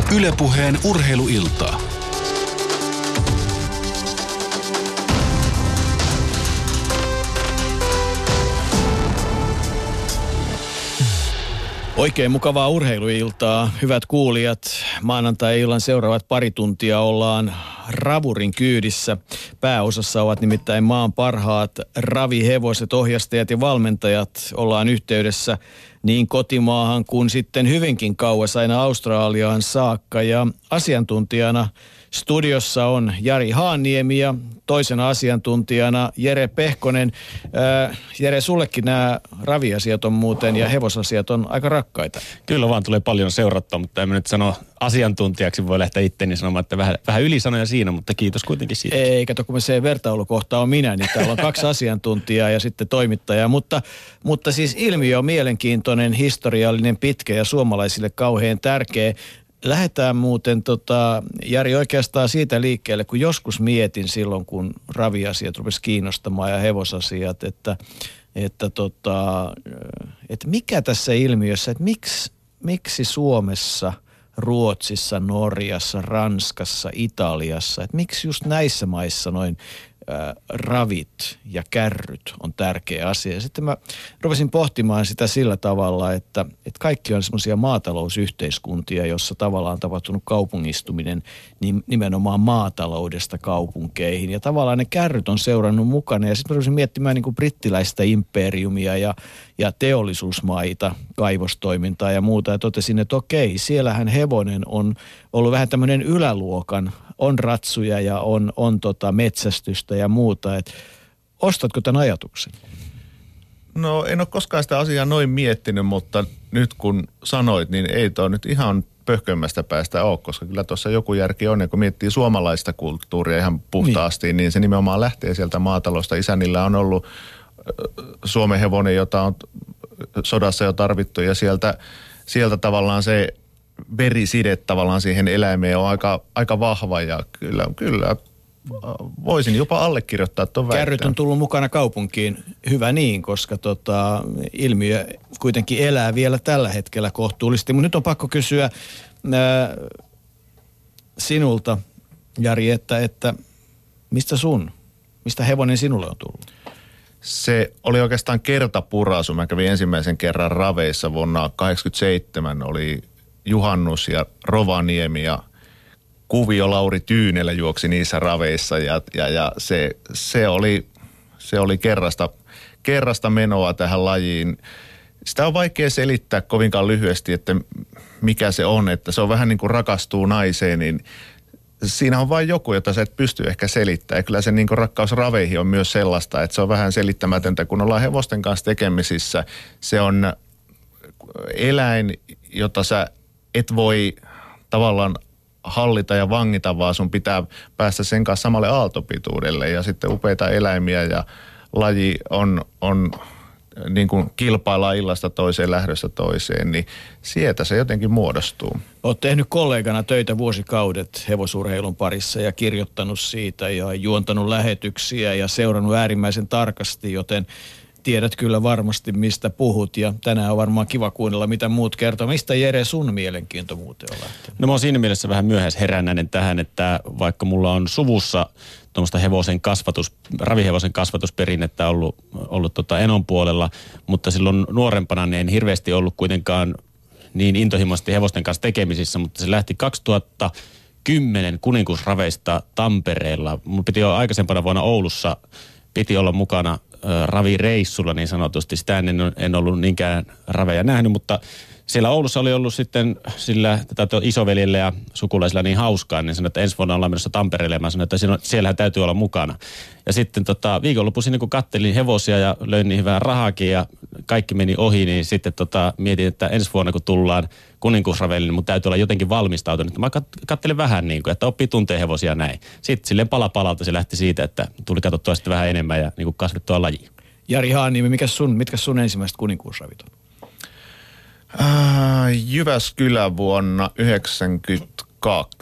Yle Puheen urheiluiltaa. Oikein mukavaa urheiluiltaa, hyvät kuulijat. Maanantai-illan seuraavat pari tuntia ollaan ravurin kyydissä. Pääosassa ovat nimittäin maan parhaat ravihevoset, ohjastajat ja valmentajat. Ollaan yhteydessä niin kotimaahan kuin sitten hyvinkin kauas aina Australiaan saakka. Ja asiantuntijana studiossa on Jari Haanniemi ja toisena asiantuntijana Jere Pehkonen. Jere, sullekin nämä raviasiat on muuten ja hevosasiat on aika rakkaita. Kyllä vaan tulee paljon seurattua, mutta en mä nyt sano asiantuntijaksi, voi lähteä itteni sanomaan, että vähän ylisanoja siinä, mutta kiitos kuitenkin siitä. Ei, kato kun se vertailukohta on minä, niin täällä on 2 asiantuntijaa ja sitten toimittajaa, mutta siis ilmiö on mielenkiintoinen, historiallinen, pitkä ja suomalaisille kauhean tärkeä. Lähdetään muuten, Jari, oikeastaan siitä liikkeelle, kun joskus mietin silloin, kun raviasiat rupesi kiinnostamaan ja hevosasiat, että mikä tässä ilmiössä, että miksi Suomessa, Ruotsissa, Norjassa, Ranskassa, Italiassa, että miksi just näissä maissa noin ravit ja kärryt on tärkeä asia. Ja sitten mä rupesin pohtimaan sitä sillä tavalla, että kaikki on semmoisia maatalousyhteiskuntia, jossa tavallaan on tapahtunut kaupungistuminen nimenomaan maataloudesta kaupunkeihin. Ja tavallaan ne kärryt on seurannut mukana. Ja sitten mä rupesin miettimään niin kuin brittiläistä imperiumia ja teollisuusmaita, kaivostoimintaa ja muuta. Ja totesin, että okei, siellähän hevonen on ollut vähän tämmöinen yläluokan, on ratsuja ja on metsästystä ja muuta. Et ostatko tämän ajatuksen? No en ole koskaan sitä asiaa noin miettinyt, mutta nyt kun sanoit, niin ei toi nyt ihan pöhkömmästä päästä ole, koska kyllä tuossa joku järki on. Ja kun miettii suomalaista kulttuuria ihan puhtaasti, niin se nimenomaan lähtee sieltä maatalosta. Isänillä on ollut Suomen hevonen, jota on sodassa jo tarvittu ja sieltä tavallaan se veriside tavallaan siihen eläimeen on aika vahva ja kyllä voisin jopa allekirjoittaa tuon väitteen. Kärryt on tullut mukana kaupunkiin, hyvä niin, koska ilmiö kuitenkin elää vielä tällä hetkellä kohtuullisesti. Mutta nyt on pakko kysyä sinulta, Jari, että mistä hevonen sinulle on tullut? Se oli oikeastaan kertapuraisu. Mä kävin ensimmäisen kerran raveissa vuonna 1987, oli juhannus ja Rovaniemi ja Kuvio Lauri Tyynelä juoksi niissä raveissa ja se oli kerrasta menoa tähän lajiin. Sitä on vaikea selittää kovinkaan lyhyesti, että mikä se on, että se on vähän niin kuin rakastuu naiseen, niin siinä on vain joku, jota sä et pysty ehkä selittämään. Ja kyllä se niin kuin rakkaus raveihin on myös sellaista, että se on vähän selittämätöntä, kun ollaan hevosten kanssa tekemisissä. Se on eläin, jota sä et voi tavallaan hallita ja vangita, vaan sun pitää päästä sen kanssa samalle aaltopituudelle. Ja sitten upeita eläimiä ja laji on niin kuin kilpaillaan illasta toiseen, lähdöstä toiseen, niin sieltä se jotenkin muodostuu. Olet tehnyt kollegana töitä vuosikaudet hevosurheilun parissa ja kirjoittanut siitä ja juontanut lähetyksiä ja seurannut äärimmäisen tarkasti, joten tiedät kyllä varmasti, mistä puhut ja tänään on varmaan kiva kuunnella, mitä muut kertoo. Mistä, Jere, sun mielenkiinto muuten on lähtenyt? No mä oon siinä mielessä vähän myöhäisherännäinen tähän, että vaikka mulla on suvussa tuommoista ravihevosen kasvatusperinnettä ollut enon puolella, mutta silloin nuorempana niin en hirveästi ollut kuitenkaan niin intohimoisesti hevosten kanssa tekemisissä, mutta se lähti 2010 kuninkuusraveista Tampereella. Mun piti jo aikaisempana vuonna Oulussa, piti olla mukana ravireissulla niin sanotusti. Sitä en ollut niinkään raveja nähnyt, mutta siellä Oulussa oli ollut sitten sillä isoveljellä ja sukulaisilla niin hauskaa, niin sanoin, että ensi vuonna ollaan menossa Tampereelle ja mä sanoin, että siellähän täytyy olla mukana. Ja sitten viikonloppuisin kun kattelin hevosia ja löin niihin vähän rahaakin ja kaikki meni ohi, niin sitten mietin, että ensi vuonna kun tullaan kuninkuusravelle, niin mun täytyy olla jotenkin valmistautunut. Mä kattelin vähän niin kuin, että oppii tuntee hevosia näin. Sitten silleen palalta se lähti siitä, että tuli katsottua sitten vähän enemmän ja niin kuin kasvettua lajia. Jari Haanniemi, mitkä sun ensimmäiset kuninkuusravit on? Jyväskylä vuonna 1992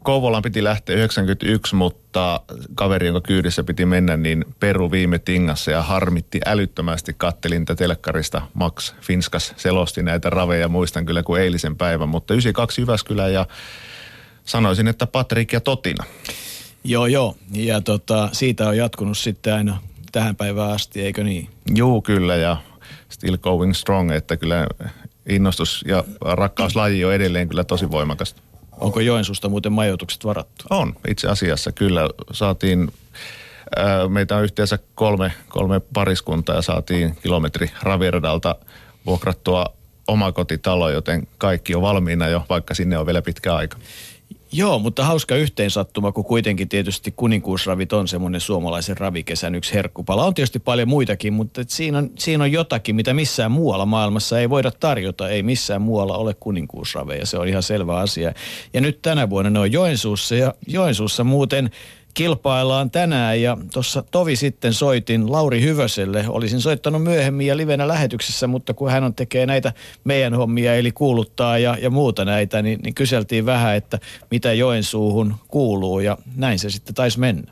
Kouvolaan piti lähteä 91, mutta kaveri, jonka kyydissä piti mennä, niin peru viime tingassa ja harmitti älyttömästi. Kattelin tätä telkkarista. Max Finskas selosti näitä raveja, muistan kyllä kuin eilisen päivän, mutta 92 Jyväskylä ja sanoisin, että Patrik ja Totina. Joo. Ja siitä on jatkunut sitten aina tähän päivään asti, eikö niin? Joo, kyllä, ja still going strong, että kyllä innostus ja rakkauslaji on edelleen kyllä tosi voimakasta. Onko Joensuusta muuten majoitukset varattu? On, itse asiassa kyllä. Saatiin, meitä on yhteensä kolme pariskuntaa ja saatiin kilometri raviradalta vuokrattua omakotitalo, joten kaikki on valmiina jo, vaikka sinne on vielä pitkä aika. Joo, mutta hauska yhteensattuma, kun kuitenkin tietysti kuninkuusravit on semmoinen suomalaisen ravikesän yksi herkkupala. On tietysti paljon muitakin, mutta siinä on jotakin, mitä missään muualla maailmassa ei voida tarjota. Ei missään muualla ole kuninkuusraveja, se on ihan selvä asia. Ja nyt tänä vuonna ne on Joensuussa ja Joensuussa muuten kilpaillaan tänään ja tuossa tovi sitten soitin Lauri Hyvöselle. Olisin soittanut myöhemmin ja livenä lähetyksessä, mutta kun hän tekee näitä meidän hommia eli kuuluttaa ja muuta näitä, niin kyseltiin vähän, että mitä Joensuuhun kuuluu ja näin se sitten taisi mennä.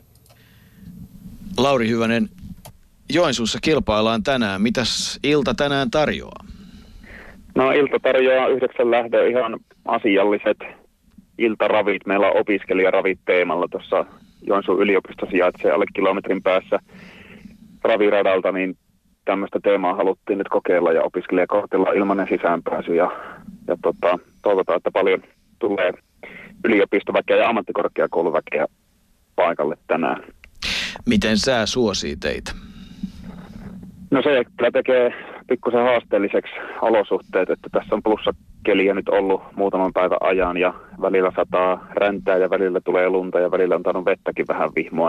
Lauri Hyvönen, Joensuussa kilpaillaan tänään. Mitäs ilta tänään tarjoaa? No ilta tarjoaa 9 lähdön ihan asialliset iltaravit. Meillä on opiskelijaravit teemalla tuossa Joensuun yliopisto sijaitsee alle kilometrin päässä raviradalta, niin tämmöistä teemaa haluttiin nyt kokeilla ja opiskelijakortilla ilmainen sisäänpääsy ja toivotaan, että paljon tulee yliopistoväkeä ja ammattikorkeakouluväkeä paikalle tänään. Miten sää suosii teitä? No se kyllä tekee pikkusen haasteelliseksi olosuhteet, että tässä on plussakeliä nyt ollut muutaman päivän ajan ja välillä sataa räntää ja välillä tulee lunta ja välillä on tainnut vettäkin vähän vihmoa,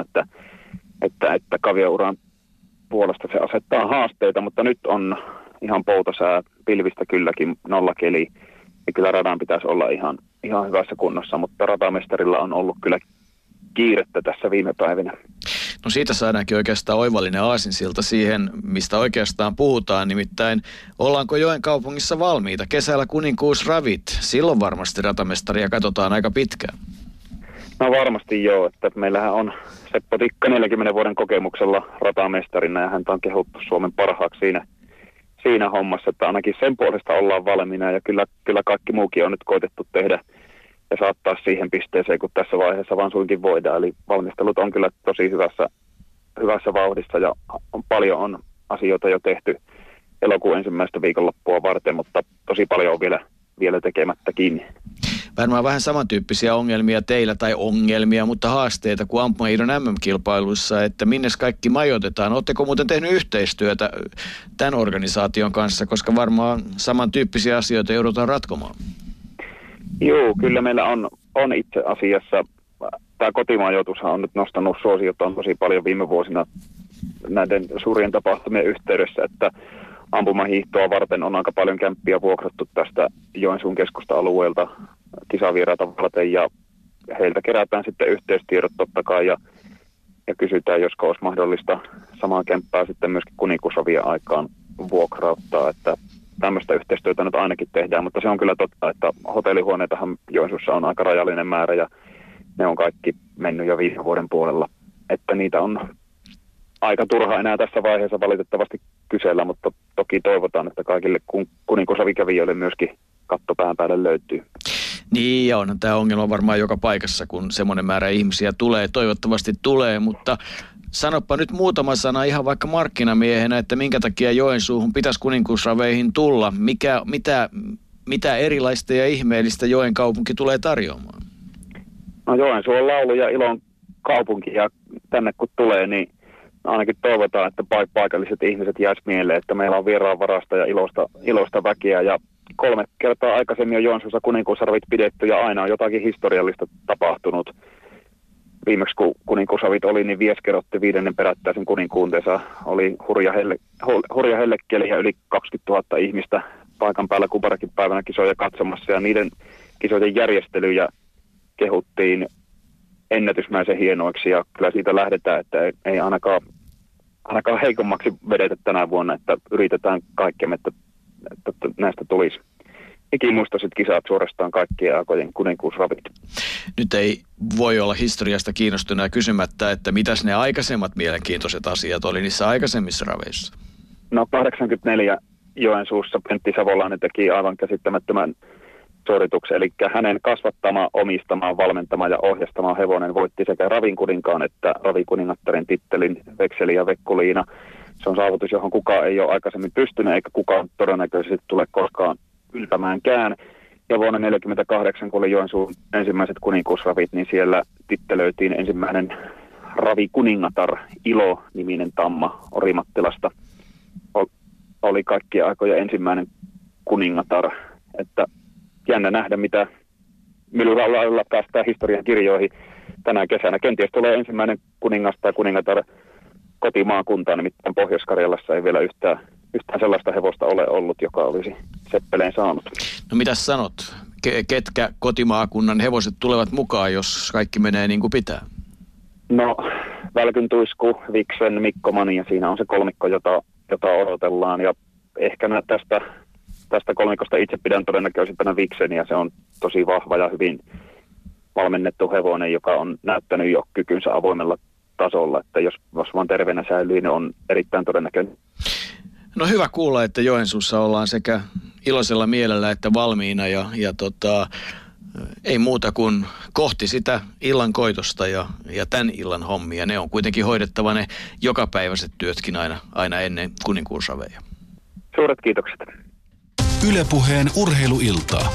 että kaviouran puolesta se asettaa haasteita, mutta nyt on ihan poutasää, pilvistä kylläkin, nollakeli ja kyllä radan pitäisi olla ihan hyvässä kunnossa, mutta ratamestarilla on ollut kyllä kiirettä tässä viime päivinä. No siitä saadaankin oikeastaan oivallinen aasinsilta siihen, mistä oikeastaan puhutaan. Nimittäin ollaanko Joen kaupungissa valmiita? Kesällä kuninkuusravit. Silloin varmasti ratamestaria katsotaan aika pitkään. No varmasti joo, että meillähän on Seppo Tikka 40 vuoden kokemuksella ratamestarina ja häntä on kehuttu Suomen parhaaksi siinä hommassa, että ainakin sen puolesta ollaan valmiina ja kyllä kaikki muukin on nyt koetettu tehdä ja saattaa siihen pisteeseen, kun tässä vaiheessa vaan suinkin voidaan. Eli valmistelut on kyllä tosi hyvässä vauhdissa ja paljon on asioita jo tehty elokuun ensimmäistä viikonloppua varten, mutta tosi paljon on vielä tekemättäkin. Varmaan vähän samantyyppisiä ongelmia teillä tai ongelmia, mutta haasteita kuin ampumahiidon MM-kilpailuissa, että minnes kaikki majoitetaan. Oletteko muuten tehnyt yhteistyötä tämän organisaation kanssa, koska varmaan samantyyppisiä asioita joudutaan ratkomaan? Joo, kyllä meillä on itse asiassa. Tämä kotimaanjoitushan on nyt nostanut suosiotaan tosi paljon viime vuosina näiden suurien tapahtumien yhteydessä, että ampumahiihtoa varten on aika paljon kämppiä vuokrattu tästä Joensuun keskusta-alueelta kisavieraita varten ja heiltä kerätään sitten yhteystiedot totta kai ja kysytään, josko olisi mahdollista samaa kämppää sitten myöskin kuninkuusravien aikaan vuokrauttaa, että tämmöistä yhteistyötä nyt ainakin tehdään, mutta se on kyllä totta, että hotellihuoneitahan Joensuussa on aika rajallinen määrä ja ne on kaikki mennyt jo viime vuoden puolella, että niitä on aika turha enää tässä vaiheessa valitettavasti kysellä, mutta toki toivotaan, että kaikille kuninkuusravikävijöille myöskin katto pään päälle löytyy. Niin, ja onhan tämä ongelma varmaan joka paikassa, kun semmoinen määrä ihmisiä tulee. Toivottavasti tulee, mutta sanoppa nyt muutama sana ihan vaikka markkinamiehenä, että minkä takia Joensuuhun pitäisi kuninkuusraveihin tulla. Mitä erilaista ja ihmeellistä Joen kaupunki tulee tarjoamaan? No Joensuu on laulu ja ilon kaupunki ja tänne kun tulee, niin ainakin toivotaan, että paikalliset ihmiset jäisi mieleen, että meillä on vieraanvarasta ja iloista väkeä ja 3 kertaa aikaisemmin on Joensuussa kuninkuusravit pidetty ja aina on jotakin historiallista tapahtunut. Viimeksi kun kuninkuusravit oli, niin Vieskerotti 5. perättäisen kuninkuunteensa oli hurja hellekeli ja yli 20 000 ihmistä paikan päällä Kuparakin päivänä kisoja katsomassa ja niiden kisojen järjestelyjä kehuttiin ennätysmäisen hienoiksi ja kyllä siitä lähdetään, että ei ainakaan heikommaksi vedetä tänä vuonna, että yritetään kaikkemme, että näistä tulisi ikimuistoiset kisat suorastaan kaikkien aikojen kuninkuusravit. Nyt ei voi olla historiasta kiinnostunut kysymättä, että mitäs ne aikaisemmat mielenkiintoiset asiat oli niissä aikaisemmissa raveissa? No 84 Joensuussa Pentti Savolainen teki aivan käsittämättömän suorituksen, eli hänen kasvattama, omistama, valmentama ja ohjastama hevonen voitti sekä ravinkuninkaan että ravikuningattaren tittelin Vekseli ja Vekkuliina. Se on saavutus, johon kukaan ei ole aikaisemmin pystynyt, eikä kukaan todennäköisesti tule koskaan yltämäänkään. Ja vuonna 1948, kun oli Joensuun ensimmäiset kuninkuusravit, niin siellä tittelöitiin ensimmäinen ravikuningatar, Ilo-niminen tamma Orimattilasta. Oli kaikkien aikojen ensimmäinen kuningatar, että jännä nähdä, millä lailla päästään historian kirjoihin tänä kesänä. Kenties tulee ensimmäinen kuningas tai kuningatar kotimaakuntaan, nimittäin Pohjois-Karjalassa ei vielä yhtään sellaista hevosta ole ollut, joka olisi seppeleen saanut. No mitäs sanot? Ketkä kotimaakunnan hevoset tulevat mukaan, jos kaikki menee niin kuin pitää? No, Välkyn Tuisku, Viksen, Mikko Mani, ja siinä on se kolmikko, jota odotellaan. Ja ehkä tästä kolmikosta itse pidän todennäköisimpänä Vikseniä. Se on tosi vahva ja hyvin valmennettu hevonen, joka on näyttänyt jo kykynsä avoimella tasolla. Että jos vaan terveenä säilyy, niin on erittäin todennäköinen. No hyvä kuulla, että Joensuussa ollaan sekä iloisella mielellä että valmiina ja ei muuta kuin kohti sitä illan koitosta ja tämän illan hommia. Ne on kuitenkin hoidettava ne jokapäiväiset työtkin aina ennen kuninkuusraveja. Suuret kiitokset. Yle Puheen urheiluiltaa.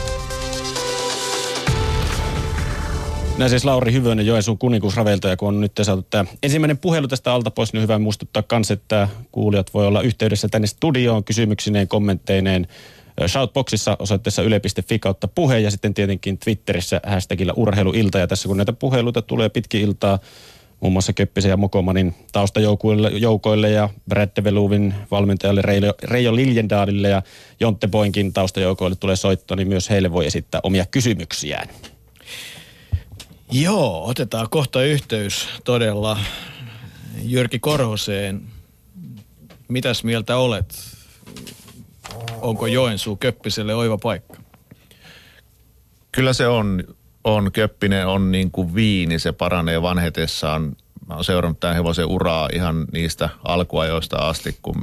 Näin siis Lauri Hyvönen Joensuun kuninkuusraveilta, ja kun on nyt saatu tämä ensimmäinen puhelu tästä alta pois, niin hyvä muistuttaa myös, että kuulijat voi olla yhteydessä tänne studioon kysymyksineen, kommentteineen Shoutboxissa osoitteessa yle.fi/puhe ja sitten tietenkin Twitterissä hashtagillä urheiluilta. Ja tässä kun näitä puheluita tulee pitkin iltaa, muun muassa Köppisen ja Mokomanin taustajoukoille ja Brad de Veluvin valmentajalle Reijo Liljendaalille ja Jontte Boinkin taustajoukoille tulee soitto, niin myös heille voi esittää omia kysymyksiään. Joo, otetaan kohta yhteys todella Jyrki Korhoseen. Mitäs mieltä olet? Onko Joensuu Köppiselle oiva paikka? Kyllä se on. Köppinen on niin kuin viini, se paranee vanhetessaan. Mä oon seurannut tämän hevosen uraa ihan niistä alkuajoista asti, kun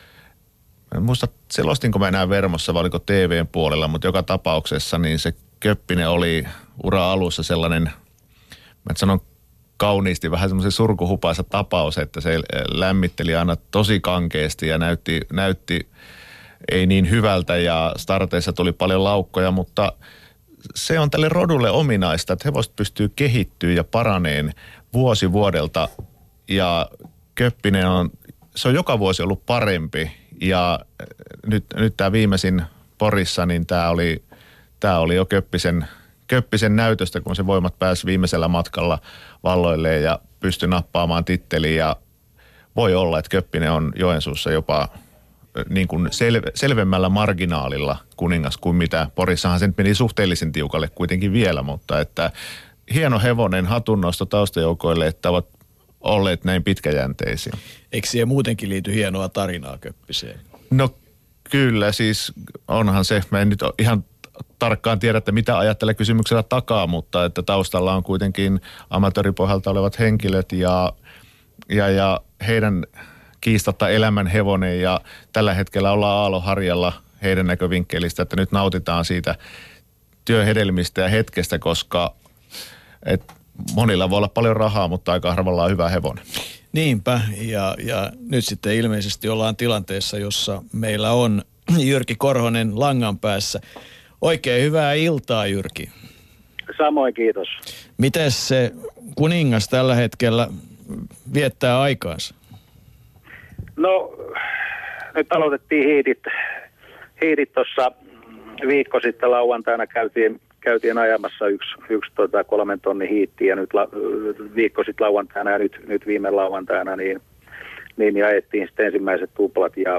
en muista, selostinko mä enää Vermossa vai oliko TVn puolella, mutta joka tapauksessa niin se Köppinen oli ura alussa sellainen, mä sanon kauniisti, vähän semmoisen surkuhupaisa tapaus, että se lämmitteli aina tosi kankeasti ja näytti ei niin hyvältä ja starteissa tuli paljon laukkoja, mutta se on tälle rodulle ominaista, että hevoset pystyy kehittyä ja paraneen vuosi vuodelta ja Köppinen se on joka vuosi ollut parempi ja nyt tämä viimeisin Porissa, niin tämä oli jo Köppisen näytöstä, kun se voimat pääsi viimeisellä matkalla valloilleen ja pystyi nappaamaan titteliin ja voi olla, että Köppinen on Joensuussa jopa niin kuin selvemmällä marginaalilla kuningas kuin mitä Porissahan se nyt meni suhteellisen tiukalle kuitenkin vielä, mutta että hieno hevonen, hatunnosto taustajoukoille, että ovat olleet näin pitkäjänteisiä. Eikö siihen muutenkin liity hienoa tarinaa Köppiseen? No kyllä, siis onhan se, mä en nyt ihan tarkkaan tiedä, että mitä ajattelee kysymyksellä takaa, mutta että taustalla on kuitenkin amatööripohjalta olevat henkilöt ja heidän kiistatta elämän hevonen ja tällä hetkellä ollaan aaloharjalla heidän näkövinkkelistä, että nyt nautitaan siitä työhedelmistä ja hetkestä, koska monilla voi olla paljon rahaa, mutta aika harvalla on hyvä hevonen. Niinpä, ja nyt sitten ilmeisesti ollaan tilanteessa, jossa meillä on Jyrki Korhonen langan päässä. Oikein hyvää iltaa, Jyrki. Samoin, kiitos. Miten se kuningas tällä hetkellä viettää aikaansa? No, nyt aloitettiin hiitit tuossa viikko sitten lauantaina käytiin ajamassa yksi 3 tonnin hiitti ja nyt viikko sitten lauantaina ja nyt viime lauantaina niin jaettiin sitten ensimmäiset tuplat ja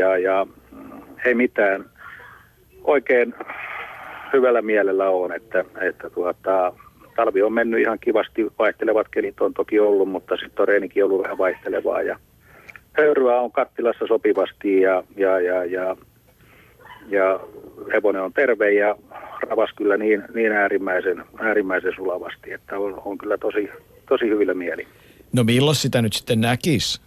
ei mitään. Oikein hyvällä mielellä on, että talvi on mennyt ihan kivasti, vaihtelevat kelit on toki ollut, mutta sitten on reenikin ollut vähän vaihtelevaa ja höyryä on kattilassa sopivasti ja ja hevonen on terve ja ravas kyllä niin äärimmäisen sulavasti, että on kyllä tosi hyvillä mieli. No milloin sitä nyt sitten näkisi?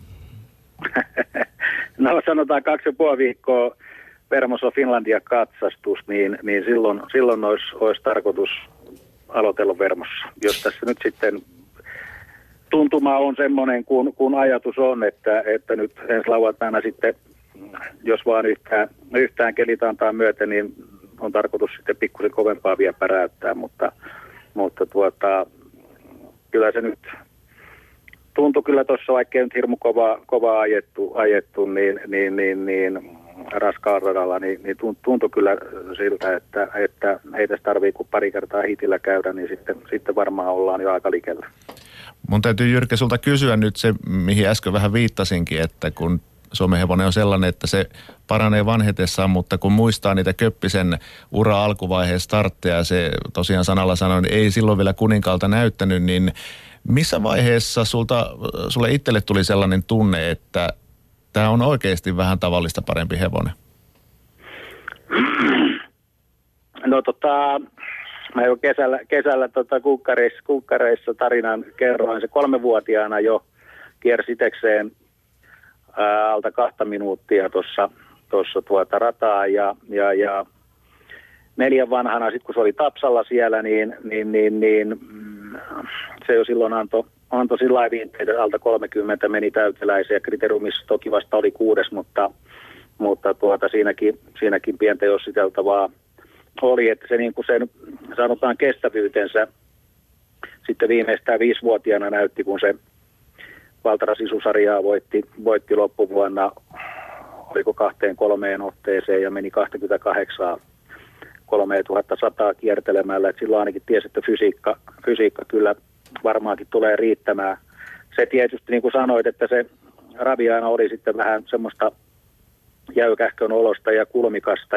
No sanotaan 2,5 viikkoa Vermoso Finlandia katsastus, niin silloin olisi tarkoitus aloitella Vermossa. Jos tässä nyt sitten tuntuma on semmoinen, kun ajatus on, että nyt ensi lauantaina sitten, jos vaan yhtään kelit antaa myöten, niin on tarkoitus sitten pikkusen kovempaa vielä päräyttää, mutta kyllä se nyt tuntui kyllä tuossa, vaikka ei nyt hirmu kovaa ajettu niin raskaan radalla, niin tuntui kyllä siltä, että ei tässä tarvitse kuin pari kertaa hitillä käydä, niin sitten varmaan ollaan jo aika likellä. Mun täytyy Jyrke sulta kysyä nyt se, mihin äsken vähän viittasinkin, että kun Suomen hevonen on sellainen, että se paranee vanhetessaan, mutta kun muistaa niitä Köppisen ura alkuvaiheen startteja, se tosiaan sanalla sanoen ei silloin vielä kuninkaalta näyttänyt, niin missä vaiheessa sulle itselle tuli sellainen tunne, että tämä on oikeasti vähän tavallista parempi hevonen? No mä jo kesällä kukkareissa tarinan kerroin. Se 3-vuotiaana jo kiersi itekseen alta 2 minuuttia tuossa rataa ja 4 vanhana, sitten kun se oli Tapsalla siellä, niin se jo silloin antoi sillä lailla viitteitä, alta 30 meni täyteläisiä. Kriteeriumissa toki vasta oli 6, mutta siinäkin pientä jossiteltavaa oli, että se niin kuin sen sanotaan kestävyytensä sitten viimeistään 5-vuotiaana näytti, kun se Valtaras Isu-sarjaa voitti loppuvuonna, oliko 2-3 otteeseen ja meni 28 3100 kiertelemällä, että silloin ainakin tiesi, että fysiikka kyllä varmaankin tulee riittämään. Se tietysti, niin kuin sanoit, että se raviaana oli sitten vähän semmoista jäykähkön olosta ja kulmikasta,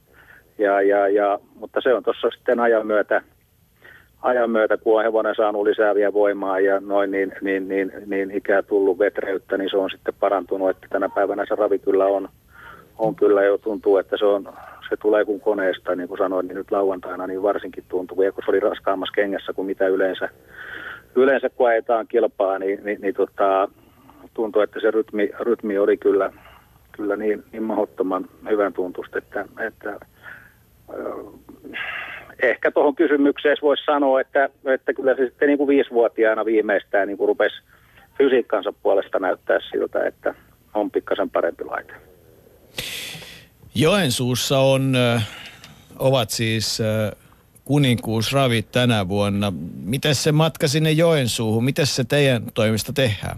mutta se on tuossa sitten ajan myötä, kun on hevonen saanut lisääviä voimaa ja noin, niin ikää tullut vetreyttä, niin se on sitten parantunut, että tänä päivänä se ravi kyllä on kyllä jo tuntuu, että se tulee kuin koneesta, niin kuin sanoin, niin nyt lauantaina niin varsinkin tuntuu, ja kun se oli raskaammassa kengässä kuin mitä yleensä kun ajetaan kilpaa, niin tuntuu, että se rytmi oli kyllä niin mahdottoman hyvän tuntusta, että ehkä tuohon kysymykseen voisi sanoa, että kyllä se sitten niin kuin 5-vuotiaana viimeistään niin kuin rupesi fysiikkansa puolesta näyttää siltä, että on pikkasen parempi laite. Joensuussa ovat siis kuninkuusravit tänä vuonna. Miten se matka sinne Joensuuhun, miten se teidän toimista tehdään?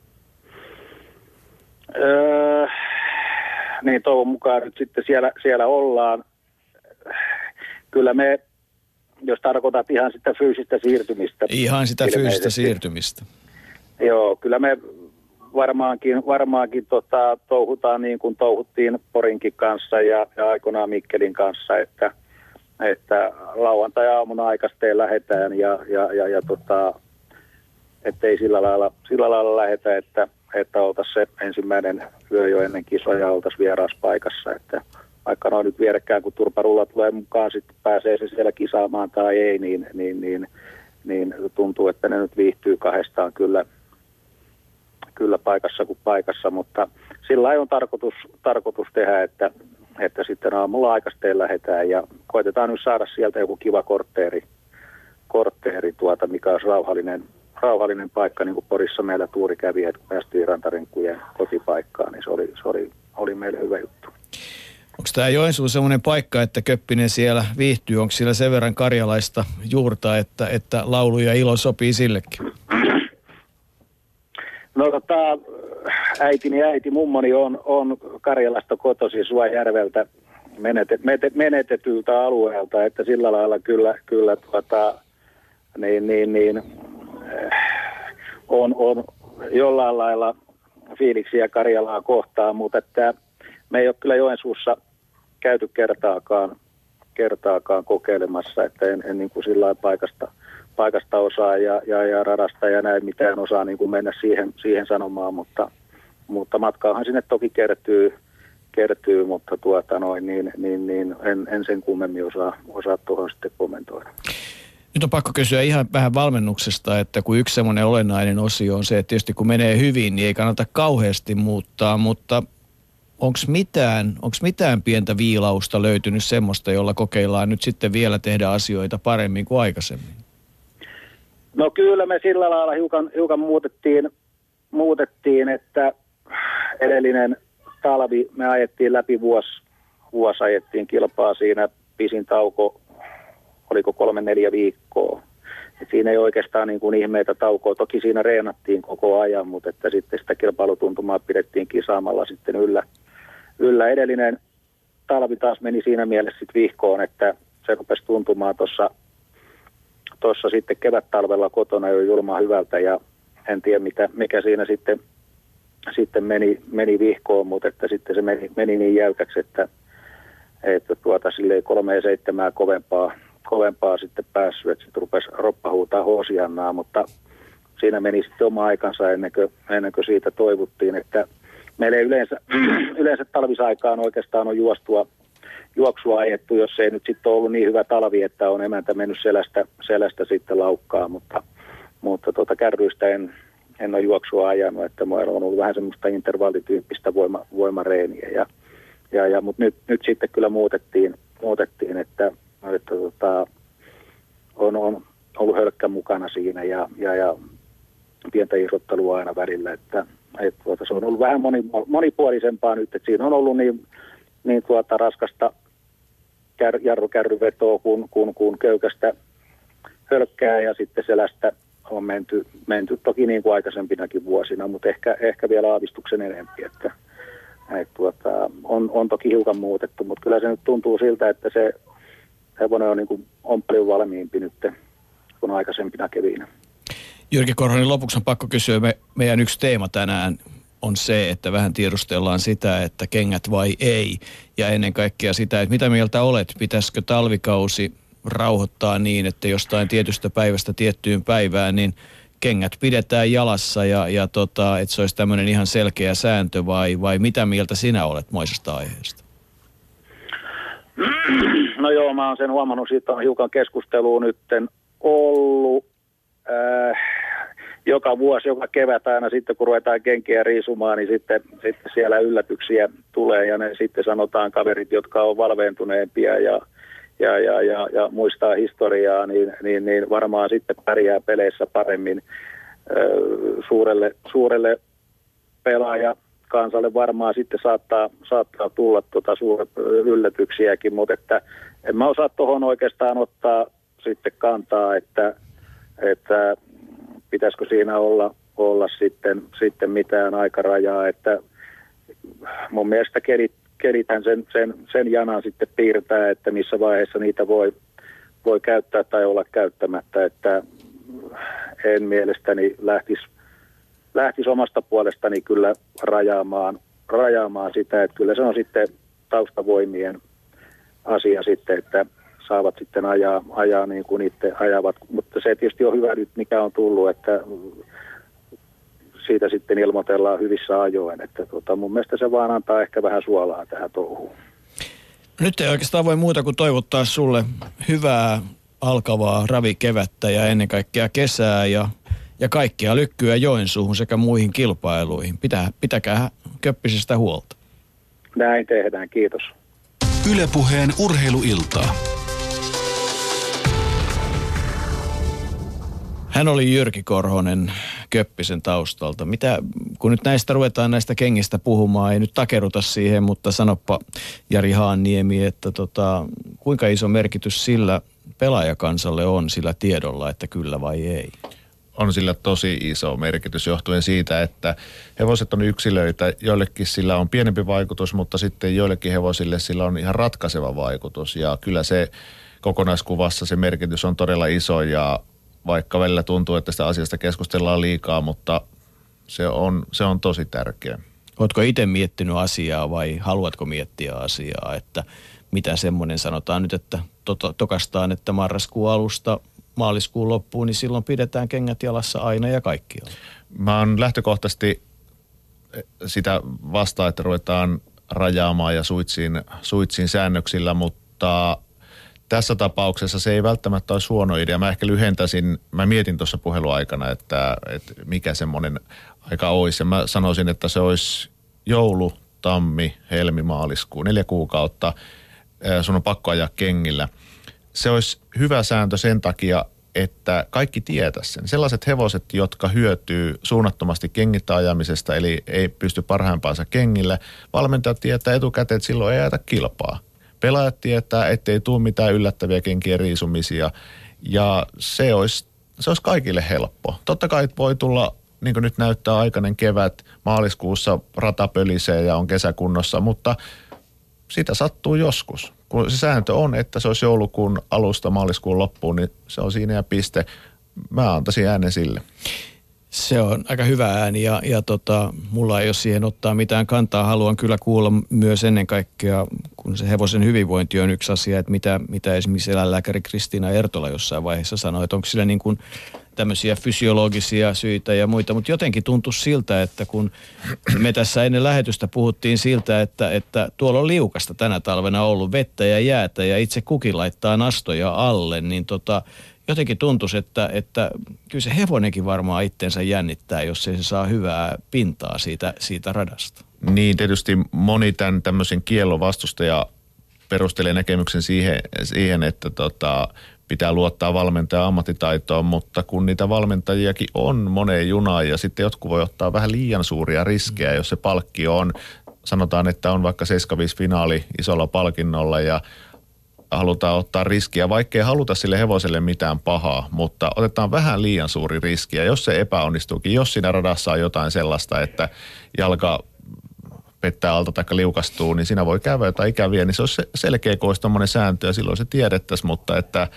Niin toivon mukaan nyt sitten siellä ollaan. Kyllä me, jos tarkoitat ihan sitä fyysistä siirtymistä. Ihan sitä fyysistä siirtymistä. Joo, kyllä me varmaankin touhutaan niin kuin touhuttiin Porinkin kanssa ja aikoinaan Mikkelin kanssa, että lauantai-aamuna aikaisteen lähdetään ja ettei sillä lailla lähetä, että oltaisiin se ensimmäinen yö jo ennen kisoja oltaisiin vieraspaikassa, että vaikka on nyt vierekään, kun turparulla tulee mukaan, sitten pääsee se siellä kisaamaan tai ei, niin tuntuu, että ne nyt viihtyy kahdestaan kyllä paikassa kuin paikassa, mutta sillä on tarkoitus tehdä, että sitten aamulla aikaisteen lähdetään ja koitetaan nyt saada sieltä joku kiva kortteeri mikä olisi rauhallinen paikka, niin kuin Porissa meillä tuuri kävi, että päästiin Rantarenkkujen kotipaikkaan, niin se oli meille hyvä juttu. Onko tämä Joensuu semmoinen paikka, että Köppinen siellä viihtyy? Onko siellä sen verran karjalaista juurta, että laulu ja ilo sopii sillekin? No äitini äiti, mummoni on Karjalasta kotoisin Suojärveltä menetetyltä alueelta, että sillä lailla kyllä on jollain lailla fiiliksiä Karjalaa kohtaan, mutta että me ei ole kyllä Joensuussa käyty kertaakaan kokeilemassa, että en niin kuin sillä lailla paikasta osaa ja radasta ja näin mitään osaa niin kuin mennä siihen sanomaan, mutta matkaahan sinne toki kertyy, mutta en sen kummemmin osaa tuohon sitten kommentoida. Nyt on pakko kysyä ihan vähän valmennuksesta, että kun yksi semmoinen olennainen osio on se, että tietysti kun menee hyvin, niin ei kannata kauheasti muuttaa, mutta onko mitään pientä viilausta löytynyt semmoista, jolla kokeillaan nyt sitten vielä tehdä asioita paremmin kuin aikaisemmin? No kyllä me sillä lailla hiukan muutettiin, että edellinen talvi me ajettiin läpi vuosi ajettiin kilpaa siinä, pisin tauko, oliko 3-4 viikkoa. Et siinä ei oikeastaan niin kuin ihmeitä taukoa. Toki siinä reenattiin koko ajan, mutta että sitten sitä kilpailutuntumaa pidettiin kisaamalla sitten yllä. Edellinen talvi taas meni siinä mielessä sitten vihkoon, että se rupesi tuntumaan tuossa sitten kevättalvella kotona jo julmaa hyvältä ja en tiedä mikä siinä sitten meni vihkoon, mutta että sitten se meni niin jäykäksi, että silleen 3-7 kovempaa sitten päässyt, että sitten rupesi roppa huutaa Hoosiannaa, mutta siinä meni sitten oma aikansa ennen kuin siitä toivuttiin, että meillä ei yleensä talvisaikaan oikeastaan on juoksua ajettu, jos ei nyt sitten ollut niin hyvä talvi, että on emäntä mennyt selästä sitten laukkaa, mutta kärryistä en ole juoksua ajanut, että meillä on ollut vähän semmoista intervallityyppistä voimareeniä mutta nyt sitten kyllä muutettiin että on ollut hölkkä mukana siinä ja pientä irrottelua aina välillä, että se on ollut vähän monipuolisempaa nyt, että siinä on ollut niin raskasta jarrukärryvetoa kuin köykästä hölkkää ja sitten selästä on menty toki niin kuin aikaisempinakin vuosina, mutta ehkä vielä aavistuksen enemmän, että on toki hiukan muutettu, mutta kyllä se nyt tuntuu siltä, että se hevonen on paljon valmiimpi nyt kuin aikaisempina kevinä. Jyrki Korhonen, lopuksi on pakko kysyä, meidän yksi teema tänään on se, että vähän tiedustellaan sitä, että kengät vai ei, ja ennen kaikkea sitä, että mitä mieltä olet, pitäisikö talvikausi rauhoittaa niin, että jostain tietystä päivästä tiettyyn päivään, niin kengät pidetään jalassa että se olisi tämmöinen ihan selkeä sääntö vai mitä mieltä sinä olet moisesta aiheesta? No joo, mä oon sen huomannut, siitä on hiukan keskustelua nytten ollut joka vuosi, joka kevät aina sitten kun ruvetaan kenkiä riisumaan, niin sitten siellä yllätyksiä tulee ja ne sitten sanotaan kaverit, jotka on valveentuneempia ja muistaa historiaa, niin varmaan sitten pärjää peleissä paremmin suurelle pelaajakansalle varmaan sitten saattaa tulla yllätyksiäkin, mutta että en mä osaa tuohon oikeastaan ottaa sitten kantaa, että pitäisikö siinä olla sitten mitään aikarajaa, että mun mielestä kelithän sen janan sitten piirtää, että missä vaiheessa niitä voi käyttää tai olla käyttämättä, että en mielestäni lähtisi omasta puolestani kyllä rajaamaan sitä, että kyllä se on sitten taustavoimien asia sitten, että saavat sitten ajaa niin kuin itse ajavat, mutta se tietysti on hyvä nyt, mikä on tullut, että siitä sitten ilmoitellaan hyvissä ajoin, että mun mielestä se vaan antaa ehkä vähän suolaa tähän touhuun. Nyt ei oikeastaan voi muuta kuin toivottaa sulle hyvää alkavaa ravikevättä ja ennen kaikkea kesää ja kaikkia lykkyä Joensuuhun sekä muihin kilpailuihin. Pitäkää Köppisestä huolta. Näin tehdään, kiitos. Yle Puheen urheiluiltaa. Hän oli Jyrki Korhonen Köppisen taustalta. Kun nyt ruvetaan näistä kengistä puhumaan, ei nyt takeruta siihen, mutta sanoppa Jari Haanniemi, että kuinka iso merkitys sillä pelaajakansalle on sillä tiedolla, että kyllä vai ei? On sillä tosi iso merkitys johtuen siitä, että hevoset on yksilöitä. Joillekin sillä on pienempi vaikutus, mutta sitten joillekin hevosille sillä on ihan ratkaiseva vaikutus. Ja kyllä se kokonaiskuvassa se merkitys on todella iso ja vaikka välillä tuntuu, että sitä asiasta keskustellaan liikaa, mutta se on tosi tärkeä. Oletko itse miettinyt asiaa vai haluatko miettiä asiaa, että mitä semmoinen sanotaan nyt, että tokastaan, että marraskuun alusta maaliskuun loppuun, niin silloin pidetään kengät jalassa aina ja kaikkialla. Mä oon lähtökohtaisesti sitä vastaan, että ruvetaan rajaamaan ja suitsiin säännöksillä, mutta tässä tapauksessa se ei välttämättä olisi huono idea. Mä ehkä mä mietin tuossa puheluaikana, että mikä semmoinen aika olisi. Ja mä sanoisin, että se olisi joulu, tammi, helmi, maaliskuu, 4 kuukautta. Sun on pakko ajaa kengillä. Se olisi hyvä sääntö sen takia, että kaikki tietäisi sen. Sellaiset hevoset, jotka hyötyy suunnattomasti kengittä ajamisesta, eli ei pysty parhaimpaansa kengillä. Valmentajat tietää etukäteen, että silloin ei ajeta kilpaa. Pelaajat tietää, ettei tule mitään yllättäviä kenkien riisumisia. Ja se olisi kaikille helppo. Totta kai voi tulla, niin kuin nyt näyttää, aikainen kevät, maaliskuussa rata pölisee ja on kesäkunnossa, mutta sitä sattuu joskus. Kun se sääntö on, että se olisi joulukuun alusta maaliskuun loppuun, niin se on siinä ja piste. Mä antaisin äänen sille. Se on aika hyvä ääni ja mulla ei ole siihen ottaa mitään kantaa. Haluan kyllä kuulla myös ennen kaikkea, kun se hevosen hyvinvointi on yksi asia, että mitä esimerkiksi eläinlääkäri Kristiina Ertola jossain vaiheessa sanoi, että onko sillä niin kuin tämmöisiä fysiologisia syitä ja muita, mutta jotenkin tuntui siltä, että kun me tässä ennen lähetystä puhuttiin siltä, että tuolla on liukasta tänä talvena ollut vettä ja jäätä ja itse kukin laittaa nastoja alle, niin jotenkin tuntuisi, että kyllä se hevonenkin varmaan itsensä jännittää, jos ei se saa hyvää pintaa siitä radasta. Niin, tietysti moni tämän tämmöisen kiellon vastustaja perustelee näkemyksen siihen että pitää luottaa valmentajan ammattitaitoon, mutta kun niitä valmentajiakin on moneen junaan ja sitten jotkut voi ottaa vähän liian suuria riskejä, jos se palkkio on, sanotaan, että on vaikka 7-5-finaali isolla palkinnolla ja halutaan ottaa riskiä, vaikka ei haluta sille hevoselle mitään pahaa, mutta otetaan vähän liian suuri riski. Ja jos se epäonnistuukin, jos siinä radassa on jotain sellaista, että jalka pettää alta tai liukastuu, niin siinä voi käydä jotain ikäviä, niin se olisi selkeä, kun olisi tommoinen sääntö ja silloin se tiedettäisiin, mutta että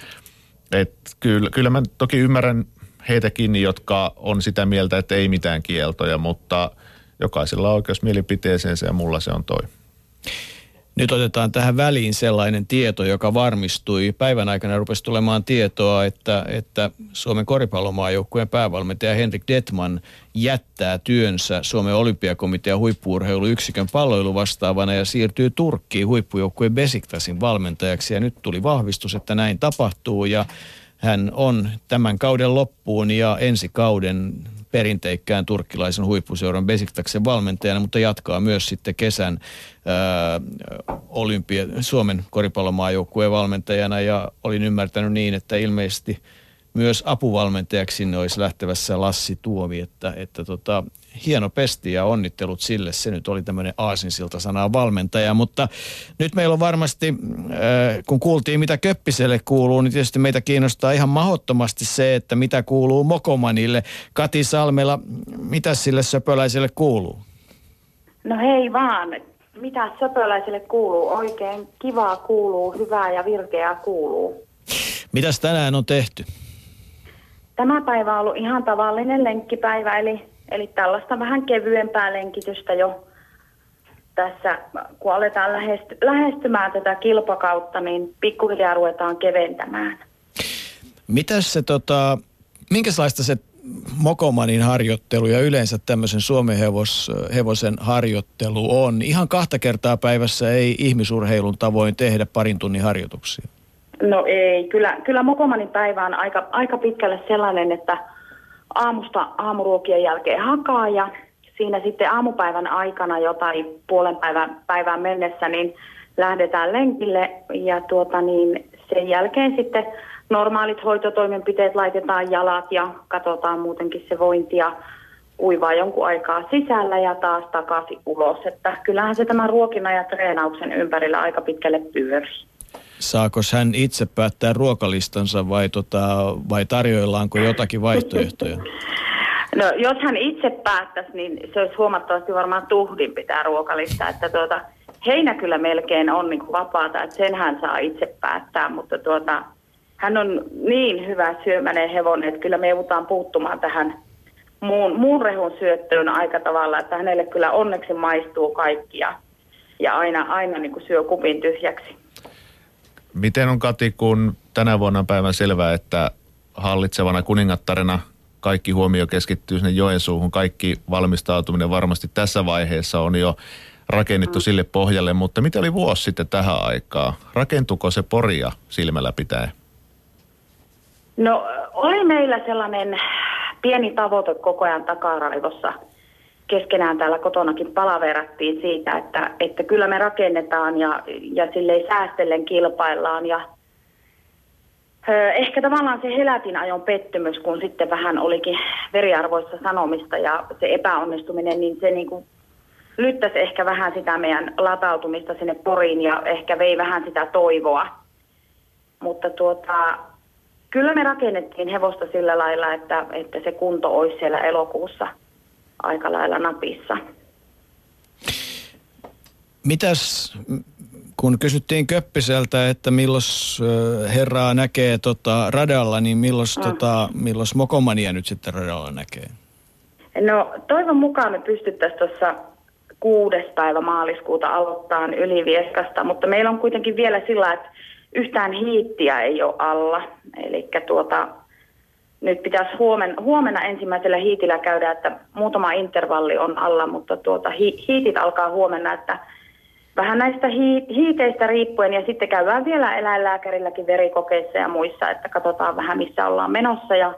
kyllä mä toki ymmärrän heitäkin, jotka on sitä mieltä, että ei mitään kieltoja, mutta jokaisella on oikeus mielipiteeseensä ja mulla se on toi. Nyt otetaan tähän väliin sellainen tieto, joka varmistui. Päivän aikana rupesi tulemaan tietoa, että Suomen koripallomaajoukkueen päävalmentaja Henrik Detman jättää työnsä Suomen olympiakomitean huippu-urheiluyksikön palloiluvastaavana ja siirtyy Turkkiin huippujoukkueen Besiktasin valmentajaksi. Ja nyt tuli vahvistus, että näin tapahtuu ja hän on tämän kauden loppuun ja ensi kauden perinteikkään turkkilaisen huippuseuran Besiktaksen valmentajana, mutta jatkaa myös sitten kesän Suomen koripallomaajoukkueen valmentajana ja olin ymmärtänyt niin, että ilmeisesti myös apuvalmentajaksi sinne olisi lähtevässä Lassi Tuovi, että hieno pesti ja onnittelut sille. Se nyt oli tämmöinen aasinsilta-sana valmentaja, mutta nyt meillä on varmasti, kun kuultiin mitä Köppiselle kuuluu, niin tietysti meitä kiinnostaa ihan mahdottomasti se, että mitä kuuluu Mokomanille. Kati Salmela, mitä sille söpöläiselle kuuluu? No hei vaan, mitä söpöläiselle kuuluu? Oikein kivaa kuuluu, hyvää ja virkeää kuuluu. Mitäs tänään on tehty? Tämä päivä on ollut ihan tavallinen lenkkipäivä, eli tällaista vähän kevyempää lenkitystä jo tässä, kun aletaan lähestymään tätä kilpakautta, niin pikkuhiljaa ruvetaan keventämään. Mitäs se minkälaista se Mokomanin harjoittelu ja yleensä tämmöisen Suomen hevosen harjoittelu on? Ihan 2 kertaa päivässä ei ihmisurheilun tavoin tehdä parin tunnin harjoituksia. No ei, kyllä Mokomanin päivä on aika pitkälle sellainen, että aamusta aamuruokien jälkeen hakaa ja siinä sitten aamupäivän aikana jotain puolen päivään mennessä niin lähdetään lenkille ja sen jälkeen sitten normaalit hoitotoimenpiteet laitetaan jalat ja katsotaan muutenkin se vointi ja uivaa jonkun aikaa sisällä ja taas takaisin ulos. Että kyllähän se tämän ruokinnan ja treenauksen ympärillä aika pitkälle pyörii. Saako hän itse päättää ruokalistansa vai tarjoillaanko jotakin vaihtoehtoja? No jos hän itse päättäisi, niin se olisi huomattavasti varmaan tuhdimpi tämä ruokalista. Että heinä kyllä melkein on niin kuin vapaata, että sen hän saa itse päättää, mutta hän on niin hyvä syömäinen hevonen, että kyllä me joudutaan puuttumaan tähän muun rehun syöttöön aika tavalla, että hänelle kyllä onneksi maistuu kaikki ja aina niin kuin syö kupin tyhjäksi. Miten on, Kati, kun tänä vuonna on päivän selvää, että hallitsevana kuningattarena kaikki huomio keskittyy sinne Joensuuhun, kaikki valmistautuminen varmasti tässä vaiheessa on jo rakennettu sille pohjalle, mutta mitä oli vuosi sitten tähän aikaan? Rakentuko se Poria silmällä pitäen? No oli meillä sellainen pieni tavoite koko ajan takaraivossa. Keskenään täällä kotonakin palaverattiin siitä, että kyllä me rakennetaan ja silleen säästellen kilpaillaan. Ja ehkä tavallaan se helätin ajon pettymys, kun sitten vähän olikin veriarvoissa sanomista ja se epäonnistuminen, niin se niin kuin lyttäisi ehkä vähän sitä meidän latautumista sinne Poriin ja ehkä vei vähän sitä toivoa. Mutta kyllä me rakennettiin hevosta sillä lailla, että se kunto olisi siellä elokuussa aika lailla napissa. Mitäs, kun kysyttiin Köppiseltä, että milloin herraa näkee radalla, niin milloin Mokomania nyt sitten radalla näkee? No toivon mukaan me pystyttäisiin tuossa 6. päivä maaliskuuta aloittaa Ylivieskasta, mutta meillä on kuitenkin vielä sillä, että yhtään hiittiä ei ole alla. Eli nyt pitäisi huomenna ensimmäisellä hiitillä käydä, että muutama intervalli on alla, mutta hiitit alkaa huomenna, että vähän näistä hiiteistä riippuen ja sitten käydään vielä eläinlääkärilläkin verikokeissa ja muissa, että katsotaan vähän missä ollaan menossa ja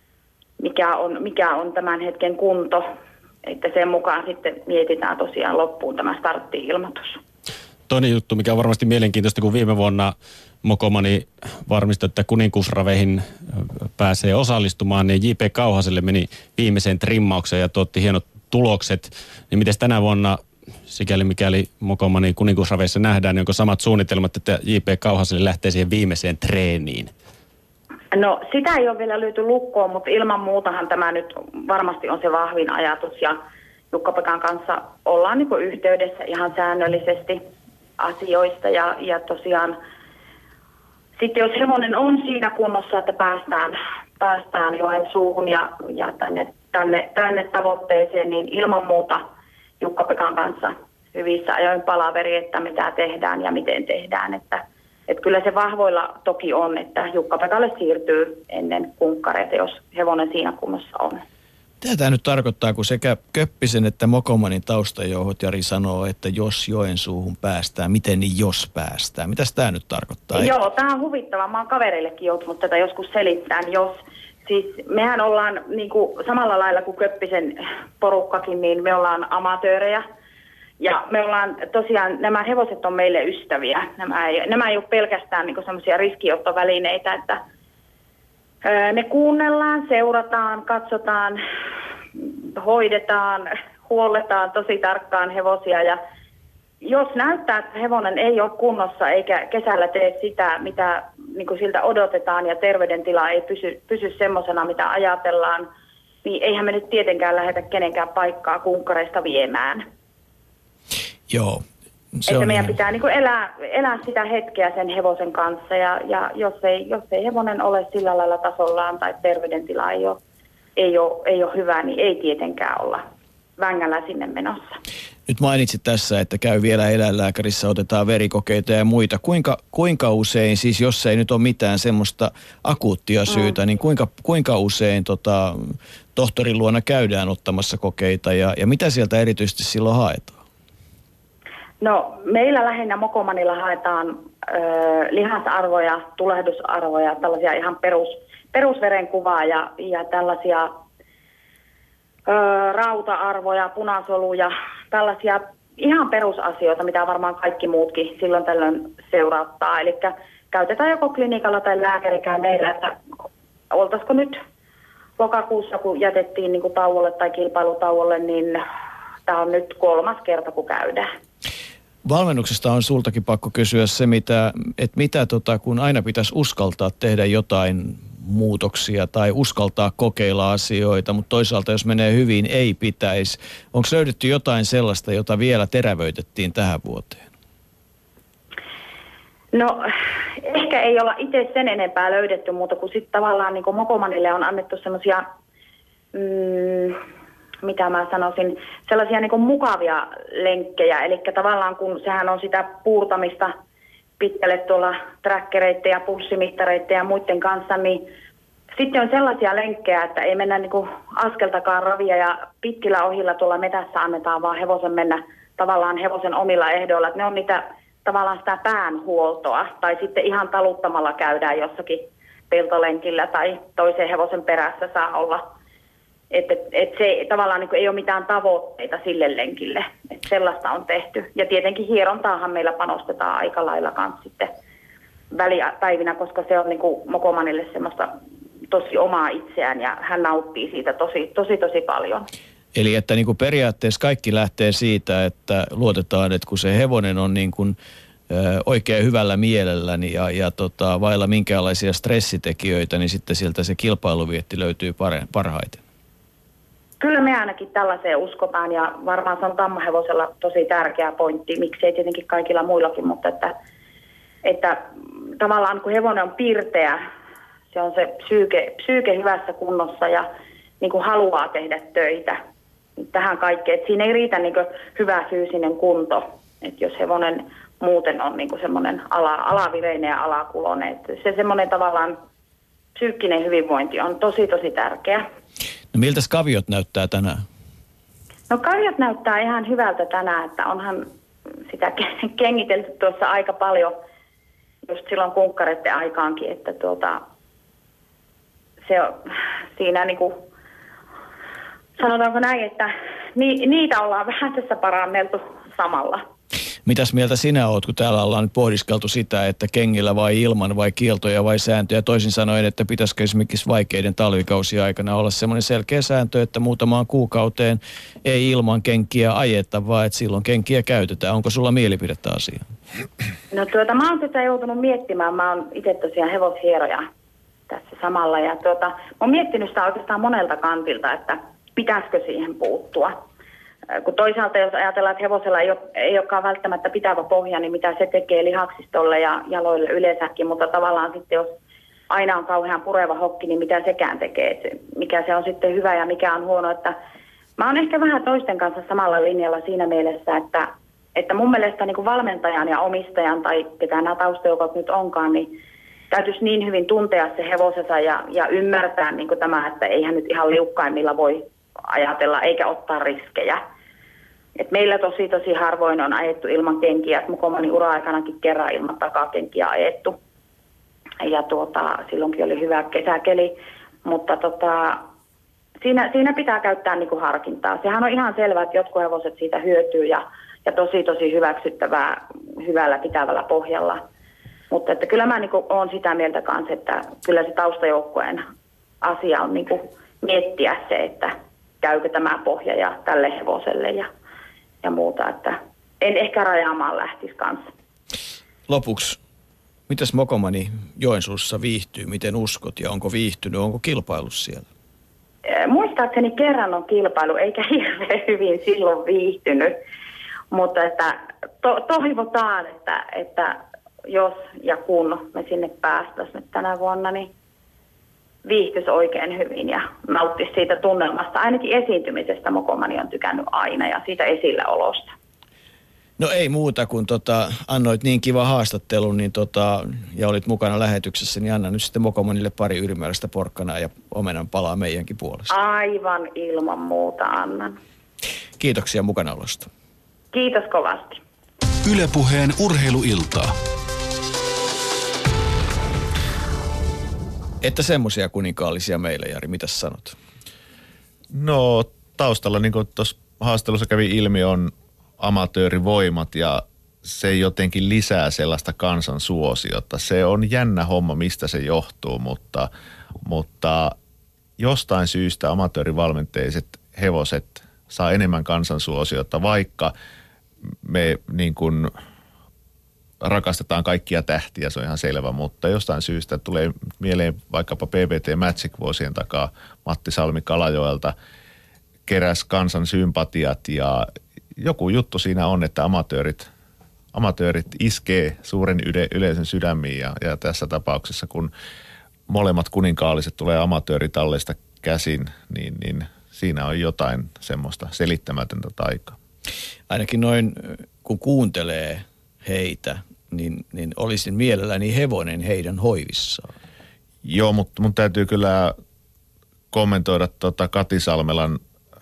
mikä on tämän hetken kunto, että sen mukaan sitten mietitään tosiaan loppuun tämä startti-ilmoitus. Toinen juttu, mikä on varmasti mielenkiintoista, kun viime vuonna Mokomani varmistui, että kuninkuusraveihin pääsee osallistumaan, niin J.P. Kauhaselle meni viimeiseen trimmaukseen ja tuotti hienot tulokset. Niin miten tänä vuonna, sikäli mikäli Mokomani kuninkuusraveissa nähdään, niin onko samat suunnitelmat, että J.P. Kauhaselle lähtee siihen viimeiseen treeniin? No sitä ei ole vielä lyöty lukkoon, mutta ilman muutahan tämä nyt varmasti on se vahvin ajatus ja Jukka-Pekan kanssa ollaan niin kuin yhteydessä ihan säännöllisesti asioista ja tosiaan sitten jos hevonen on siinä kunnossa, että päästään Joensuuhun ja tänne tavoitteeseen, niin ilman muuta Jukka-Pekan kanssa hyvissä ajoin palaveri, että mitä tehdään ja miten tehdään. Että kyllä se vahvoilla toki on, että Jukka-Pekalle siirtyy ennen kunkkareita, jos hevonen siinä kunnossa on. Mitä tämä nyt tarkoittaa, kun sekä Köppisen että Mokomanin taustajohdot Jari sanoo, että jos Joensuuhun päästään, miten niin jos päästään? Mitäs tämä nyt tarkoittaa? Joo, tämä on huvittavaa. Mä oon kavereillekin joutunut tätä joskus selittämään. Siis mehän ollaan niin kuin samalla lailla kuin Köppisen porukkakin, niin me ollaan amatöörejä. Ja me ollaan tosiaan, nämä hevoset on meille ystäviä. Nämä ei ole pelkästään niin kuin semmoisia riskiottovälineitä, että ne kuunnellaan, seurataan, katsotaan, hoidetaan, huolletaan tosi tarkkaan hevosia. Ja jos näyttää, että hevonen ei ole kunnossa eikä kesällä tee sitä, mitä niin kuin siltä odotetaan ja terveydentila ei pysy semmoisena, mitä ajatellaan, niin eihän me nyt tietenkään lähdetä kenenkään paikkaa kunkkareista viemään. Joo. Että meidän pitää niin kuin elää sitä hetkeä sen hevosen kanssa ja jos ei hevonen ole sillä lailla tasollaan tai terveydentila ei ole hyvä, niin ei tietenkään olla vängällä sinne menossa. Nyt mainitsit tässä, että käy vielä eläinlääkärissä, otetaan verikokeita ja muita. Kuinka usein, siis jos ei nyt ole mitään semmoista akuuttia syytä, niin kuinka usein tohtorin luona käydään ottamassa kokeita ja mitä sieltä erityisesti silloin haetaan? No meillä lähinnä Mokomanilla haetaan lihasarvoja, tulehdusarvoja, tällaisia ihan perusverenkuvaa ja tällaisia rauta-arvoja, punasoluja, tällaisia ihan perusasioita, mitä varmaan kaikki muutkin silloin tällöin seurauttaa. Eli käytetään joko klinikalla tai lääkärikäynneillä, että oltaisiko nyt lokakuussa, kun jätettiin niin kuin tauolle tai kilpailutauolle, niin tämä on nyt 3. kerta, kun käydään. Valmennuksesta on sultakin pakko kysyä se, kun aina pitäisi uskaltaa tehdä jotain muutoksia tai uskaltaa kokeilla asioita, mutta toisaalta jos menee hyvin, ei pitäisi. Onko löydetty jotain sellaista, jota vielä terävöitettiin tähän vuoteen? No ehkä ei olla itse sen enempää löydetty muuta kuin sitten tavallaan niin kuin Mokomanille on annettu semmoisia, mitä mä sanoisin, sellaisia niin kuin mukavia lenkkejä. Eli tavallaan kun sehän on sitä puurtamista pitkälle tuolla trackereiden ja pulssimittareiden ja muiden kanssa, niin sitten on sellaisia lenkkejä, että ei mennä niin kuin askeltakaan ravia ja pitkillä ohilla tuolla metässä annetaan vaan hevosen mennä tavallaan hevosen omilla ehdoilla, että ne on niitä tavallaan sitä päänhuoltoa, tai sitten ihan taluttamalla käydään jossakin peltolenkillä tai toisen hevosen perässä saa olla. Että se tavallaan niin kuin ei ole mitään tavoitteita sille lenkille, että sellaista on tehty. Ja tietenkin hierontaahan meillä panostetaan aika lailla kanssa sitten välipäivinä, koska se on niin kuin Mokomanille semmoista tosi omaa itseään ja hän nauttii siitä tosi paljon. Eli että niin kuin periaatteessa kaikki lähtee siitä, että luotetaan, että kun se hevonen on niin kuin oikein hyvällä mielellä ja vailla minkäänlaisia stressitekijöitä, niin sitten sieltä se kilpailuvietti löytyy parhaiten. Kyllä me ainakin tällaiseen uskotaan ja varmaan se on tammahevosella tosi tärkeä pointti, miksei tietenkin kaikilla muillakin, mutta että tavallaan kun hevonen on pirteä, se on se psyyke hyvässä kunnossa ja niin kuin haluaa tehdä töitä tähän kaikkeen. Että siinä ei riitä niin kuin hyvä fyysinen kunto, että jos hevonen muuten on niin kuin semmoinen alavireinen ja alakuloinen. Että se semmoinen tavallaan psyykkinen hyvinvointi on tosi tärkeä. No miltäs kaviot näyttää tänään? No kaviot näyttää ihan hyvältä tänään, että onhan sitä kengitelty tuossa aika paljon just silloin kunkkareiden aikaankin, että se on siinä niinku, sanotaanko näin, että niitä ollaan vähän tässä paranneltu samalla. Mitäs mieltä sinä oot, kun täällä ollaan nyt pohdiskeltu sitä, että kengillä vai ilman vai kieltoja vai sääntöjä? Toisin sanoen, että pitäisikö esimerkiksi vaikeiden talvikausien aikana olla semmoinen selkeä sääntö, että muutamaan kuukauteen ei ilman kenkiä ajeta, vaan että silloin kenkiä käytetään. Onko sulla mielipidettä asiaan? No mä oon tätä joutunut miettimään. Mä oon itse tosiaan hevoshieroja tässä samalla. Ja mä oon miettinyt sitä oikeastaan monelta kantilta, että pitäisikö siihen puuttua. Kun toisaalta jos ajatellaan, että hevosella ei olekaan välttämättä pitävä pohja, niin mitä se tekee lihaksistolle ja jaloille yleensäkin, mutta tavallaan sitten jos aina on kauhean pureva hokki, niin mitä sekään tekee, että mikä se on sitten hyvä ja mikä on huono. Että mä oon ehkä vähän toisten kanssa samalla linjalla siinä mielessä, että mun mielestä niin kuin valmentajan ja omistajan tai ketään nämä taustajoukot nyt onkaan, niin täytyisi niin hyvin tuntea se hevosensa ja ymmärtää niin kuin tämä, että eihän nyt ihan liukkaimmilla voi ajatella eikä ottaa riskejä. Et meillä tosi harvoin on ajettu ilman kenkiä. Mokomanin ura-aikanakin kerran ilman takakenkiä ajettu. Ja silloinkin oli hyvä kesäkeli. Mutta siinä pitää käyttää niinku harkintaa. Sehän on ihan selvää, että jotkut hevoset siitä hyötyy ja tosi hyväksyttävää hyvällä pitävällä pohjalla. Mutta että kyllä mä niinku oon sitä mieltä kanssa, että kyllä se taustajoukkueen asia on niinku miettiä se, että käykö tämä pohja ja tälle hevoselle ja muuta, että en ehkä rajaamaan lähtisi kanssa. Lopuksi, mitäs Mokomani Joensuussa viihtyy, miten uskot ja onko viihtynyt, onko kilpailu siellä? Muistaakseni kerran on kilpailu, eikä hirveän hyvin silloin viihtynyt, mutta että toivotaan, että jos ja kun me sinne päästäisiin nyt tänä vuonna, niin viihtyisi oikein hyvin ja nauttisi siitä tunnelmasta. Ainakin esiintymisestä Mokomani on tykännyt aina ja siitä esilläolosta. No ei muuta, kun annoit niin kiva haastattelun ja olit mukana lähetyksessä, niin anna nyt sitten Mokomanille pari ylimääräistä porkkanaa ja omenan palaa meidänkin puolesta. Aivan ilman muuta annan. Kiitoksia mukanaolosta. Kiitos kovasti. Yle Puheen urheiluiltaa. Että semmoisia kuninkaallisia meillä, Jari, mitäs sanot? No taustalla, niin kuin tuossa haastattelussa kävi ilmi, on amatöörivoimat ja se jotenkin lisää sellaista kansan suosiota. Se on jännä homma, mistä se johtuu, mutta jostain syystä amatöörivalmenteiset hevoset saa enemmän kansan suosiota, vaikka me niin kuin rakastetaan kaikkia tähtiä, se on ihan selvä, mutta jostain syystä tulee mieleen vaikkapa PBT Magic vuosien takaa Matti Salmi Kalajoelta keräs kansan sympatiat ja joku juttu siinä on, että amatöörit iskee suuren yleisön sydämiin ja tässä tapauksessa kun molemmat kuninkaalliset tulee amatööritalleista käsin, niin siinä on jotain semmoista selittämätöntä taikaa. Ainakin noin kun kuuntelee heitä, niin olisin mielelläni hevonen heidän hoivissaan. Joo, mutta mun täytyy kyllä kommentoida Kati Salmelan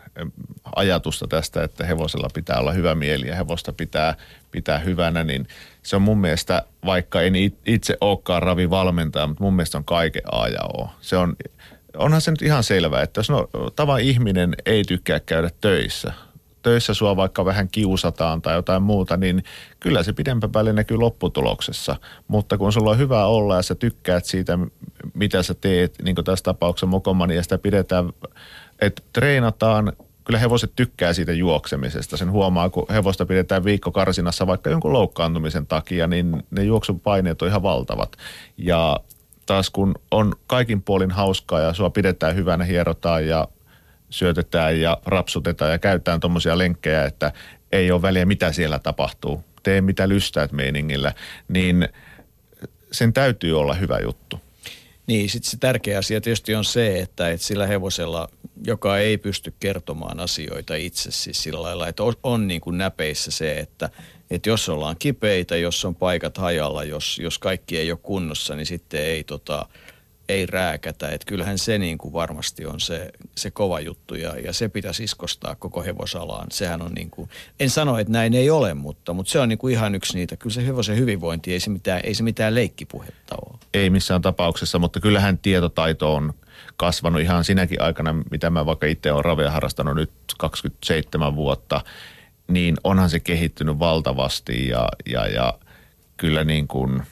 ajatusta tästä, että hevosella pitää olla hyvä mieli ja hevosta pitää hyvänä, niin se on mun mielestä, vaikka en itse olekaan ravivalmentaja, mutta mun mielestä on kaiken A ja O. Onhan se nyt ihan selvää, että jos tavan ihminen ei tykkää käydä töissä sua vaikka vähän kiusataan tai jotain muuta, niin kyllä se pidempään päälle näkyy lopputuloksessa. Mutta kun sulla on hyvä olla ja sä tykkäät siitä, mitä sä teet, niin kuin tässä tapauksessa Mokomani, ja sitä pidetään, että treenataan, kyllä hevoset tykkää siitä juoksemisesta. Sen huomaa, kun hevosta pidetään viikkokarsinassa vaikka jonkun loukkaantumisen takia, niin ne juoksupaineet on ihan valtavat. Ja taas kun on kaikin puolin hauskaa ja sua pidetään hyvänä, hierotaan ja syötetään ja rapsutetaan ja käytetään tommosia lenkkejä, että ei ole väliä mitä siellä tapahtuu. Tee mitä lystäät meiningillä, niin sen täytyy olla hyvä juttu. Niin, sitten se tärkeä asia tietysti on se, että sillä hevosella, joka ei pysty kertomaan asioita itse siis sillä lailla, että on niin kuin näpeissä se, että jos ollaan kipeitä, jos on paikat hajalla, jos kaikki ei ole kunnossa, niin sitten ei rääkätä. Että kyllähän se niin kuin varmasti on se kova juttu ja se pitäisi iskostaa koko hevosalaan. Sehän on niin kuin, en sano, että näin ei ole, mutta se on niin kuin ihan yksi niitä. Kyllä se hevosen hyvinvointi, ei se mitään leikkipuhetta ole. Ei missään tapauksessa, mutta kyllähän tietotaito on kasvanut ihan sinäkin aikana, mitä mä vaikka itse olen ravia harrastanut nyt 27 vuotta, niin onhan se kehittynyt valtavasti ja kyllä niin kuin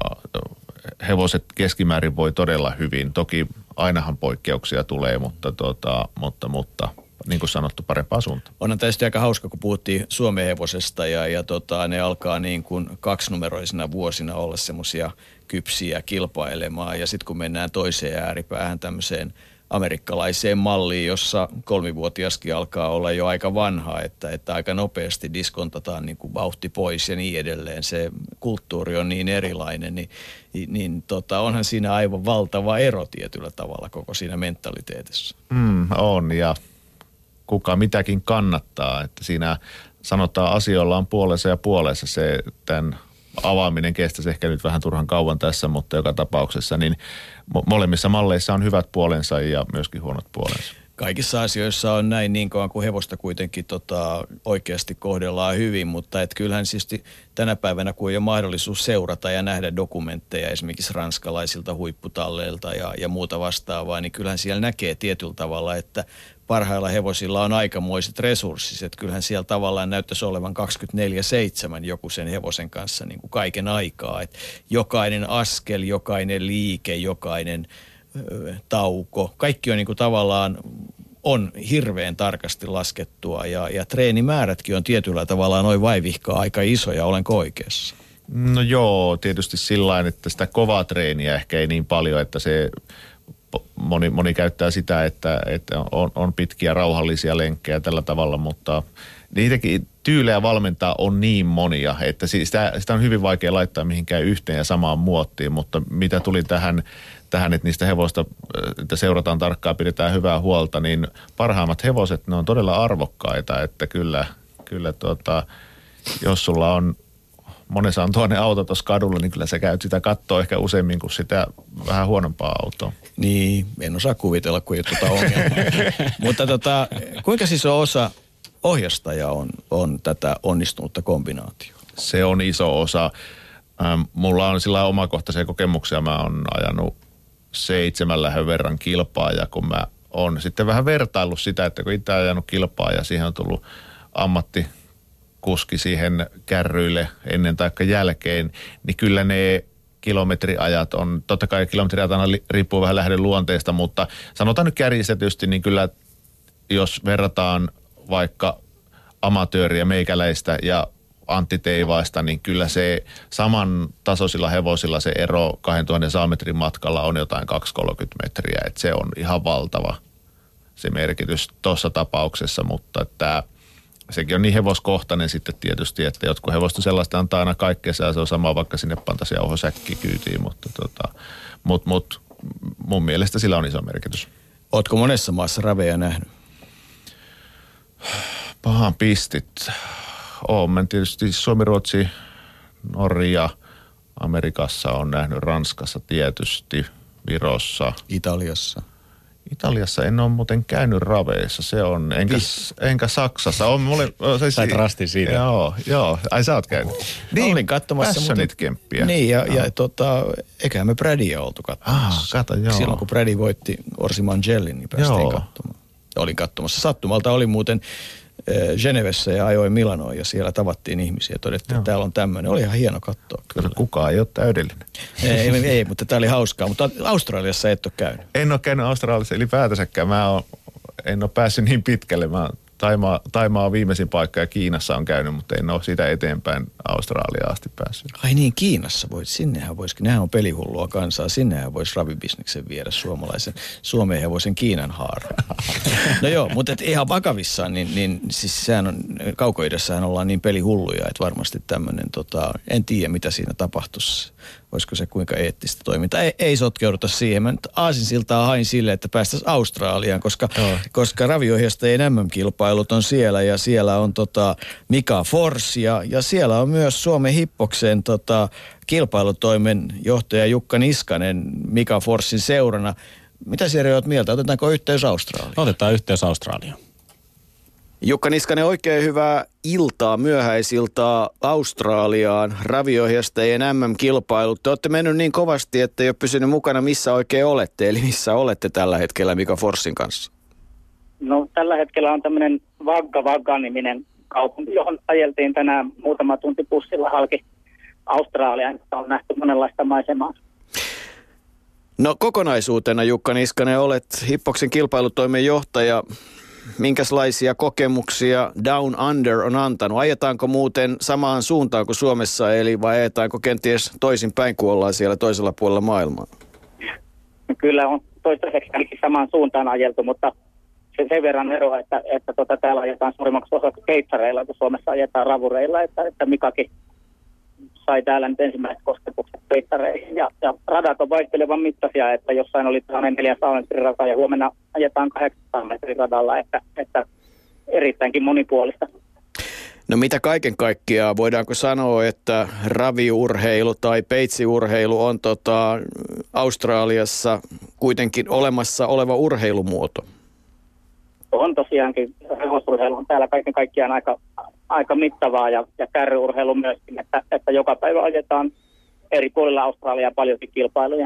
hevoset keskimäärin voi todella hyvin. Toki ainahan poikkeuksia tulee, mutta niin kuin sanottu, parempaa suuntaan. Onhan tietysti aika hauska, kun puhuttiin Suomen hevosesta ja ne alkaa niin kuin kaksinumeroisina vuosina olla semmoisia kypsiä kilpailemaan. Ja sitten kun mennään toiseen ääripäähän tämmöiseen amerikkalaiseen malliin, jossa 3-vuotiaskin alkaa olla jo aika vanha, että aika nopeasti diskontataan niin kuin vauhti pois ja niin edelleen. Se kulttuuri on niin erilainen, niin onhan siinä aivan valtava ero tietyllä tavalla koko siinä mentaliteetissa. On ja kuka mitäkin kannattaa, että siinä sanotaan asioilla on puolensa ja puolensa. Se tämän avaaminen kestäisi ehkä nyt vähän turhan kauan tässä, mutta joka tapauksessa niin molemmissa malleissa on hyvät puolensa ja myöskin huonot puolensa. Kaikissa asioissa on näin niin kauan kuin hevosta kuitenkin oikeasti kohdellaan hyvin, mutta kyllähän siis tänä päivänä, kun on jo mahdollisuus seurata ja nähdä dokumentteja esimerkiksi ranskalaisilta huipputalleilta ja muuta vastaavaa, niin kyllähän siellä näkee tietyllä tavalla, että parhailla hevosilla on aikamoiset resurssit, että kyllähän siellä tavallaan näyttäisi olevan 24/7 joku sen hevosen kanssa niin kuin kaiken aikaa, että jokainen askel, jokainen liike, jokainen tauko, kaikki on niin kuin tavallaan on hirveän tarkasti laskettua ja treenimäärätkin on tietyllä tavalla noin vaivihkaa aika isoja, olenko oikeassa? No joo, tietysti sillain, että sitä kovaa treeniä ehkä ei niin paljon, että se moni käyttää sitä, että on pitkiä rauhallisia lenkkejä tällä tavalla, mutta niitäkin tyylejä valmentaa on niin monia, että sitä on hyvin vaikea laittaa mihinkään yhteen ja samaan muottiin, mutta mitä tuli tähän, että niistä hevosta, että seurataan tarkkaan, pidetään hyvää huolta, niin parhaimmat hevoset, ne on todella arvokkaita, että kyllä jos sulla on monessa on toinen auto tuossa kadulla, niin kyllä sä käyt sitä katsoa ehkä useammin kuin sitä vähän huonompaa autoa. Niin, en osaa kuvitella, kun ei ole ongelmaa. Mutta kuinka siis osa ohjastaja on tätä onnistunutta kombinaatiota? Se on iso osa. Mulla on sillä omakohtaisia kokemuksia. Mä oon ajanut 7 lähön verran kilpaa ja kun mä oon sitten vähän vertaillut sitä, että kun itse ajanut kilpaa ja siihen on tullut ammattikuski siihen kärryille ennen tai jälkeen, niin kyllä ne kilometriajat on, totta kai kilometriajat aina riippuu vähän lähden luonteesta, mutta sanotaan nyt kärjistetysti, niin kyllä jos verrataan vaikka amatööriä meikäläistä ja Antti Teivaista, niin kyllä se saman tasoisilla hevosilla se ero 2000 metrin matkalla on jotain 2-30 metriä, että se on ihan valtava se merkitys tuossa tapauksessa, mutta että sekin on niin hevoskohtainen sitten tietysti, että jotkut hevosta sellaista antaa aina kaikkeensa ja se on sama vaikka sinne pantaisi jauhosäkki kyytiin, mutta mun mielestä sillä on iso merkitys. Ootko monessa maassa raveja nähnyt? Pahan pistit. Olen tietysti Suomi, Ruotsi, Norja, Amerikassa on nähnyt, Ranskassa tietysti, Virossa. Italiassa en ole muuten käynyt raveissa, se on, enkä Saksassa. Sait rastin siitä. Joo. Ai sä oot käynyt. Niin, olin katsomassa. Passionate-kemppiä. Niin, eiköhän me Bradia oltu katsomassa. Kato, joo. Silloin kun Brady voitti Orsi Mangelin, niin päästiin katsomaan. Olin katsomassa. Sattumalta olin muuten Genevessä ja ajoin Milanoon ja siellä tavattiin ihmisiä ja todettiin, että täällä on tämmöinen. Oli ihan hieno katsoa. Kyllä. Kukaan ei ole täydellinen. Ei, mutta tämä oli hauskaa. Mutta Australiassa et ole käynyt. En ole käynyt Australiassa ylipäätänsäkään. En ole päässyt niin pitkälle. Taimaa on viimeisin paikka ja Kiinassa on käynyt, mutta en ole siitä eteenpäin Australiaan asti päässyt. Ai niin, Kiinassa sinnehän voisikin. Nehän on pelihullua kansaa. Sinnehän voisi ravibisneksen viedä Suomeen hevosen Kiinan haaraan. No joo, mutta ihan vakavissaan, niin siis sehän on, Kaukoidässähän ollaan niin pelihulluja, että varmasti tämmöinen, en tiedä mitä siinä tapahtuisi. Olisiko se kuinka eettistä toimintaa? Ei sotkeuduta siihen. Mä nyt aasinsiltaa hain sille, että päästäisiin Australiaan, koska raviohjastajien MM-kilpailut on siellä ja siellä on Mika Forss ja siellä on myös Suomen Hippoksen kilpailutoimen johtaja Jukka Niskanen Mika Forssin seurana. Mitä Siri olet mieltä? Otetaanko yhteys Australiaan? Otetaan yhteys Australiaan. Jukka Niskanen, oikein hyvää iltaa, myöhäisiltaa Australiaan, raviohjastajien MM-kilpailut. Te olette mennyt niin kovasti, että ei ole pysynyt mukana, missä oikein olette, eli missä olette tällä hetkellä Mika Forssin kanssa? No tällä hetkellä on tämmöinen Wagga-niminen kaupunki, johon ajeltiin tänään muutama tunti bussilla halki Australiaan, on nähty monenlaista maisemaa. No kokonaisuutena Jukka Niskanen, olet Hippoksen kilpailutoimen johtaja. Minkälaisia kokemuksia Down Under on antanut? Ajetaanko muuten samaan suuntaan kuin Suomessa, eli vai ajetaanko kenties toisinpäin, kun ollaan siellä toisella puolella maailmaa? Kyllä on toistaiseksi ainakin samaan suuntaan ajeltu, mutta sen verran eroa, että täällä ajetaan suurimmaksi osaksi keitsareilla, kun Suomessa ajetaan ravureilla, että Mikakin sai täällä nyt ensimmäiset kosketukset keitsareihin. Ja radat on vaihtelevan mittaisia, että jossain oli 400 metrin rata ja huomenna ajetaan 800 metrin radalla, että erittäinkin monipuolista. No mitä kaiken kaikkiaan, voidaanko sanoa, että raviurheilu tai peitsiurheilu on Australiassa kuitenkin olemassa oleva urheilumuoto? On tosiaankin, hevosurheilu on täällä kaiken kaikkiaan aika mittavaa ja kärryurheilu myöskin, että joka päivä ajetaan eri puolilla Australiaa paljonkin kilpailuja.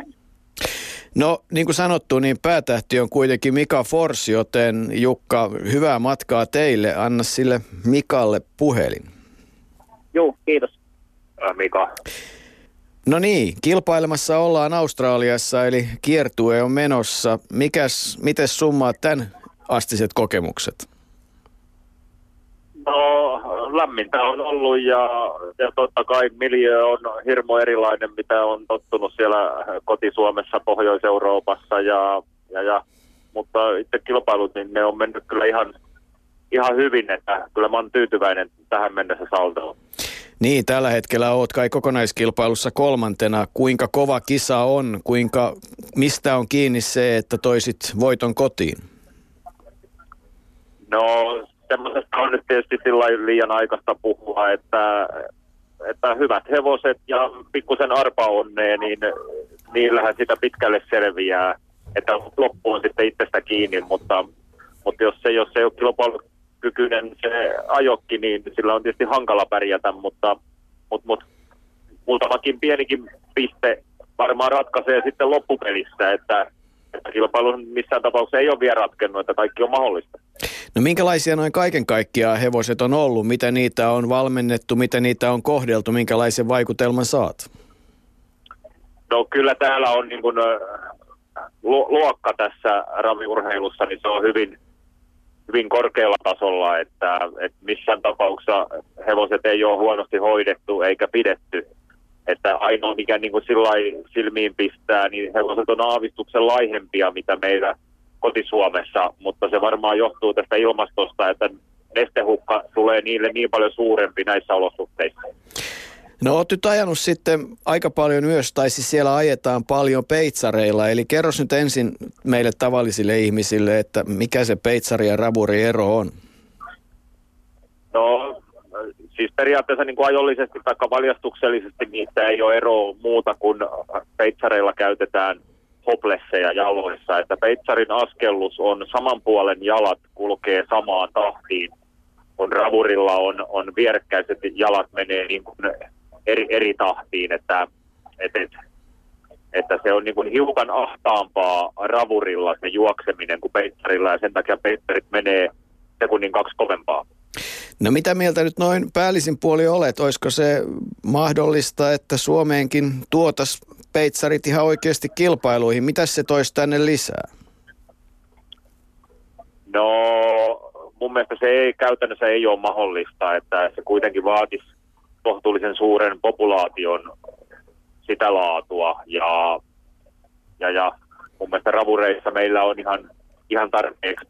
No niin kuin sanottu, niin päätähti on kuitenkin Mika Forss, joten Jukka, hyvää matkaa teille. Anna sille Mikalle puhelin. Joo, kiitos. Mika. No niin, kilpailemassa ollaan Australiassa, eli kiertue on menossa. Miten summaat tämän astiset kokemukset? No lämmintä on ollut ja totta kai miljö on hirmu erilainen, mitä on tottunut siellä koti-Suomessa, Pohjois-Euroopassa mutta itse kilpailut, niin ne on mennyt kyllä ihan hyvin, että kyllä mä oon tyytyväinen tähän mennessä saldoon. Niin, tällä hetkellä oot kai kokonaiskilpailussa 3. Kuinka kova kisa on? Mistä on kiinni se, että toisit voiton kotiin? No semmoisesta on nyt tietysti liian aikaista puhua, että hyvät hevoset ja pikkusen arpa onnea, niin niillähän sitä pitkälle selviää, että loppu on sitten itsestä kiinni, mutta jos ei ole kilpailukykyinen se ajokki, niin sillä on tietysti hankala pärjätä, mutta muutamakin pienikin piste varmaan ratkaisee sitten loppupelissä, että kilpailu missään tapauksessa ei ole vielä ratkennut, että kaikki on mahdollista. No minkälaisia noin kaiken kaikkiaan hevoset on ollut? Mitä niitä on valmennettu, mitä niitä on kohdeltu, minkälaisen vaikutelman saat? No kyllä täällä on niin kuin luokka tässä raviurheilussa, niin se on hyvin korkealla tasolla, että missään tapauksessa hevoset ei ole huonosti hoidettu eikä pidetty. Että ainoa mikä niin kuin silmiin pistää, niin hevoset on aavistuksen laihempia, mitä meillä koti-Suomessa, mutta se varmaan johtuu tästä ilmastosta, että nestehukka tulee niille niin paljon suurempi näissä olosuhteissa. No oot nyt ajanut sitten aika paljon myös, tai siis siellä ajetaan paljon peitsareilla, eli kerros nyt ensin meille tavallisille ihmisille, että mikä se peitsari ja ravuri ero on? No siis periaatteessa niin kuin ajollisesti tai valjastuksellisesti niistä ei ole eroa muuta kuin peitsareilla käytetään hoplesseja jaloissa, että peitsarin askellus on saman puolen jalat kulkee samaan tahtiin, kun ravurilla on vierekkäiset jalat menee niin kuin eri tahtiin, että se on niin kuin hiukan ahtaampaa ravurilla se juokseminen kuin peitsarilla ja sen takia peitsarit menee sekunnin 2 kovempaa. No mitä mieltä nyt noin päällisin puoli olet? Olisiko se mahdollista, että Suomeenkin tuotas peitsarit ihan oikeasti kilpailuihin? Mitäs se toisi tänne lisää? No mun mielestä se ei käytännössä ei ole mahdollista, että se kuitenkin vaatisi kohtuullisen suuren populaation sitä laatua ja mun mielestä ravureissa meillä on ihan tarpeeksi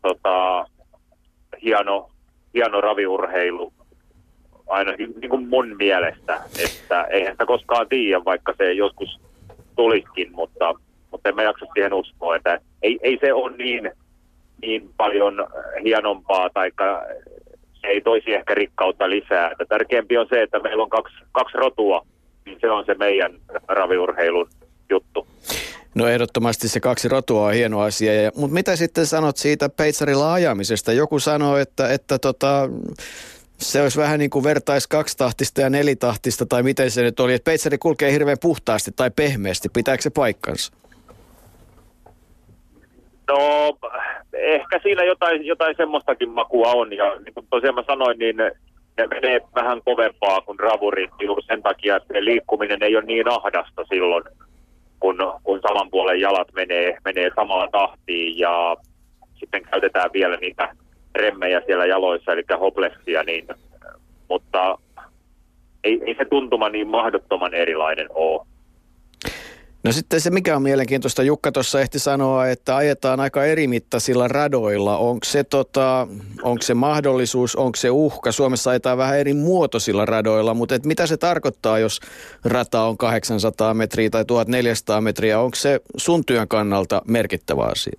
hieno raviurheilu, ainakin niin kuin mun mielestä, että eihän sitä koskaan tiedä, vaikka se joskus tulisikin, mutta en mä jaksa siihen uskoa, että ei se ole niin paljon hienompaa, taikka se ei toisi ehkä rikkautta lisää. Että tärkeämpi on se, että meillä on kaksi rotua, niin se on se meidän raviurheilun juttu. No ehdottomasti se 2 rotua on hieno asia, mutta mitä sitten sanot siitä peitsarilla ajamisesta? Joku sanoo, että se olisi vähän niin kuin vertais 2-tahtista ja 4-tahtista, tai miten se nyt oli, että peitsari kulkee hirveän puhtaasti tai pehmeästi. Pitääkö se paikkansa? No ehkä siinä jotain semmoistakin makua on, ja niin kuin tosiaan mä sanoin, niin ne menee vähän kovempaa kuin ravurit juuri sen takia, että se liikkuminen ei ole niin ahdasta silloin, kun saman puolen jalat menee samaan tahtiin ja sitten käytetään vielä niitä remmejä siellä jaloissa, eli hoplessia, niin, mutta ei se tuntuma niin mahdottoman erilainen ole. No sitten se, mikä on mielenkiintoista, Jukka tuossa ehti sanoa, että ajetaan aika erimittaisilla radoilla. Onko se mahdollisuus, onko se uhka? Suomessa ajetaan vähän eri muotoisilla radoilla, mutta mitä se tarkoittaa, jos rata on 800 metriä tai 1400 metriä? Onko se sun työn kannalta merkittävä asia?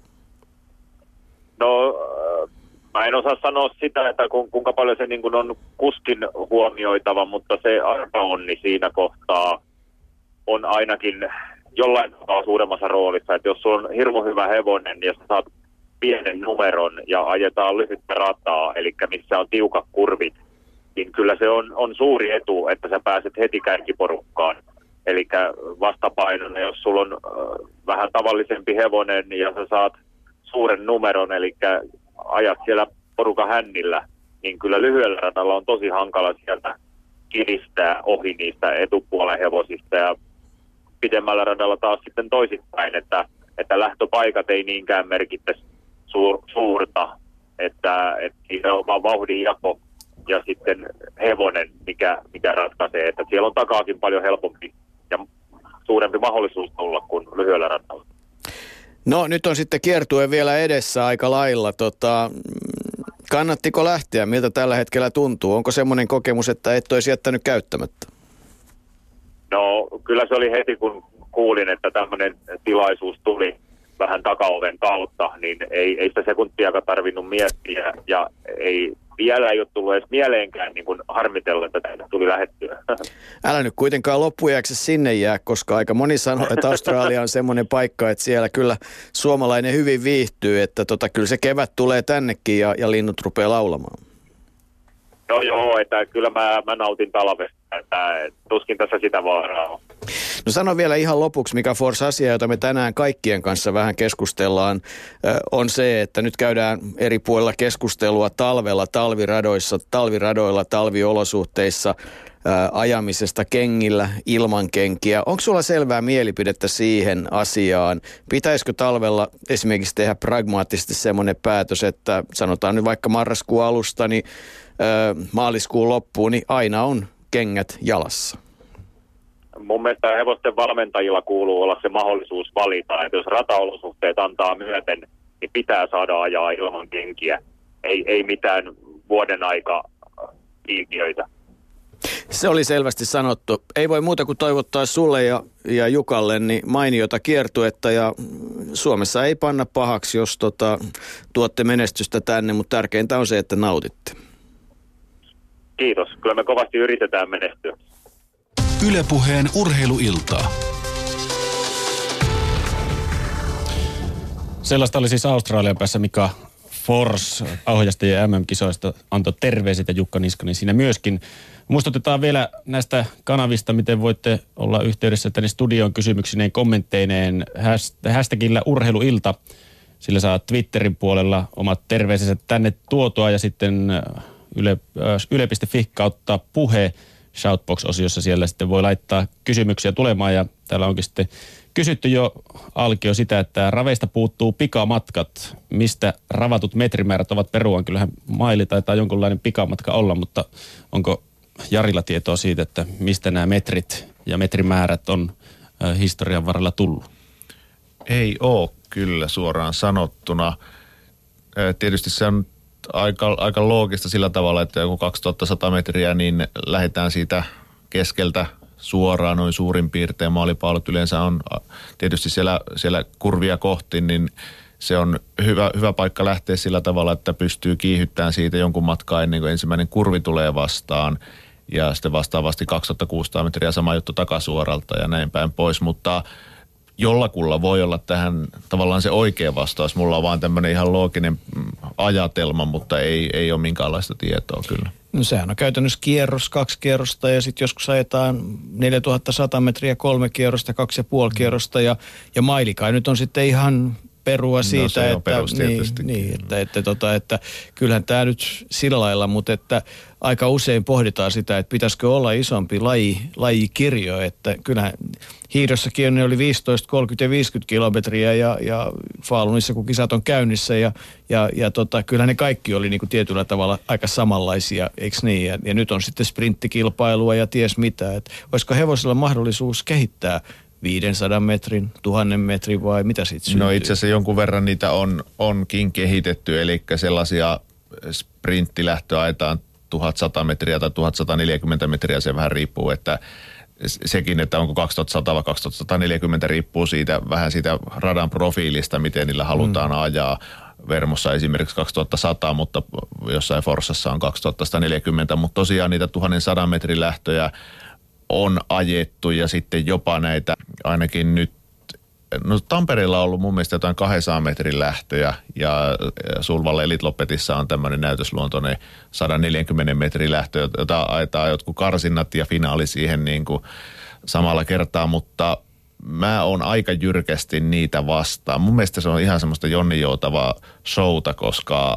No, mä en osaa sanoa sitä, että kuinka paljon se niin kuin on kuskin huomioitava, mutta se arpaonni siinä kohtaa on ainakin jollain tavalla suuremmassa roolissa, että jos sulla on hirmu hyvä hevonen ja sä saat pienen numeron ja ajetaan lyhyttä rataa, eli missä on tiukat kurvit, niin kyllä se on suuri etu, että sä pääset heti kärkiporukkaan. Eli vastapainona, jos sulla on vähän tavallisempi hevonen ja sä saat suuren numeron, eli ajat siellä porukan hännillä, niin kyllä lyhyellä radalla on tosi hankala sieltä kiristää ohi niistä etupuolen hevosista ja pidemmällä radalla taas sitten toisinpäin, että lähtöpaikat ei niinkään merkittäisi suurta, että siinä on vaan vauhdinjako ja sitten hevonen, mikä ratkaisee, että siellä on takaakin paljon helpompi ja suurempi mahdollisuus tulla kuin lyhyellä radalla. No nyt on sitten kiertue vielä edessä aika lailla. Kannattiko lähteä? Miltä tällä hetkellä tuntuu? Onko semmoinen kokemus, että et olisi jättänyt käyttämättä? No kyllä se oli heti, kun kuulin, että tämmöinen tilaisuus tuli vähän takaoven kautta, niin ei sitä sekuntiakaan tarvinnut miettiä ja vielä ei ole tullut edes mieleenkään niin kuin harmitella, että tänne tuli lähettyä. Älä nyt kuitenkaan loppujaksi sinne jää, koska aika moni sanoo, että Australia on semmoinen paikka, että siellä kyllä suomalainen hyvin viihtyy, että kyllä se kevät tulee tännekin ja linnut rupeaa laulamaan. No joo, että kyllä mä nautin talvesta, että tuskin tässä sitä vaaraa on. No sano vielä ihan lopuksi, mikä Force-asia, jota me tänään kaikkien kanssa vähän keskustellaan, on se, että nyt käydään eri puolilla keskustelua talvella, talviradoilla, talviolosuhteissa, ajamisesta kengillä, ilman kenkiä. Onko sulla selvää mielipidettä siihen asiaan? Pitäisikö talvella esimerkiksi tehdä pragmaattisesti semmoinen päätös, että sanotaan nyt vaikka marraskuun alusta, niin maaliskuun loppuun, niin aina on kengät jalassa? Mun mielestä hevosten valmentajilla kuuluu olla se mahdollisuus valita, että jos rataolosuhteet antaa myöten, niin pitää saada ajaa ilman kenkiä. Ei mitään vuoden aika kiintiöitä. Se oli selvästi sanottu. Ei voi muuta kuin toivottaa sulle ja Jukalle niin mainiota kiertuetta ja Suomessa ei panna pahaksi, jos tuotte menestystä tänne, mutta tärkeintä on se, että nautitte. Kiitos. Kyllä me kovasti yritetään menestyä. Yle Puheen urheiluiltaa. Sellaista oli siis Australian päässä Mika Fors auhojastajien MM-kisoista. Antoi terveiset ja Jukka Niskanen siinä myöskin. Muistutetaan vielä näistä kanavista, miten voitte olla yhteydessä tänne studioon kysymyksineen, kommentteineen, hashtagillä urheiluilta. Sillä saa Twitterin puolella omat terveisensä tänne tuotua ja sitten yle.fi kautta puhe Shoutbox-osiossa siellä sitten voi laittaa kysymyksiä tulemaan ja täällä onkin sitten kysytty jo Alkio sitä, että raveista puuttuu pikamatkat. Mistä ravatut metrimäärät ovat peruaan? Kyllähän maili taitaa jonkunlainen pikamatka olla, mutta onko Jarilla tietoa siitä, että mistä nämä metrit ja metrimäärät on historian varrella tullut? Ei ole kyllä suoraan sanottuna. Tietysti se on aika loogista sillä tavalla, että joku 2100 metriä, niin lähdetään siitä keskeltä suoraan noin suurin piirtein. Maalipaalot yleensä on tietysti siellä kurvia kohti, niin se on hyvä paikka lähteä sillä tavalla, että pystyy kiihyttämään siitä jonkun matkaa ennen kuin ensimmäinen kurvi tulee vastaan. Ja sitten vastaavasti 2600 metriä sama juttu takasuoralta ja näin päin pois, mutta jollakulla voi olla tähän tavallaan se oikea vastaus. Mulla on vaan tämmöinen ihan looginen ajatelma, mutta ei ole minkäänlaista tietoa kyllä. No sehän on käytännössä kierros, 2 kierrosta ja sitten joskus ajetaan 4100 metriä 3 kierrosta, 2,5 kierrosta ja mailikai nyt on sitten ihan perua siitä, no, että kyllähän tämä nyt sillä lailla, mutta että aika usein pohditaan sitä, että pitäisikö olla isompi lajikirjo, että kyllähän hiidossakin ne oli 15, 30 ja 50 kilometriä ja Falunissa kun kisat on käynnissä ja kyllähän ne kaikki oli niinku tietyllä tavalla aika samanlaisia, eikö niin? Ja nyt on sitten sprinttikilpailua ja ties mitä, että olisiko hevosilla mahdollisuus kehittää 500 metrin, 1000 metrin vai mitä siitä syntyy? No itse asiassa jonkun verran niitä onkin kehitetty, eli sellaisia sprinttilähtöä ajetaan 1100 metriä tai 1140 metriä, se vähän riippuu, että sekin, että onko 2100 vai 2140 riippuu siitä vähän siitä radan profiilista, miten niillä halutaan ajaa. Vermossa esimerkiksi 2100, mutta jossain Forsassa on 2140, mutta tosiaan niitä 1100 metrin lähtöjä on ajettu ja sitten jopa näitä ainakin nyt, no Tampereella on ollut mun mielestä jotain 200 metrin lähtöjä ja Sulvalle Elitlopetissa on tämmöinen näytösluontoinen 140 metrin lähtö, jota ajetaan jotkut karsinnat ja finaali siihen niin kuin samalla kertaa, mutta mä oon aika jyrkästi niitä vastaan. Mun mielestä se on ihan semmoista jonninjoutavaa showta, koska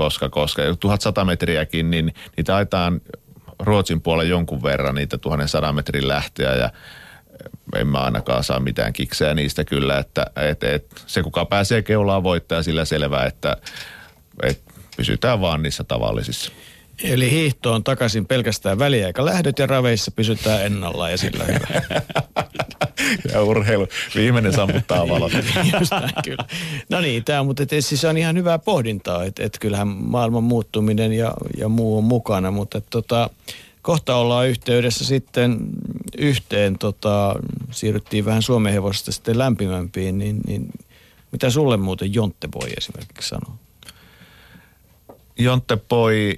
1100 metriäkin, niin niitä ajetaan Ruotsin puolella jonkun verran niitä 1100 metrin lähtöjä ja en mä ainakaan saa mitään kiksejä niistä kyllä, että se kuka pääsee keulaan voittaa sillä selvää, että pysytään vaan niissä tavallisissa. Eli hiihtoon takaisin pelkästään väliaikalähdöt ja raveissa pysytään ennallaan ja sillä hyvä. Ja urheilu, viimeinen sammuttaa valot. Just näin, kyllä. No niin, tämä mutta siis on ihan hyvää pohdintaa, että kyllähän maailman muuttuminen ja muu on mukana, mutta kohta ollaan yhteydessä sitten yhteen, siirryttiin vähän Suomen hevosesta sitten lämpimämpiin, niin mitä sulle muuten Jontte Boy esimerkiksi sanoo? Jontte Boy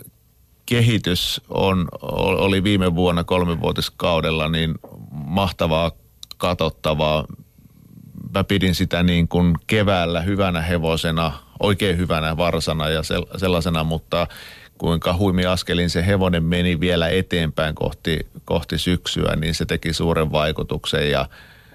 kehitys oli viime vuonna 3-vuotiskaudella niin mahtavaa katsottavaa. Mä pidin sitä niin kuin keväällä hyvänä hevosena, oikein hyvänä varsana ja sellaisena, mutta kuinka huimiaskelin se hevonen meni vielä eteenpäin kohti syksyä, niin se teki suuren vaikutuksen ja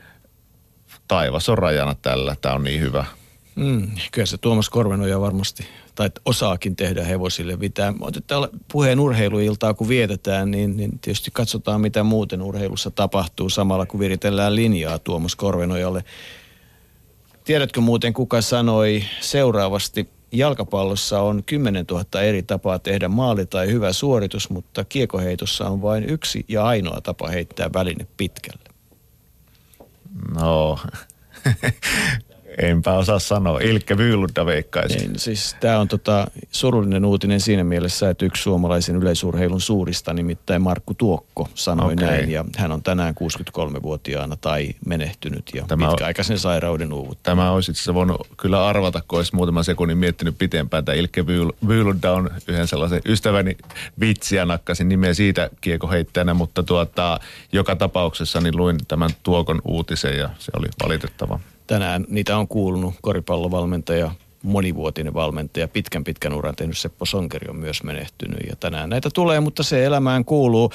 taivas on rajana tällä. Tämä on niin hyvä. Kyllä se Tuomas Korvenoja varmasti, tai osaakin tehdä hevosille mitään. Otetaan puheen urheiluiltaa, kun vietetään, niin tietysti katsotaan, mitä muuten urheilussa tapahtuu samalla, kun viritellään linjaa Tuomas Korvenojalle. Tiedätkö muuten, kuka sanoi seuraavasti? Jalkapallossa on 10 000 eri tapaa tehdä maali tai hyvä suoritus, mutta kiekoheitossa on vain yksi ja ainoa tapa heittää väline pitkälle. No, enpä osaa sanoa. Ilkka Byylunda veikkaisi. Niin, siis tämä on surullinen uutinen siinä mielessä, että yksi suomalaisen yleisurheilun suurista, nimittäin Markku Tuokko, sanoi näin. Ja hän on tänään 63-vuotiaana tai menehtynyt ja pitkäaikaisen sairauden uuvuttanut. Tämä olisi itse asiassa voinut kyllä arvata, kun olisi muutaman sekunnin miettinyt pitempään. Tämä Ilkka Byylunda on yhden sellaisen ystäväni vitsiä, nakkasin nimeä siitä kiekoheittäjänä, mutta joka tapauksessa niin luin tämän Tuokon uutisen ja se oli valitettava. Tänään niitä on kuulunut koripallovalmentaja, monivuotinen valmentaja, pitkän uran tehnyt Seppo Sonkeri on myös menehtynyt ja tänään näitä tulee, mutta se elämään kuuluu.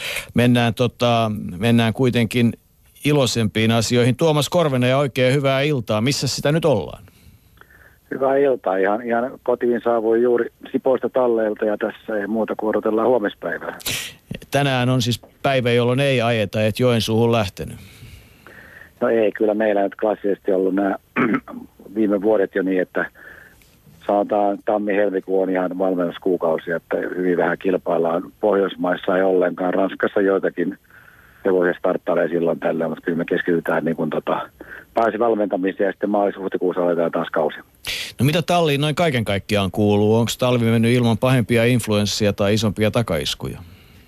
Mennään kuitenkin iloisempiin asioihin. Tuomas Korvinen ja oikein hyvää iltaa. Missä sitä nyt ollaan? Hyvää iltaa. Ihan kotiin saavui juuri Sipoista talleilta ja tässä ei muuta kuin odotellaan huomispäivää. Tänään on siis päivä, jolloin ei ajeta, et Joensuuhun lähtenyt. No ei, kyllä meillä nyt klassisesti ollut nämä viime vuodet jo niin, että sanotaan tammi-helmikuu on ihan valmennuskuukausi, että hyvin vähän kilpaillaan. Pohjoismaissa ei ollenkaan, Ranskassa joitakin hevosia starttailee silloin tällä, mutta kyllä me keskitytään niin kuin pääsi valmentamiseen ja sitten maalis-huhtikuussa aletaan taas kausi. No mitä talliin noin kaiken kaikkiaan kuuluu? Onko talvi mennyt ilman pahempia influenssia tai isompia takaiskuja?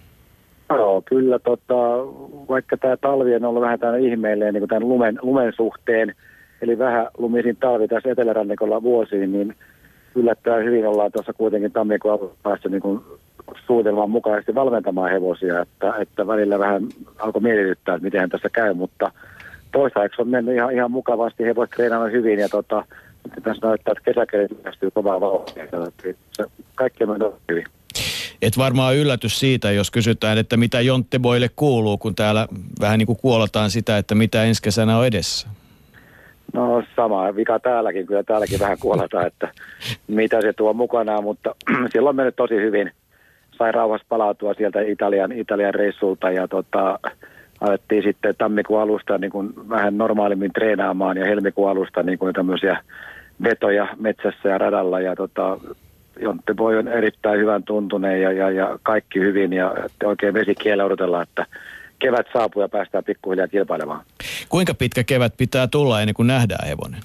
No kyllä, vaikka tämä talvi on ollut vähän tämmöinen ihmeellinen niin kuin tämän lumen suhteen, eli vähän lumisin talvi tässä etelärannikolla vuosiin, niin yllättävän hyvin ollaan tuossa kuitenkin tammikuun päässä niin kuin suunnitelman mukaisesti valmentamaan hevosia, että välillä vähän alkoi mietityttää, että miten tässä käy, mutta toistaiseksi on mennyt ihan mukavasti, hevoset treenaavat hyvin ja tässä näyttää, että kesäkelit lähestyy kovaa vauhtia, kaikki on mennyt hyvin. Et varmaan yllätys siitä, jos kysytään, että mitä Jontteboille kuuluu, kun täällä vähän niin kuin kuolataan sitä, että mitä ensi kesänä on edessä. No sama vika täälläkin, kyllä täälläkin vähän kuolataan, että mitä se tuo mukanaan, mutta silloin on mennyt tosi hyvin. Sai rauhassa palautua sieltä Italian reissulta ja alettiin sitten tammikuun alusta niin kuin vähän normaalimmin treenaamaan ja helmikuun alusta niin kuin tämmöisiä vetoja metsässä ja radalla ja Jontteboi on erittäin hyvän tuntuneen ja kaikki hyvin ja oikein vesikielellä odotellaan, että kevät saapuu ja päästään pikkuhiljaa kilpailemaan. Kuinka pitkä kevät pitää tulla ennen kuin nähdään hevonen?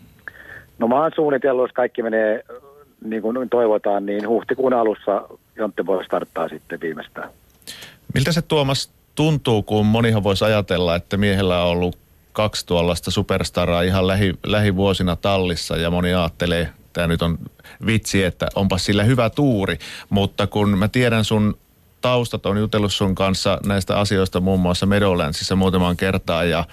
No mä oon suunnitellut, jos kaikki menee niin kuin toivotaan, niin huhtikuun alussa Jontteboi starttaa sitten viimeistään. Miltä se Tuomas tuntuu, kun monihan voisi ajatella, että miehellä on ollut 2 tuollaista superstaraa ihan lähivuosina tallissa ja moni ajattelee, tämä nyt on vitsi, että onpa sillä hyvä tuuri, mutta kun mä tiedän sun taustat, on jutellut sun kanssa näistä asioista muun muassa Meadowlandsissa muutamaan kertaan ja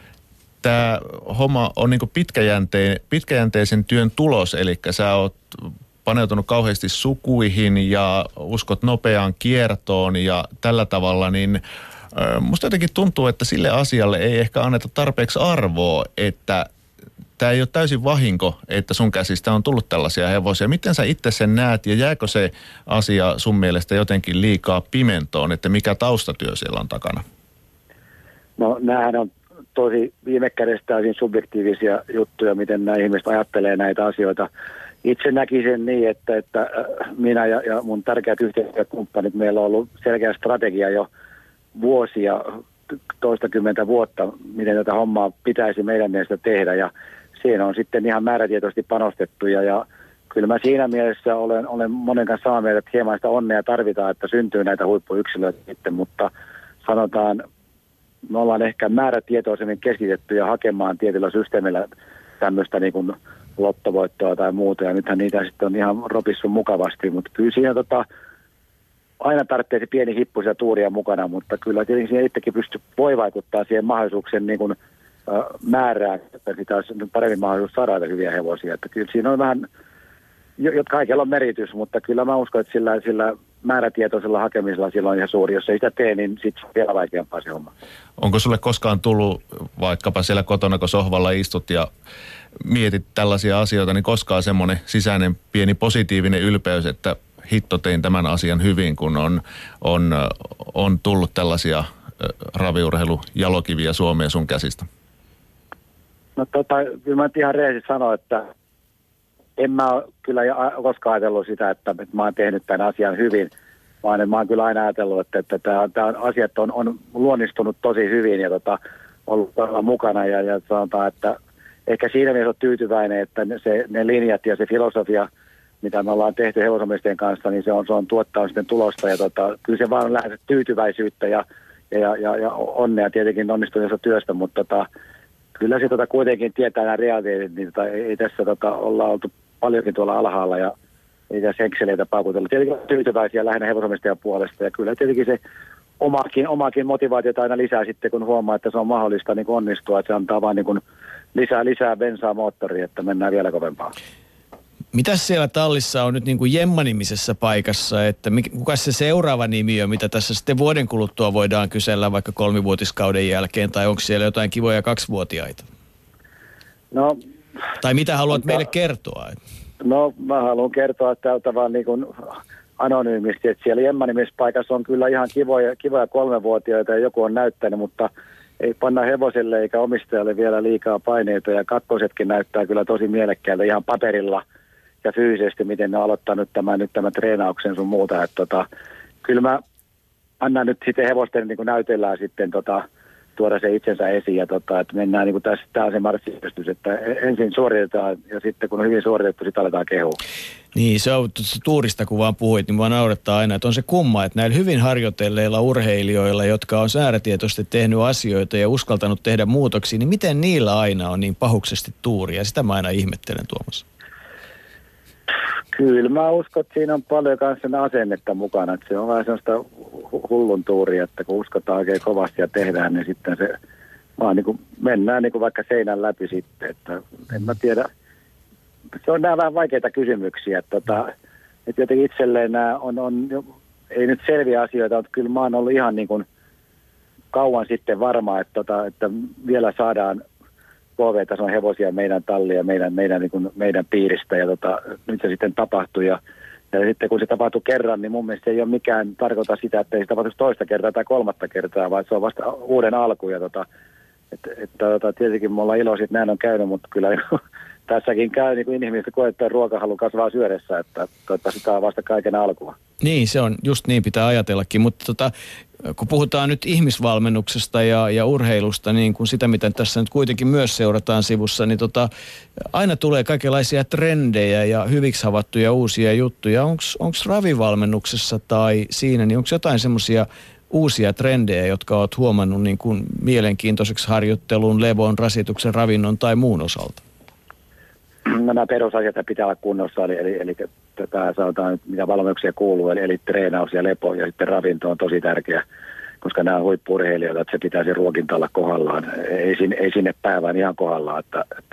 tämä homma on niin pitkäjänteisen työn tulos, eli sä oot paneutunut kauheasti sukuihin ja uskot nopeaan kiertoon ja tällä tavalla, niin musta jotenkin tuntuu, että sille asialle ei ehkä anneta tarpeeksi arvoa, että tämä ei ole täysin vahinko, että sun käsistä on tullut tällaisia hevosia. Miten sä itse sen näet ja jääkö se asia sun mielestä jotenkin liikaa pimentoon, että mikä taustatyö siellä on takana? No näähän on tosi viime kädessä täysin subjektiivisia juttuja, miten nämä ihmiset ajattelee näitä asioita. Itse näkisin niin, että minä ja mun tärkeät yhteistyökumppanit, meillä on ollut selkeä strategia jo vuosia, toistakymmentä vuotta, miten tätä hommaa pitäisi meidän mielestä tehdä ja siinä on sitten ihan määrätietoisesti panostettu ja kyllä mä siinä mielessä olen monen kanssa samaa mieltä, että hieman sitä onnea tarvitaan, että syntyy näitä huippuyksilöitä sitten, mutta sanotaan, me ollaan ehkä määrätietoisemmin keskitetty ja hakemaan tietyllä systeemillä tämmöistä niin kuin lottovoittoa tai muuta ja nythän niitä sitten on ihan ropissu mukavasti, mutta kyllä siinä aina tarvitsee se pieni hippu sitä tuuria mukana, mutta kyllä tietenkin siihen itsekin voi vaikuttaa siihen mahdollisuuksien niin kuin määrään, että sitä olisi paremmin mahdollisuus saada hyviä hevosia. Että kyllä siinä on vähän, kaikella on meritys, mutta kyllä mä uskon, että sillä määrätietoisella hakemisella silloin ihan suuri. Jos ei sitä tee, niin sitten on vielä vaikeampaa se homma. Onko sulle koskaan tullut vaikkapa siellä kotona, kun sohvalla istut ja mietit tällaisia asioita, niin koskaan semmoinen sisäinen pieni positiivinen ylpeys, että hitto tein tämän asian hyvin, kun on tullut tällaisia raviurheilujalokiviä Suomeen sun käsistä? No kyllä mä ihan rehellisesti sanoa, että en mä kyllä koskaan ajatellut sitä, että mä oon tehnyt tämän asian hyvin, vaan mä oon kyllä aina ajatellut, että tämä asiat on luonnistunut tosi hyvin ja ollut mukana ja sanotaan, että ehkä siinä mielessä on tyytyväinen, että ne linjat ja se filosofia, mitä me ollaan tehty hevosomistajien kanssa, niin se on tuottaa sitten tulosta ja kyllä se vaan on lähes tyytyväisyyttä ja onnea tietenkin onnistuneesta työstä, mutta kyllä se kuitenkin tietää nämä realiteetit, niin ei tässä olla oltu paljonkin tuolla alhaalla ja ei tässä henkseleitä paukutella. Tietenkin on tyytyväisiä lähinnä hevosomistajan puolesta ja kyllä tietenkin se omakin motivaatiota aina lisää sitten, kun huomaa, että se on mahdollista niin onnistua, että se antaa vain niin lisää bensaa moottoriin, että mennään vielä kovempaa. Mitäs siellä tallissa on nyt niin kuin Jemma-nimisessä paikassa, että kuka se seuraava nimi on, mitä tässä sitten vuoden kuluttua voidaan kysellä vaikka 3-vuotiskauden jälkeen, tai onko siellä jotain kivoja 2-vuotiaita? No, tai mitä haluat meille kertoa? No, mä haluan kertoa tältä vaan niin kuin anonyymisti, että siellä Jemma-nimisessä paikassa on kyllä ihan kivoja 3-vuotiaita ja joku on näyttänyt, mutta ei panna hevoselle eikä omistajalle vielä liikaa paineita ja kakkosetkin näyttää kyllä tosi mielekkäältä ihan paperilla ja fyysisesti, miten ne on aloittanut tämän treenauksen sun muuta. Että kyllä mä annan nyt sitten hevosten niin kuin näytellään sitten tuoda se itsensä esiin ja että mennään niin kuin tässä, tämä on se marssijärjestys, että ensin suoritetaan ja sitten kun on hyvin suoritettu, sitten aletaan kehua. Niin, se on tuurista, kun vaan puhuit, niin vaan naurattaa aina, että on se kumma, että näillä hyvin harjoitelleilla urheilijoilla, jotka on määrätietoisesti tehnyt asioita ja uskaltanut tehdä muutoksia, niin miten niillä aina on niin pahuksesti tuuria? Sitä mä aina ihmettelen, Tuomas. Kyllä mä uskon, että siinä on paljon kanssa asennetta mukana, että se on vähän sellaista hullun tuuria, että kun uskotaan oikein kovasti ja tehdään, niin sitten se vaan niin kuin mennään niin kuin vaikka seinän läpi sitten, että en mä tiedä. Se on nämä vähän vaikeita kysymyksiä, että jotenkin itselleen nämä on ei nyt selviä asioita, mutta kyllä mä oon ollut ihan niin kuin kauan sitten varma, että vielä saadaan KV-tason hevosia meidän tallia ja meidän piiristä ja nyt se sitten tapahtui ja sitten kun se tapahtui kerran, niin mun mielestä se ei ole mikään tarkoita sitä, että ei se tapahtuisi toista kertaa tai kolmatta kertaa, vaan se on vasta uuden alku ja tietenkin me ollaan iloisia, että näin on käynyt, mutta kyllä tässäkin käy niin kuin inhimillisesti koettaa ruokahalu kasvaa syödessä, että sitä on vasta kaiken alkua. Niin, se on just niin pitää ajatellakin, mutta kun puhutaan nyt ihmisvalmennuksesta ja urheilusta, niin kuin sitä, mitä tässä nyt kuitenkin myös seurataan sivussa, niin aina tulee kaikenlaisia trendejä ja hyviksi havaittuja uusia juttuja. Onko ravivalmennuksessa tai siinä, niin onko jotain semmoisia uusia trendejä, jotka olet huomannut niin kuin mielenkiintoiseksi harjoittelun, levon, rasituksen, ravinnon tai muun osalta? Nämä perusasiat pitää olla kunnossa, eli tätä sanotaan, mitä valmennuksia kuuluu, eli treenaus ja lepo ja sitten ravinto on tosi tärkeä, koska nämä huippu-urheilijoita, että se pitäisi ruokinta olla kohdallaan. Ei sinne päivään ihan kohdallaan,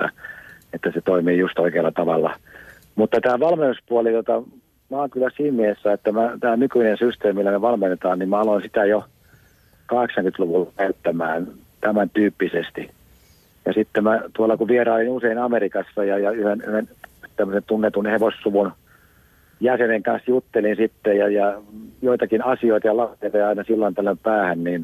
että se toimii just oikealla tavalla. Mutta tämä valmennuspuoli, mä oon kyllä siinä mielessä, että tämä nykyinen systeemi, millä me valmennetaan, niin mä aloin sitä jo 80-luvulla käyttämään tämän tyyppisesti. Ja sitten mä tuolla kun vierailin usein Amerikassa ja yhden tämmöisen tunnetun hevossuvun jäsenen kanssa juttelin sitten ja joitakin asioita ja laitteita aina silloin tällöin päähän, niin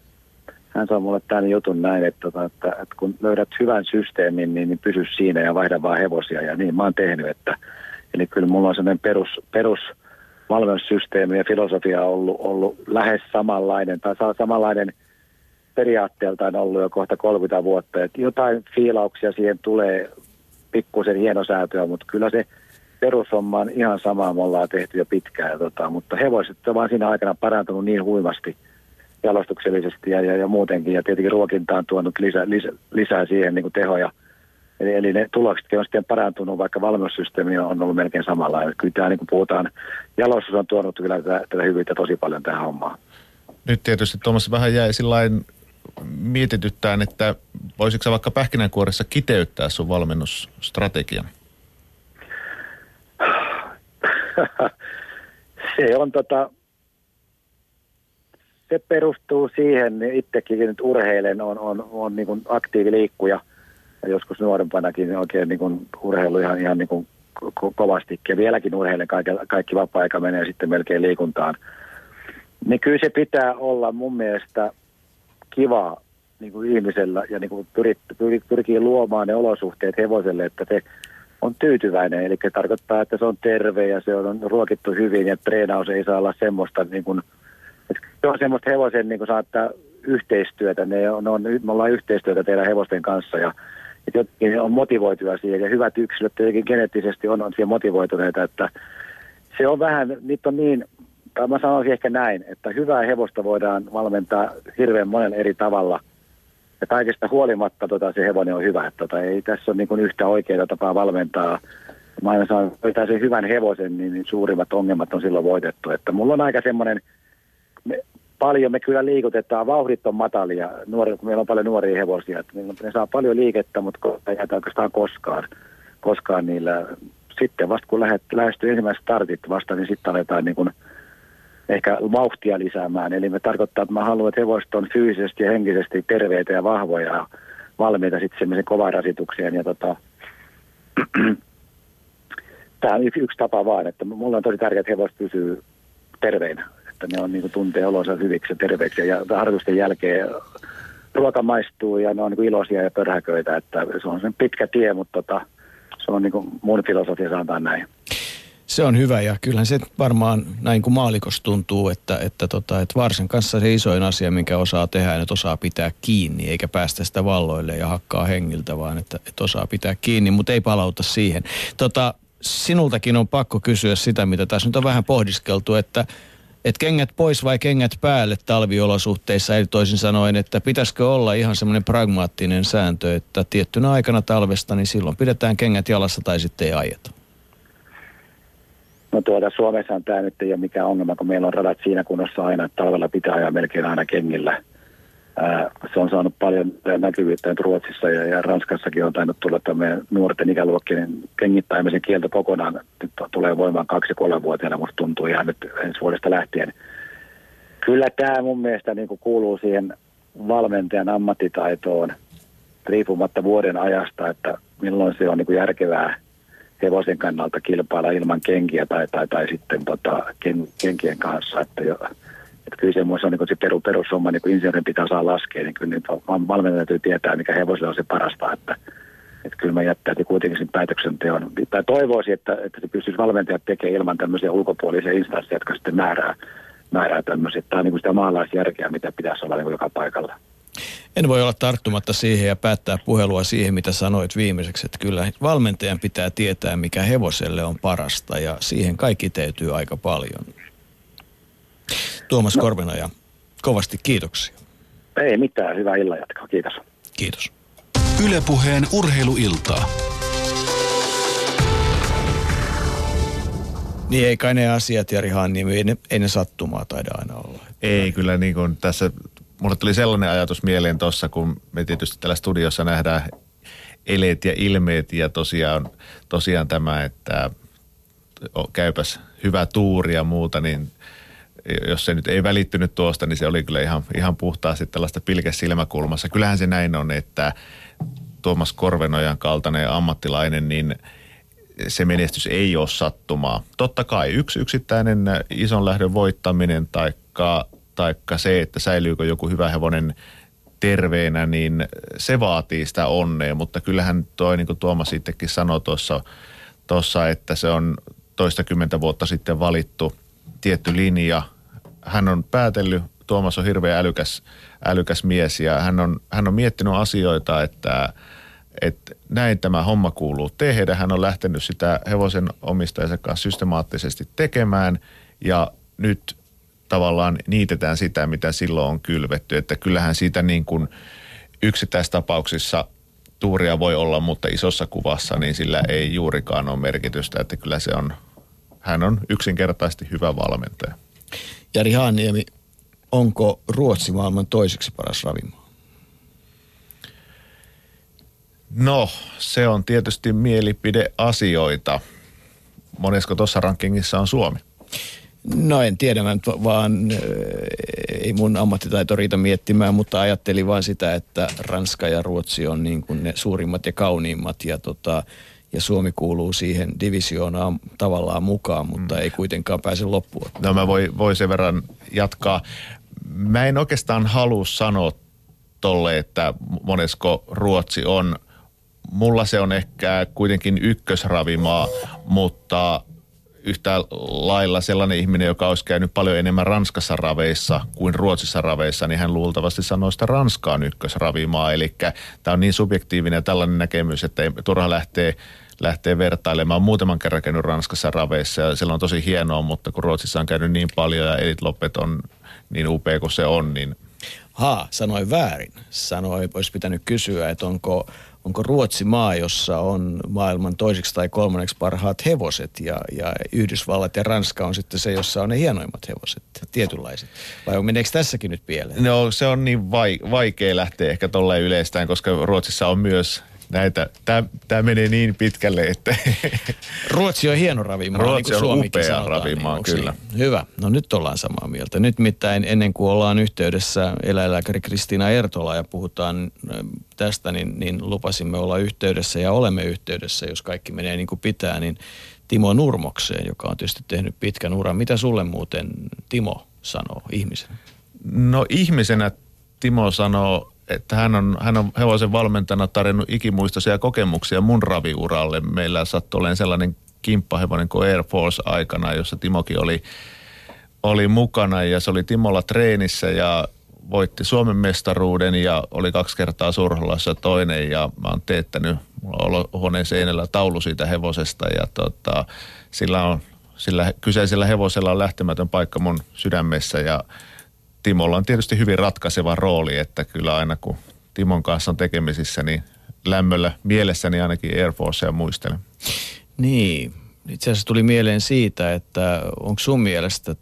hän sanoi mulle tämän jutun näin, että kun löydät hyvän systeemin, niin pysy siinä ja vaihda vaan hevosia ja niin mä oon tehnyt, eli kyllä mulla on sellainen perus valmennussysteemi ja filosofia ollut lähes samanlainen tai samanlainen periaatteeltaan ollut jo kohta 30 vuotta, että jotain fiilauksia siihen tulee pikkusen hienosäätöä, mutta kyllä se perushomma on ihan samaa, me ollaan tehty jo pitkään, mutta hevoset on vaan siinä aikana parantunut niin huimasti jalostuksellisesti ja muutenkin, ja tietenkin ruokinta on tuonut lisää siihen niin kuin tehoja, eli ne tulokset on sitten parantunut, vaikka valmennussysteemi on ollut melkein samanlainen. Kyllä tämä, niin kuin puhutaan, jalostus on tuonut kyllä tätä hyvyyttä tosi paljon tähän hommaan. Nyt tietysti Tuomas vähän jäi sillain mietityttään, että voisitko sä vaikka pähkinänkuoressa kiteyttää sun valmennusstrategian? Se on se perustuu siihen, itsekin nyt urheilen, on niin kuin aktiiviliikkuja ja joskus nuorempanakin oikein niin kuin urheilu ihan niin kuin kovastikin ja vieläkin urheilen, kaikki vapaa-aika menee sitten melkein liikuntaan. Niin kyllä se pitää olla mun mielestä kivaa niin kuin ihmisellä ja niin kuin pyrkii luomaan ne olosuhteet hevoselle, että se on tyytyväinen. Eli tarkoittaa, että se on terve ja se on ruokittu hyvin ja treenaus ei saa olla semmoista, niin kuin, että se on semmoista hevosen niin kuin saattaa yhteistyötä. Me ollaan yhteistyötä teidän hevosten kanssa ja että jotenkin on motivoituja siihen ja hyvät yksilöt tietenkin geneettisesti on siihen motivoituneita, että se on vähän, niitä on niin. Mä sanoisin ehkä näin, että hyvää hevosta voidaan valmentaa hirveän monen eri tavalla. Ja kaikesta huolimatta se hevonen on hyvä. Ei tässä ole niin kuin yhtä oikeaa tapaa valmentaa. Mä aina sanon, että löytää sen hyvän hevosen, niin suurimmat ongelmat on silloin voitettu. Että mulla on aika semmoinen paljon me kyllä liikutetaan. Vauhdit on matalia. Kun meillä on paljon nuoria hevosia, että ne saa paljon liikettä, mutta ei jätä oikeastaan koskaan niillä. Sitten vasta kun lähestyy ensimmäiset startit vasta, niin sitten aletaan niin kuin ehkä vauhtia lisäämään. Eli me tarkoittaa, että mä haluan, että hevoset on fyysisesti ja henkisesti terveitä ja vahvoja ja valmiita sitten semmoisen kovaan rasitukseen. Ja tämä on yksi tapa vaan, että mulla on tosi tärkeää, että hevoset pysyy terveinä. Että ne on niin kuin tuntee olonsa hyviksi ja terveiksi ja harjoitusten jälkeen ruoka maistuu ja ne on niin kuin iloisia ja pörhäköitä. Että se on sen pitkä tie, mutta se on niin kuin mun filosofia, sanotaan näin. Se on hyvä ja kyllähän se varmaan näin kuin maalikossa tuntuu, että varsin kanssa se isoin asia, minkä osaa tehdä, että osaa pitää kiinni, eikä päästä sitä valloille ja hakkaa hengiltä, vaan että osaa pitää kiinni, mutta ei palauta siihen. Sinultakin on pakko kysyä sitä, mitä tässä nyt on vähän pohdiskeltu, että kengät pois vai kengät päälle talviolosuhteissa, eli toisin sanoen, että pitäisikö olla ihan semmoinen pragmaattinen sääntö, että tiettynä aikana talvesta, niin silloin pidetään kengät jalassa tai sitten ei ajeta. No Suomessa on tämä nyt ei ole mikään ongelma, kun meillä on radat siinä kunnossa aina, että talvella pitää ajaa melkein aina kengillä. Se on saanut paljon näkyvyyttä nyt Ruotsissa ja Ranskassakin on tainnut tulla tämmöinen nuorten ikäluokkien kengittämisen kielto kokonaan. Nyt tulee voimaan 2-3-vuotiaana, musta tuntuu ihan nyt ensi vuodesta lähtien. Kyllä tämä mun mielestä niin kuin kuuluu siihen valmentajan ammattitaitoon riippumatta vuoden ajasta, että milloin se on niin kuin järkevää hevosen kannalta kilpailla ilman kenkiä tai sitten kenkien kanssa. Että kyllä semmoinen on niin se perussumma, niin kuin insinöörin pitää saa laskea, niin kyllä valmentaja täytyy tietää, mikä hevosella on se parasta. Että kyllä mä jättäisin kuitenkin sen päätöksenteon. Tai toivoisin, että se pystyisi valmentajat tekemään ilman tämmöisiä ulkopuolisia instansseja, jotka sitten määrää tämmöisiä. Tämä on niin kuin sitä maalaisjärkeä, mitä pitäisi olla niin kuin joka paikalla. En voi olla tarttumatta siihen ja päättää puhelua siihen, mitä sanoit viimeiseksi, että kyllä valmentajan pitää tietää, mikä hevoselle on parasta ja siihen kaikki täytyy aika paljon. Tuomas Korvenoja, kovasti kiitoksia. Ei mitään, hyvää illan jatkoa, kiitos. Kiitos. Yle Puheen urheiluiltaa. Niin ei kai ne asiat, Jari Haanniemi, ei ne sattumaa taida aina olla. Ei kyllä niin kuin tässä. Mulle tuli sellainen ajatus mieleen tuossa, kun me tietysti täällä studiossa nähdään eleet ja ilmeet ja tosiaan tämä, että käypäs hyvä tuuri ja muuta, niin jos se nyt ei välittynyt tuosta, niin se oli kyllä ihan puhtaasti tällaista pilkesilmäkulmassa. Kyllähän se näin on, että Tuomas Korvenojan kaltainen ammattilainen, niin se menestys ei ole sattumaa. Totta kai yksittäinen ison lähdön voittaminen taikka se, että säilyykö joku hyvä hevonen terveenä, niin se vaatii sitä onnea, mutta kyllähän toi, niin kuin Tuomas itsekin sanoi tuossa, että se on toistakymmentä vuotta sitten valittu tietty linja. Hän on päätellyt, Tuomas on hirveän älykäs mies ja hän on miettinyt asioita, että näin tämä homma kuuluu tehdä. Hän on lähtenyt sitä hevosen omistajansa kanssa systemaattisesti tekemään ja nyt tavallaan niitetään sitä, mitä silloin on kylvetty. Että kyllähän siitä niin kuin yksittäistapauksissa tuuria voi olla, mutta isossa kuvassa niin sillä ei juurikaan ole merkitystä. Että kyllä hän on yksinkertaisesti hyvä valmentaja. Jari Haanniemi, onko Ruotsi maailman toiseksi paras ravimaa? No, se on tietysti mielipideasioita. Monesko tuossa rankingissa on Suomi? No en tiedä, vaan ei mun ammattitaito riitä miettimään, mutta ajattelin vaan sitä, että Ranska ja Ruotsi on niin kuin ne suurimmat ja kauniimmat ja Suomi kuuluu siihen divisioonaan tavallaan mukaan, mutta ei kuitenkaan pääse loppuun. No mä voi sen verran jatkaa. Mä en oikeastaan halua sanoa tolle, että monesko Ruotsi on. Mulla se on ehkä kuitenkin ykkösravimaa, mutta yhtä lailla sellainen ihminen, joka olisi käynyt paljon enemmän Ranskassa raveissa kuin Ruotsissa raveissa, niin hän luultavasti sanoo sitä Ranskaan ykkösravimaa. Eli tämä on niin subjektiivinen tällainen näkemys, että ei turha lähtee vertailemaan. Muutaman kerran käynyt Ranskassa raveissa ja siellä on tosi hienoa, mutta kun Ruotsissa on käynyt niin paljon ja Elite Loppet on niin upea kuin se on, niin... Sanoin väärin. Olisi pitänyt kysyä, että onko onko Ruotsi maa, jossa on maailman toiseksi tai kolmanneksi parhaat hevoset ja Yhdysvallat ja Ranska on sitten se, jossa on ne hienoimmat hevoset, tietynlaiset. Vai meneekö tässäkin nyt pieleen? No se on niin vaikea lähteä ehkä tolleen yleistään, koska Ruotsissa on myös näitä, tämä menee niin pitkälle, että... Ruotsi on hieno ravimaa. Ruotsi niin on upea ravimaa, niin, kyllä. Hyvä. No nyt ollaan samaa mieltä. Nyt mitään ennen kuin ollaan yhteydessä eläinlääkäri Kristiina Ertola ja puhutaan tästä, niin lupasimme olla yhteydessä ja olemme yhteydessä, jos kaikki menee niin kuin pitää, niin Timo Nurmokseen, joka on tietysti tehnyt pitkän uran. Mitä sulle muuten Timo sanoo ihmisenä? No ihmisenä Timo sanoo, että hän on hevosen valmentajana tarjonnut ikimuistoisia kokemuksia mun raviuralle. Meillä sattui olemaan sellainen kimppahevonen kuin Air Force aikana, jossa Timokin oli mukana ja se oli Timolla treenissä ja voitti Suomen mestaruuden ja oli 2 kertaa Surholassa toinen ja mä oon teettänyt, mulla on olohuoneen seinällä taulu siitä hevosesta ja sillä kyseisellä hevosella on lähtemätön paikka mun sydämessä ja Timolla on tietysti hyvin ratkaiseva rooli, että kyllä aina kun Timon kanssa on tekemisissä, niin lämmöllä mielessäni ainakin Air Forcea muistelen. Niin, itse asiassa tuli mieleen siitä, että onko sun mielestä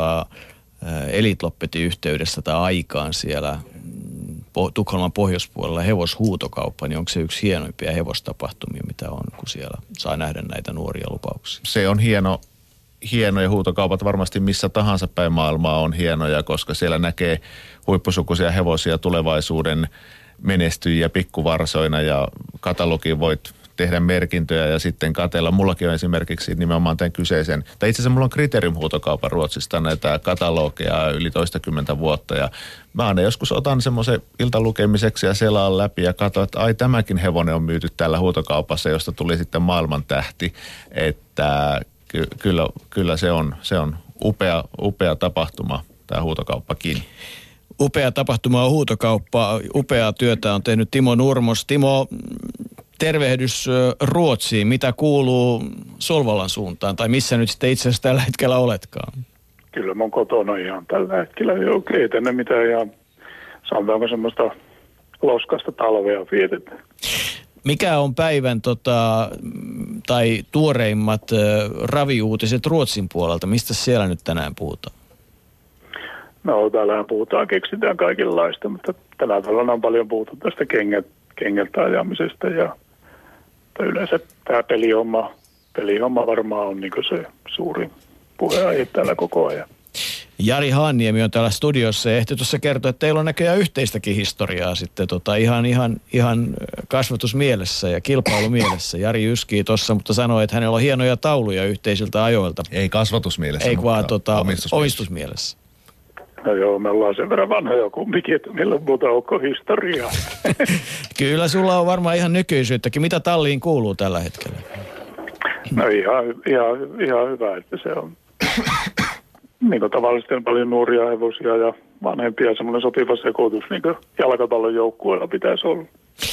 Elite Loppetin yhteydessä tai aikaan siellä Tukholman pohjoispuolella hevoshuutokauppa, niin onko se yksi hienoimpia hevostapahtumia, mitä on, kun siellä saa nähdä näitä nuoria lupauksia? Se on hieno ja huutokaupat varmasti missä tahansa päin maailmaa on hienoja, koska siellä näkee huippusukuisia hevosia tulevaisuuden menestyjiä pikkuvarsoina ja katalogiin voit tehdä merkintöjä ja sitten katsella. Mullakin on esimerkiksi nimenomaan tämän kyseisen, tai itse asiassa mulla on Kriterium-huutokaupan Ruotsista näitä katalogeja yli 20 vuotta ja mä aina joskus otan semmoisen iltalukemiseksi ja selaan läpi ja katson, että ai tämäkin hevonen on myyty täällä huutokaupassa, josta tuli sitten maailman tähti, että Kyllä se on upea tapahtuma, tämä huutokauppakin. Upea tapahtuma on huutokauppa. Upeaa työtä on tehnyt Timo Nurmos. Timo, tervehdys Ruotsiin. Mitä kuuluu Solvalan suuntaan? Tai missä nyt sitten itse asiassa tällä hetkellä oletkaan? Kyllä mä oon kotona ihan tällä hetkellä. Ei tänne mitään ihan, sanotaanko semmoista loskasta talvea vietetään. Mikä on päivän tai tuoreimmat raviuutiset Ruotsin puolelta? Mistä siellä nyt tänään puhutaan? No täällähän keksitään kaikenlaista, mutta tänä talvena on paljon puhuttu tästä kengältä ajamisesta ja yleensä tämä pelihomma varmaan on niin kuin se suurin puheenaihe täällä koko ajan. Jari Haanniemi on täällä studiossa ja ehti tuossa kertoa, että teillä on näköjään yhteistäkin historiaa sitten ihan kasvatusmielessä ja kilpailumielessä. Jari yskii tuossa, mutta sanoi, että hänellä on hienoja tauluja yhteisiltä ajoilta. Ei kasvatusmielessä, ei vaan omistusmielessä. No joo, me ollaan sen verran vanhoja kumminkin, että meillä on muuta historiaa. Kyllä sulla on varmaan ihan nykyisyyttäkin. Mitä talliin kuuluu tällä hetkellä? No ihan hyvä, että se on... Niin kuin tavallisesti on paljon nuoria hevosia ja vanhempia, semmoinen sopiva sekoitus, niin kuin jalkapallon joukkueella pitäisi olla.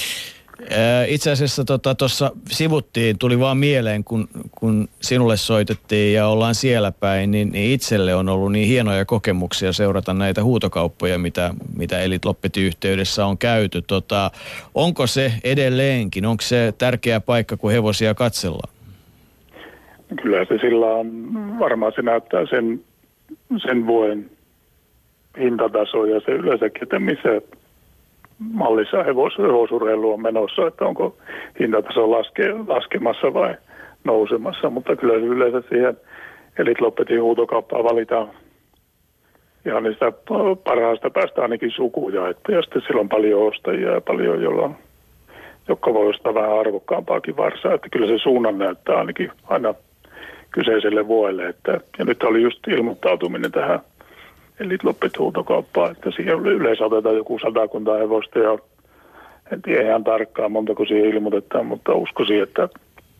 Itse asiassa tuossa sivuttiin, tuli vaan mieleen, kun sinulle soitettiin ja ollaan siellä päin, niin itselle on ollut niin hienoja kokemuksia seurata näitä huutokauppoja, mitä Elite Loppetin yhteydessä on käyty. Onko se edelleenkin, onko se tärkeä paikka, kun hevosia katsellaan? Kyllä se sillä on, varmaan se näyttää sen vuoden hintataso ja se yleensäkin, että missä mallissa hevosurheilu on menossa, että onko hintataso laskemassa vai nousemassa, mutta kyllä se yleensä siihen Elite Loppetin huutokauppaan valitaan ihan niistä parhaasta päästä ainakin sukuja, että ja sitten sillä on paljon ostajia ja paljon, jotka voi ostaa vähän arvokkaampaakin varsaa, että kyllä se suunnan näyttää ainakin aina kyseiselle vuodelle, ja nyt oli just ilmoittautuminen tähän Elite Loppetin huutokauppaan, että siihen yleensä otetaan joku 100 hevosta, ja en tiedä ihan tarkkaan montako siihen ilmoitetaan, mutta uskoisin, että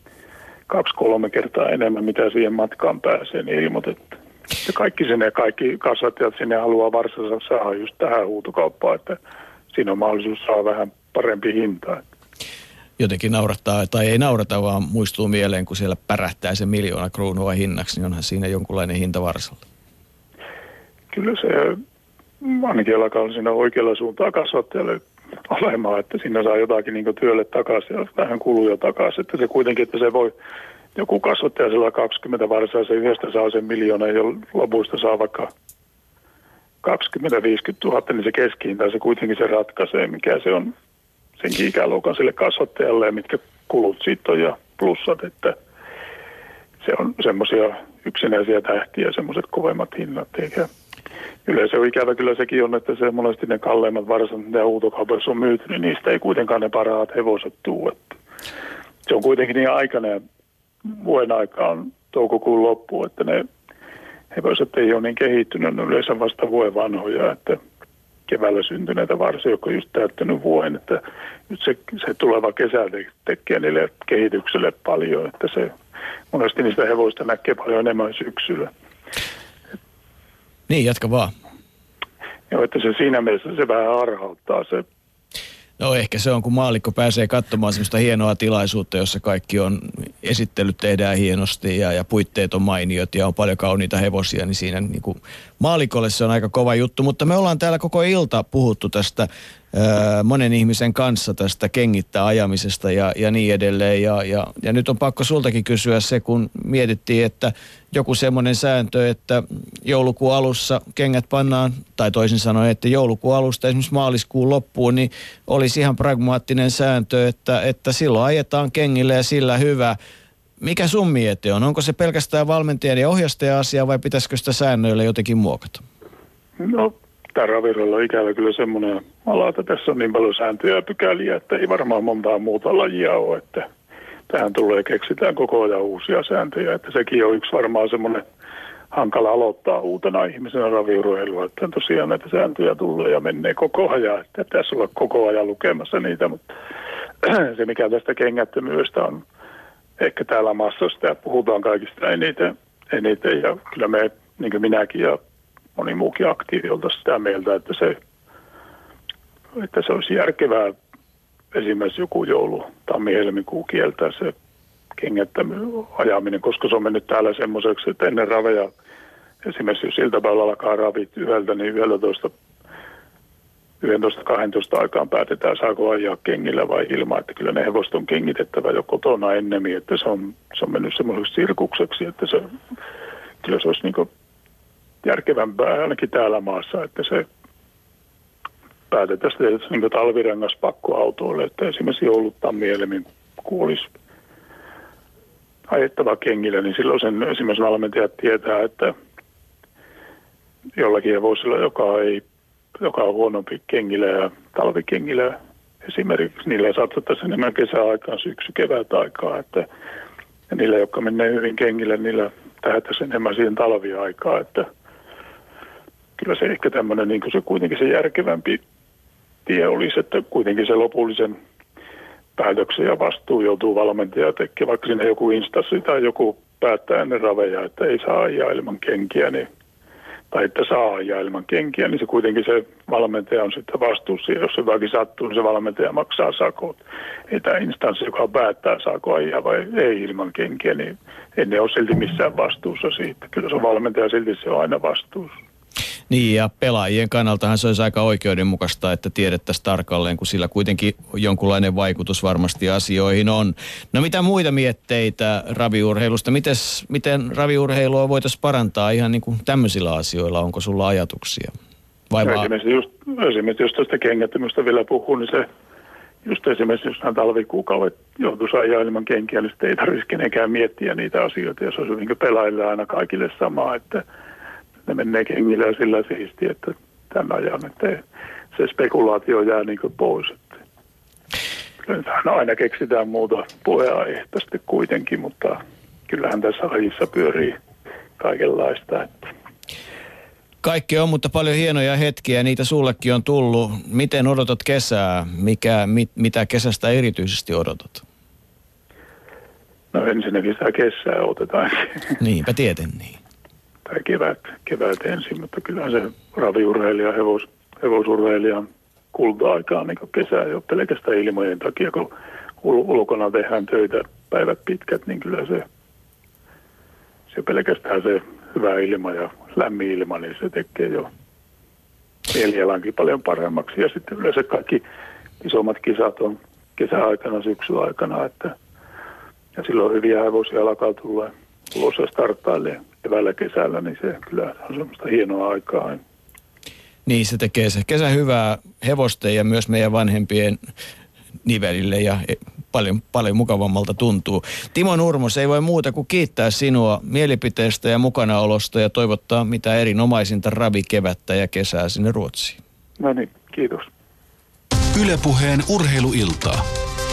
2-3 kertaa enemmän, mitä siihen matkaan pääsee, niin ilmoitetaan. Ja kaikki kasvattajat sinne haluaa varsansa saada just tähän huutokauppaan, että siinä on mahdollisuus saada vähän parempi hinta. Jotenkin naurattaa, tai ei naurata, vaan muistuu mieleen, kun siellä pärähtää se 1 000 000 kruunua hinnaksi, niin onhan siinä jonkunlainen hinta varsalla. Kyllä se ainakin alkaa siinä oikealla suuntaan kasvattajalle olemaan, että siinä saa jotakin niin työlle takaisin ja vähän kuluja takaisin. Että se kuitenkin, että se voi joku kasvattaja sillä 20 varsaa, se yhdestä saa sen 1 000 000 ja lopuista saa vaikka 20-50 000, niin se keskihinta se kuitenkin se ratkaisee, mikä se on senkin ikäluokan sille kasvattajalle ja mitkä kulut siitä on ja plussat, että se on semmoisia yksinäisiä tähtiä, semmoiset kovemmat hinnat, eikä yleensä on ikävä kyllä sekin on, että se monesti ne kalleimmat varsat, mitä huutokaupassa on myyty, niin niistä ei kuitenkaan ne parhaat hevoset tule. Että se on kuitenkin niin aikainen vuoden aikaa on toukokuun loppu, että ne hevoset ei ole niin kehittynyt, ne yleensä vasta vuoden vanhoja, että keväällä syntyneitä varsia, jotka on just täyttänyt vuoden, että nyt se tuleva kesä tekee niille kehitykselle paljon, että se monesti niistä hevoista näkee paljon enemmän syksyllä. Niin, jatka vaan. Joo, että se siinä mielessä se vähän harhauttaa se. No ehkä se on, kun maallikko pääsee katsomaan semmoista hienoa tilaisuutta, jossa kaikki on, esittelyt tehdään hienosti ja puitteet on mainiot ja on paljon kauniita hevosia, niin siinä niin kuin maallikolle se on aika kova juttu. Mutta me ollaan täällä koko ilta puhuttu tästä monen ihmisen kanssa tästä kengittää ajamisesta ja niin edelleen. Ja nyt on pakko sultakin kysyä se, kun mietittiin, että joku semmoinen sääntö, että joulukuun alussa kengät pannaan, tai toisin sanoen, että joulukuun alusta esimerkiksi maaliskuun loppuun, niin olisi ihan pragmaattinen sääntö, että silloin ajetaan kengille ja sillä hyvä. Mikä sun miete on? Onko se pelkästään valmentajan ja ohjastajan asia vai pitäisikö sitä säännöillä jotenkin muokata? No, tämä raviroilla on ikävä kyllä semmoinen ala, että tässä on niin paljon sääntöjä ja pykäliä, että ei varmaan montaa muuta lajia ole, että tähän keksitään koko ajan uusia sääntöjä, että sekin on yksi varmaan semmoinen hankala aloittaa uutena ihmisenä raviurheilua, että tosiaan näitä sääntöjä tulee ja menee koko ajan, että tässä olla koko ajan lukemassa niitä, mutta se mikä tästä kengättömyydestä on ehkä täällä maassa sitä puhutaan kaikista eniten ja kyllä me, niin kuin minäkin ja moni muukin aktiivi oltaisiin sitä mieltä, että se olisi järkevää esimerkiksi joku joulu, tammi-helmikuu kieltää se ajaminen, koska se on mennyt täällä semmoiseksi, että ennen raveja, esimerkiksi jos iltapäivällä alkaa ravit 1, niin 11-12 aikaan päätetään, saako ajaa kengillä vai ilman, että kyllä ne hevoset on kengitettävä jo kotona ennemmin, että se on mennyt semmoiseksi sirkukseksi, että kyllä se olisi niin järkevämpää ainakin täällä maassa, että se päätetään sitten niin talvirengas pakkoautoille, että esimerkiksi joulut tammi-helmin kuulisi ajettava kengillä, niin silloin sen esimerkiksi valmentajat tietää, että jollakin hevosilla, joka on huonompi kengillä ja talvikengillä esimerkiksi, niillä satsattaisiin enemmän kesäaikaan, kevät aikaa, että ja niillä, jotka menee hyvin kengillä, niillä tähdättäisiin enemmän siihen talviaikaan, että kyllä se ehkä tämmöinen, niin kuin se kuitenkin se järkevämpi tie olisi, että kuitenkin se lopullisen päätöksen ja vastuu joutuu valmentaja tekemään, vaikka siinä joku instanssi tai joku päättää ennen raveja, että ei saa ajaa ilman kenkiä, niin, tai että saa ajaa ilman kenkiä, niin se kuitenkin se valmentaja on sitten vastuussa. Jos jotakin sattuu, niin se valmentaja maksaa sakot. Ei tämä instanssi, joka päättää, saako ajaa vai ei ilman kenkiä, niin ei ne ole silti missään vastuussa siitä. Kyllä se valmentaja silti se on aina vastuussa. Niin, ja pelaajien kannaltahan se olisi aika oikeudenmukaista, että tiedettäisiin tarkalleen, kun sillä kuitenkin jonkunlainen vaikutus varmasti asioihin on. No mitä muita mietteitä raviurheilusta? Miten raviurheilua voitaisiin parantaa ihan niin kuin tämmöisillä asioilla? Onko sulla ajatuksia? Vai esimerkiksi jos tästä kengättömyystä vielä puhuu, niin se just esimerkiksi jos nämä talvikuukaudet joutuisi ajaa ilman kenkiä, niin sitten ei tarvitsisi kenenkään miettiä niitä asioita, jos olisi niin pelaajille aina kaikille samaa, että ne menee kengillä ja sillä siisti, että tämän ajan, että se spekulaatio jää niin kuin pois. Kyllähän aina keksitään muuta puheenaihetta sitten kuitenkin, mutta kyllähän tässä lajissa pyörii kaikenlaista. Että. Kaikki on, mutta paljon hienoja hetkiä, niitä sullekin on tullut. Miten odotat kesää? Mitä kesästä erityisesti odotat? No ensinnäkin sitä kesää otetaan. Niinpä tieten niin. Tai kevät ensin, mutta kyllähän se raviurheilija, hevosurheilijan kulta-aikaa niin kesää ei ole pelkästään ilmojen takia, kun ulkona tehdään töitä päivät pitkät, niin kyllä se pelkästään se hyvä ilma ja lämmin ilma, niin se tekee jo mielialankin paljon paremmaksi. Ja sitten yleensä isommat kisat on kesäaikana, syksyaikana, että ja silloin hyviä hevosia alkaa tulla ulos ja starttailee keväällä kesällä, niin se kyllä on semmoista hienoa aikaa. Niin, se tekee se kesä hyvää hevosten ja myös meidän vanhempien nivelille ja paljon mukavammalta tuntuu. Timo Nurmos, ei voi muuta kuin kiittää sinua mielipiteestä ja mukanaolosta ja toivottaa mitä erinomaisinta ravikevättä ja kesää sinne Ruotsiin. No niin, kiitos. Yle Puheen urheiluiltaa.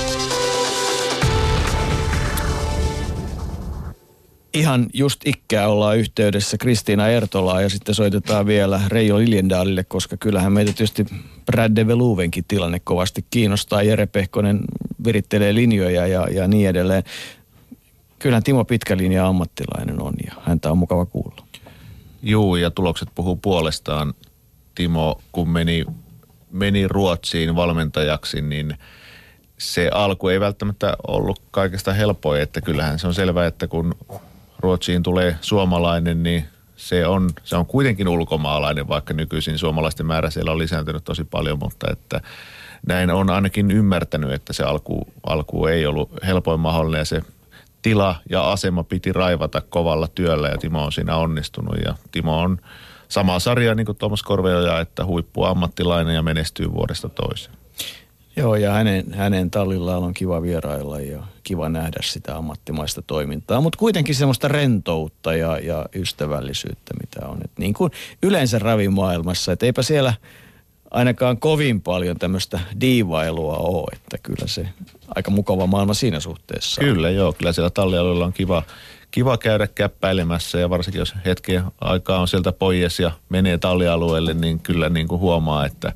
Ihan just ikkää ollaan yhteydessä Kristiina Ertolaan ja sitten soitetaan vielä Reijo Liljendalille, koska kyllähän meitä tietysti Brad de Veluvenkin tilanne kovasti kiinnostaa. Jere Pehkonen virittelee linjoja ja niin edelleen. Kyllähän Timo pitkä linja ammattilainen on ja häntä on mukava kuulla. Juu, ja tulokset puhuu puolestaan. Timo, kun meni Ruotsiin valmentajaksi, niin se alku ei välttämättä ollut kaikesta helpoin, että kyllähän se on selvää, että kun Ruotsiin tulee suomalainen, niin se on kuitenkin ulkomaalainen, vaikka nykyisin suomalaisten määrä siellä on lisääntynyt tosi paljon, mutta että näin on ainakin ymmärtänyt, että se alku ei ollut helpoin mahdollinen ja se tila ja asema piti raivata kovalla työllä ja Timo on siinä onnistunut ja Timo on samaa sarjaa niin kuin Tuomas Korveoja, että huippuammattilainen ja menestyy vuodesta toiseen. Joo, ja hänen tallillaan on kiva vierailla ja kiva nähdä sitä ammattimaista toimintaa, mutta kuitenkin semmoista rentoutta ja ystävällisyyttä, mitä on. Et niin kuin yleensä ravimaailmassa, että eipä siellä ainakaan kovin paljon tämmöistä diivailua ole, että kyllä se aika mukava maailma siinä suhteessa on. Kyllä, joo, kyllä siellä tallialueella on kiva käydä käppäilemässä ja varsinkin jos hetken aikaa on sieltä pois ja menee tallialueelle, niin kyllä niin kuin huomaa, että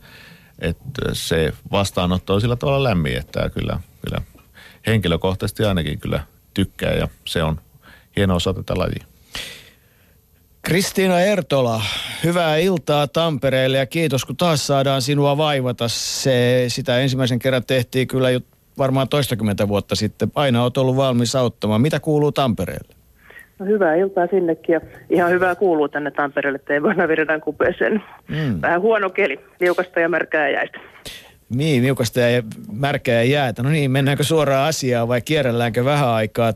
se vastaanotto on sillä tavalla lämmin, että kyllä henkilökohtaisesti ainakin kyllä tykkää ja se on hieno osa tätä lajia. Kristiina Ertola, hyvää iltaa Tampereelle ja kiitos kun taas saadaan sinua vaivata. Sitä ensimmäisen kerran tehtiin kyllä jo varmaan 20 vuotta sitten. Aina olet ollut valmis auttamaan. Mitä kuuluu Tampereelle? No, hyvää iltaa sinnekin ja ihan hyvää kuuluu tänne Tampereelle, ettei voi viedään kupeeseen. Vähän huono keli, liukasta ja märkää jäistä. Niin, liukasta ja märkää jäätä. No niin, mennäänkö suoraan asiaan vai kierrelläänkö vähän aikaa?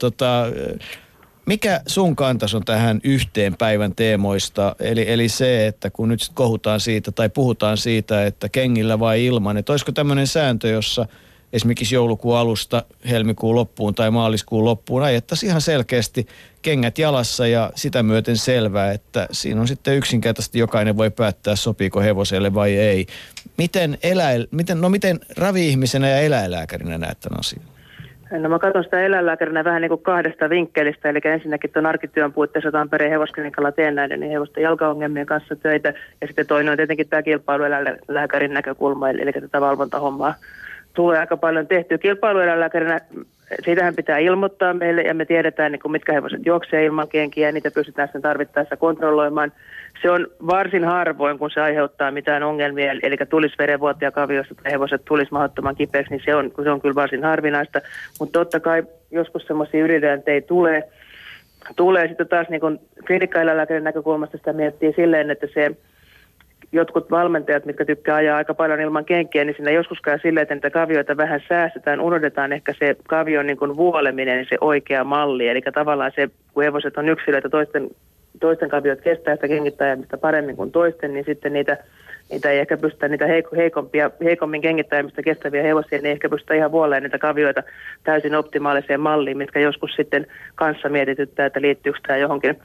Mikä sun kantas on tähän yhteen päivän teemoista? Eli se, että kun nyt kohutaan siitä tai puhutaan siitä, että kengillä vai ilman, että olisiko tämmöinen sääntö, jossa esimerkiksi joulukuun alusta helmikuun loppuun tai maaliskuun loppuun ajettaisiin ihan selkeästi kengät jalassa ja sitä myöten selvää, että siinä on sitten yksinkertaisesti jokainen voi päättää, sopiiko hevoselle vai ei. Miten ravi-ihmisenä ja eläinlääkärinä näet tämän asian? No mä katson sitä eläinlääkärinä vähän niin kuin kahdesta vinkkelistä, eli ensinnäkin tuon arkityön puitteissa Tampereen hevosklinikalla teen näiden niin hevosten jalkaongelmien kanssa töitä, ja sitten toinen on tietenkin tämä kilpailueläinlääkärin näkökulma, eli tätä valvontahommaa tulee aika paljon tehtyä. Kilpailueläinlääkärinä, siitähän pitää ilmoittaa meille, ja me tiedetään, niin kuin mitkä hevoset juoksee ilman kenkiä, ja niitä pystytään sen tarvittaessa kontrolloimaan. Se on varsin harvoin, kun se aiheuttaa mitään ongelmia, eli tulisi verenvuotia kaviosta tai hevoset tulisi mahdottoman kipeäksi, niin se on kyllä varsin harvinaista. Mutta totta kai joskus semmoisia ylilyöntejä tulee sitten taas niin kuin klinikkaeläinlääkärin näkökulmasta sitä miettii silleen, että se jotkut valmentajat, mitkä tykkää ajaa aika paljon ilman kenkiä, niin siinä joskus käy silleen, että niitä kavioita vähän säästetään, unohdetaan ehkä se kavion niin kuin vuoleminen, niin se oikea malli. Eli tavallaan se, kun hevoset on yksilöitä, toisten kaviot kestää sitä kengittäjämistä paremmin kuin toisten, niin sitten niitä ei ehkä pystytä, niitä heikommin kengittäjämistä kestäviä hevosia, niin ei ehkä pystytä ihan vuoleen niitä kavioita täysin optimaaliseen malliin, mitkä joskus sitten kanssa mietityttää, että liittyykö tämä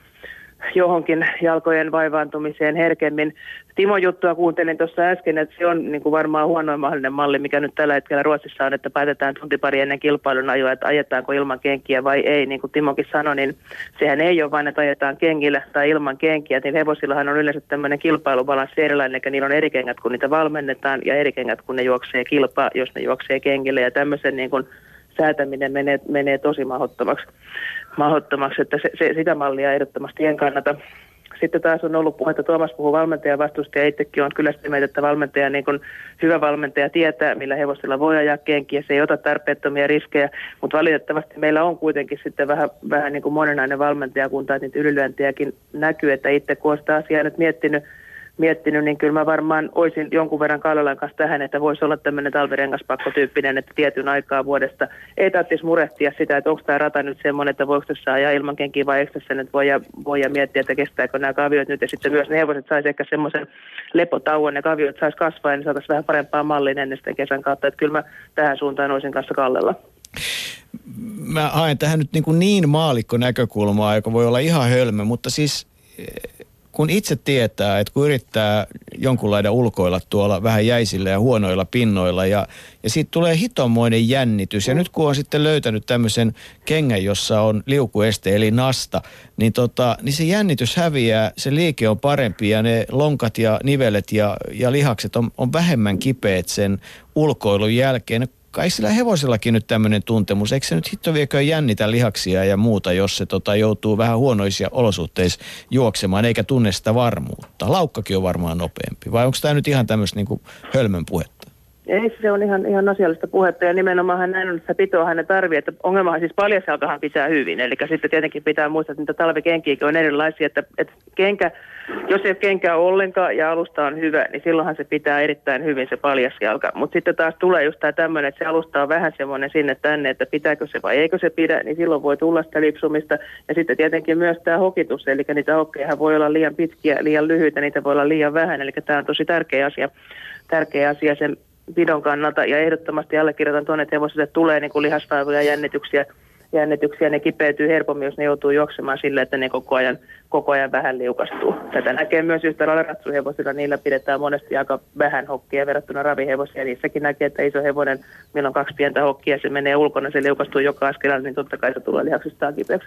johonkin jalkojen vaivaantumiseen herkemmin. Timon juttua kuuntelin tuossa äsken, että se on niin kuin varmaan huonoin mahdollinen malli, mikä nyt tällä hetkellä Ruotsissa on, että päätetään tunti pari ennen kilpailun ajoa, että ajetaanko ilman kenkiä vai ei. Niin kuin Timokin sanoi, niin sehän ei ole vain, että ajetaan kengillä tai ilman kenkiä. Niin hevosillahan on yleensä tämmöinen kilpailubalanssi erilainen, eli niillä on eri kengät, kun niitä valmennetaan, ja eri kengät, kun ne juoksee kilpaa, jos ne juoksee kengillä. Ja tämmöisen niin kuin säätäminen menee tosi mahdottomaksi, että sitä mallia ehdottomasti en kannata. Sitten taas on ollut puhetta, Tuomas puhuu valmentajan vastuusta ja itsekin on kyllä sitä mieltä, että valmentaja, niin kuin hyvä valmentaja tietää, millä hevosilla voi ajaa kenkiä, se ei ota tarpeettomia riskejä, mutta valitettavasti meillä on kuitenkin sitten vähän niin kuin moninainen valmentajakunta, että niitä ylilyöntejäkin näkyy, että itse kun olen sitä asiaa nyt miettinyt, niin kyllä mä varmaan olisin jonkun verran Kallelan kanssa tähän, että voisi olla tämmöinen talvirengaspakkotyyppinen, että tietyn aikaa vuodesta ei tarvitsisi murehtia sitä, että onko tämä rata nyt semmoinen, että voiko tässä ajaa ilman kenkiä vai eikö tässä nyt voi miettiä, että kestääkö nämä kaviot nyt, ja sitten myös ne hevoset saisi ehkä semmoisen lepotauon, ne kaviot saisi kasvaa ja ne saataisiin vähän parempaa malliin ennen sitä kesän kautta, että kyllä mä tähän suuntaan olisin kanssa Kallella. Mä haen tähän nyt niin maalikko näkökulmaa, joka voi olla ihan hölmö, mutta siis kun itse tietää, että kun yrittää jonkunlainen ulkoilla tuolla vähän jäisillä ja huonoilla pinnoilla ja siitä tulee hitomoinen jännitys. Ja nyt kun on sitten löytänyt tämmöisen kengän, jossa on liukueste eli nasta, niin se jännitys häviää, se liike on parempi ja ne lonkat ja nivelet ja lihakset on vähemmän kipeät sen ulkoilun jälkeen. Kai sillä hevosellakin nyt tämmöinen tuntemus. Eikö se nyt hitto viekö jännitä lihaksia ja muuta, jos se joutuu vähän huonoisia olosuhteissa juoksemaan, eikä tunne sitä varmuutta? Laukkakin on varmaan nopeampi. Vai onko tämä nyt ihan tämmöistä niin hölmön puhetta? Ei, se on ihan asiallista puhetta ja nimenomaan näin on, että pitoahan ne tarvii. Että ongelmahan siis paljasjalkahan pitää hyvin. Eli sitten tietenkin pitää muistaa, että niitä talvikenkiäkin on erilaisia. Että kenkä, jos ei ole kenkää ollenkaan ja alusta on hyvä, niin silloinhan se pitää erittäin hyvin se paljasjalka. Mutta sitten taas tulee just tämä tämmöinen, että se alusta on vähän semmoinen sinne tänne, että pitääkö se vai eikö se pidä, niin silloin voi tulla sitä lipsumista. Ja sitten tietenkin myös tämä hokitus, eli niitä hokkeja voi olla liian pitkiä, liian lyhyitä, niitä voi olla liian vähän. Eli tämä on tosi tärkeä asia sen pidon kannalta, ja ehdottomasti allekirjoitan tuonne, että hevosille tulee niin kuin lihasvaivoja ja jännityksiä, ne kipeytyy helpommin, jos ne joutuu juoksemaan sille, että ne koko ajan vähän liukastuu. Tätä näkee myös yhtä lailla ratsuhevosilla, niillä pidetään monesti aika vähän hokkia verrattuna ravihevosia. Niissäkin näkee, että iso hevonen, meillä on 2 pientä hokkia, se menee ulkona, se liukastuu joka askelella, niin totta kai se tulee lihaksistaan kipeäksi.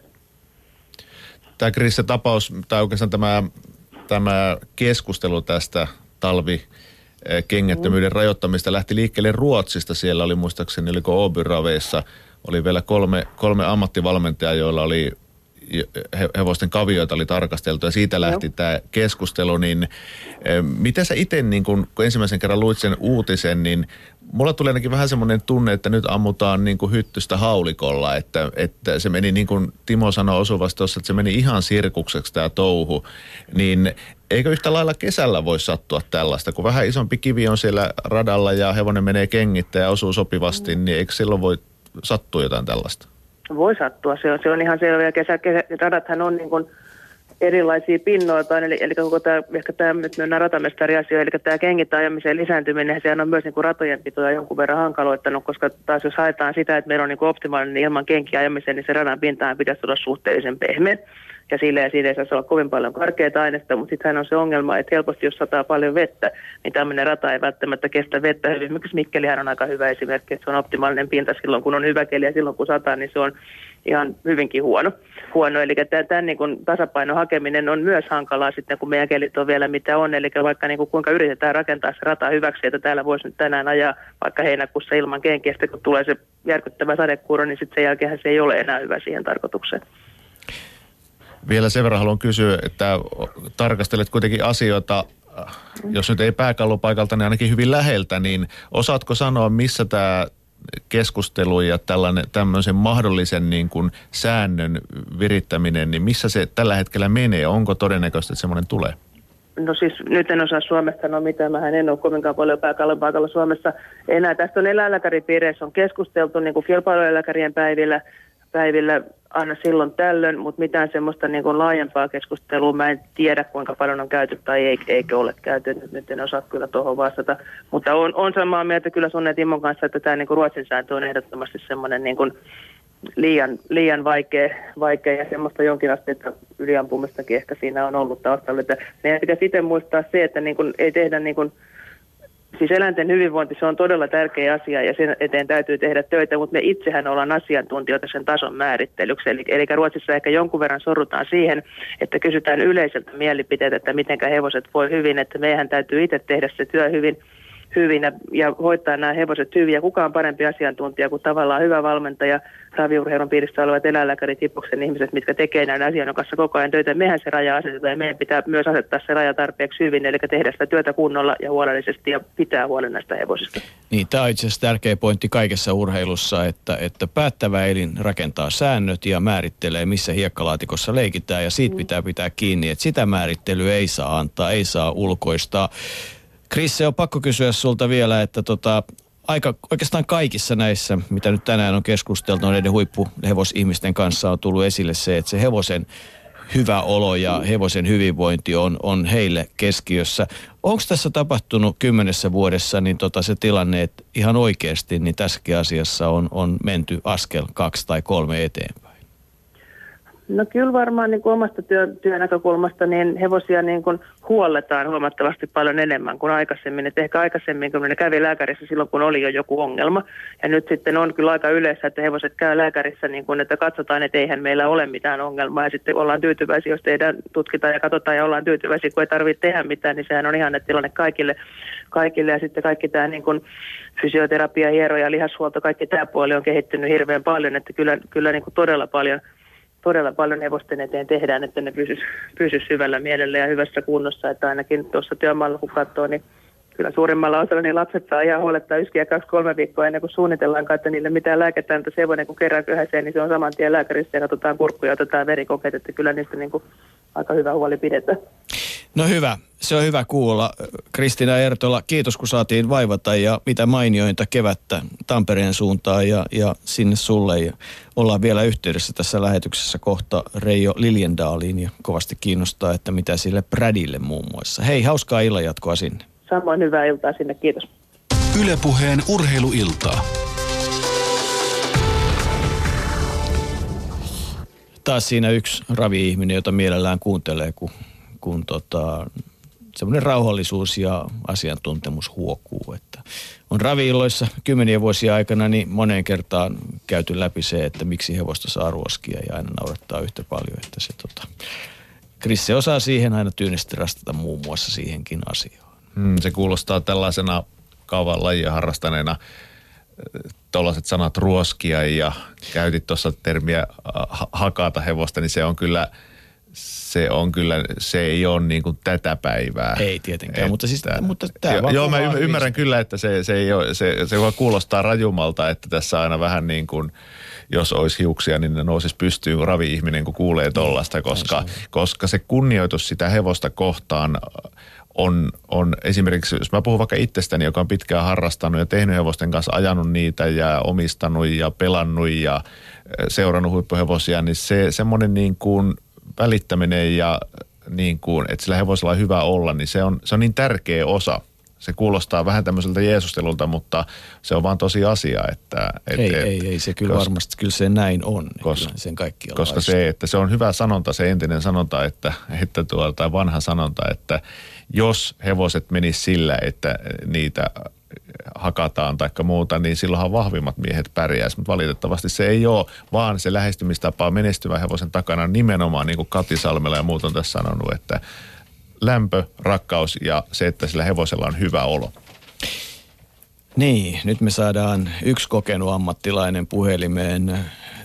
Tämä Krisse tapaus, tai oikeastaan tämä keskustelu tästä kengättömyyden rajoittamista lähti liikkeelle Ruotsista. Siellä oli muistaakseni, oliko Åbyraveissa, oli vielä kolme ammattivalmentajaa, joilla oli hevosten kavioita oli tarkasteltu ja siitä lähti tämä keskustelu. Niin miten sä itse, niin kun ensimmäisen kerran luit sen uutisen, niin mulla tuli ainakin vähän semmoinen tunne, että nyt ammutaan niin kuin hyttystä haulikolla, että se meni niin kuin Timo sanoi osuvasti tuossa, että se meni ihan sirkukseksi tämä touhu, niin eikö yhtä lailla kesällä voi sattua tällaista, kun vähän isompi kivi on siellä radalla ja hevonen menee kengittä ja osuu sopivasti, niin eikö silloin voi sattua jotain tällaista? Voi sattua, se on ihan selvä, ja radathan on niin kuin erilaisia pinnoiltaan, eli koko tämä nyt mennään ratamestariasioihin, eli tämä kengittäajamisen lisääntyminen, sehän on myös niin kuin ratojen pitoja jonkun verran hankaloittanut, koska taas jos haetaan sitä, että meillä on niin kuin optimaalinen ilman kenkiä ajamisen, niin se radan pintaan pitäisi olla suhteellisen pehmeä. Ja siinä ei saisi olla kovin paljon karkeata ainetta, mutta sittenhän on se ongelma, että helposti jos sataa paljon vettä, niin tämmöinen rata ei välttämättä kestä vettä hyvin. Esimerkiksi Mikkelihän on aika hyvä esimerkki, että se on optimaalinen pinta silloin, kun on hyvä keli, ja silloin kun sataa, niin se on ihan hyvinkin huono. Eli tämän niin kuin tasapainon hakeminen on myös hankalaa sitten, kun meidän kelit on vielä mitä on. Eli vaikka niin kuin kuinka yritetään rakentaa se rata hyväksi, että täällä voisi nyt tänään ajaa vaikka heinäkuussa ilman kenkiä, kun tulee se järkyttävä sadekuuro, niin sitten sen jälkeen se ei ole enää hyvä siihen tarkoitukseen. Vielä sen verran haluan kysyä, että tarkastelet kuitenkin asioita, jos nyt ei pääkallopaikalta, niin ainakin hyvin läheltä, niin osaatko sanoa, missä tämä keskustelu ja tämmöisen mahdollisen niin kuin säännön virittäminen, niin missä se tällä hetkellä menee? Onko todennäköistä, että semmoinen tulee? No siis nyt en osaa Suomesta sanoa mitään, mähän en ole kovinkaan paljon pääkallopaikalla Suomessa enää. Tästä on eläinlääkäripiireissä on keskusteltu niin kuin kilpailueläinlääkärien päivillä aina silloin tällöin, mutta mitään semmoista niin kuin laajempaa keskustelua mä en tiedä, kuinka paljon on käyty tai eikö ole käyty. Nyt en osaa kyllä tuohon vastata, mutta on samaa mieltä kyllä sun ja Timon kanssa, että tämä niin kuin Ruotsin sääntö on ehdottomasti semmoinen niin kuin liian vaikea ja semmoista jonkin asteita yliampumistakin ehkä siinä on ollut taustalla. Että meidän pitäisi itse muistaa se, että niin kuin ei tehdä niin kuin siis eläinten hyvinvointi, se on todella tärkeä asia ja sen eteen täytyy tehdä töitä, mutta me itsehän ollaan asiantuntijoita sen tason määrittelyksi. Eli Ruotsissa ehkä jonkun verran sorrutaan siihen, että kysytään yleiseltä mielipiteitä, että mitenkä hevoset voi hyvin, että meidän täytyy itse tehdä se työ hyvin ja hoitaa nämä hevoset hyvin. Ja kuka on parempi asiantuntija kuin tavallaan hyvä valmentaja, raviurheilun piirissä olevat eläinlääkärit, hippoksen ihmiset, mitkä tekee näiden asioiden kanssa koko ajan töitä. Mehän se raja asetetaan ja meidän pitää myös asettaa se raja tarpeeksi hyvin, eli tehdä sitä työtä kunnolla ja huolellisesti ja pitää huolen näistä hevosista. Niin, tämä on itse asiassa tärkeä pointti kaikessa urheilussa, että päättävä elin rakentaa säännöt ja määrittelee, missä hiekkalaatikossa leikitään ja siitä pitää kiinni, että sitä määrittelyä ei saa antaa, ei saa ulkoistaa. Krisse, on pakko kysyä sulta vielä, että oikeastaan kaikissa näissä, mitä nyt tänään on keskusteltu, noiden huippuhevosihmisten kanssa on tullut esille se, että se hevosen hyvä olo ja hevosen hyvinvointi on heille keskiössä. Onko tässä tapahtunut 10 vuodessa niin se tilanne, että ihan oikeasti niin tässäkin asiassa on menty askel 2 tai 3 eteenpäin? No kyllä varmaan niin kuin omasta työnäkökulmasta niin hevosia niin kuin huolletaan huomattavasti paljon enemmän kuin aikaisemmin. Et ehkä aikaisemmin, kun ne kävi lääkärissä silloin, kun oli jo joku ongelma. Ja nyt sitten on kyllä aika yleensä, että hevoset käy lääkärissä niin kuin, että katsotaan, että eihän meillä ole mitään ongelmaa. Ja sitten ollaan tyytyväisiä, jos tutkitaan ja katsotaan ja ollaan tyytyväisiä, kun ei tarvitse tehdä mitään, niin sehän on ihan tilanne kaikille. Ja sitten kaikki tämä niin kuin fysioterapia, hiero ja lihashuolto, kaikki tämä puoli on kehittynyt hirveän paljon, että kyllä niin kuin todella paljon hevosten eteen tehdään, että ne pysyisi hyvällä mielellä ja hyvässä kunnossa. Että ainakin tuossa työmaalla, kun katsoo, niin kyllä suurimmalla osalla niin lapset saa ihan huolettaa yskiä 2-3 viikkoa ennen kuin suunnitellaankaan, että niille mitään lääkettä, mutta hevonen kun kerran köhäsee, niin se on saman tien lääkärissä ja katsotaan kurkkuja, otetaan verikokeet, että kyllä niistä niin kuin aika hyvä huoli pidetään. No hyvä, se on hyvä kuulla. Kristiina Ertola, kiitos kun saatiin vaivata ja mitä mainiointa kevättä Tampereen suuntaan ja sinne sulle. Ja ollaan vielä yhteydessä tässä lähetyksessä kohta Reijo Liljendaaliin ja kovasti kiinnostaa, että mitä sille Bradille muun muassa. Hei, hauskaa illanjatkoa sinne. Samoin hyvää iltaa sinne, kiitos. Yle Puheen urheiluiltaa. Taas siinä yksi ravi-ihminen, jota mielellään kuuntelee, kun semmoinen rauhallisuus ja asiantuntemus huokuu. Että on ravi-illoissa 10 vuosia aikana niin moneen kertaan käyty läpi se, että miksi hevosta saa ruoskia ja aina naurattaa yhtä paljon. Että se Krisse osaa siihen aina tyynesti rastata muun muassa siihenkin asiaan. Se kuulostaa tällaisena kauan lajia harrastaneena tuollaiset sanat ruoskia ja käytit tuossa termiä hakata hevosta, niin se ei ole niin kuin tätä päivää. Ei tietenkään, mutta tämä vaan... Joo, mä ymmärrän kyllä, että se ei ole, se vaan kuulostaa rajumalta, että tässä aina vähän niin kuin, jos olisi hiuksia, niin ne nousisi pystyyn kuin ravi-ihminen, kun kuulee tollaista, koska se kunnioitus sitä hevosta kohtaan on esimerkiksi, jos mä puhun vaikka itsestäni, joka on pitkään harrastanut ja tehnyt hevosten kanssa, ajanut niitä ja omistanut ja pelannut ja seurannut huippuhevosia, niin se semmoinen niin kuin välittäminen ja niin kuin, että sillä hevosella on hyvä olla, niin se on niin tärkeä osa. Se kuulostaa vähän tämmöiseltä jeesustelulta, mutta se on vaan tosi asia, että... Ei se kyllä varmasti, kyllä se näin on. Sen kaikki on koska se, että se on hyvä sanonta, se entinen sanonta, tai vanha sanonta, että jos hevoset menis sillä, että niitä hakataan tai muuta, niin silloinhan vahvimmat miehet pärjäisi, mutta valitettavasti se ei ole, vaan se lähestymistapa menestyvän hevosen takana nimenomaan, niin kuin Kati Salmela ja muut on tässä sanonut, että lämpö, rakkaus ja se, että sillä hevosella on hyvä olo. Niin, nyt me saadaan yksi kokenut ammattilainen puhelimeen.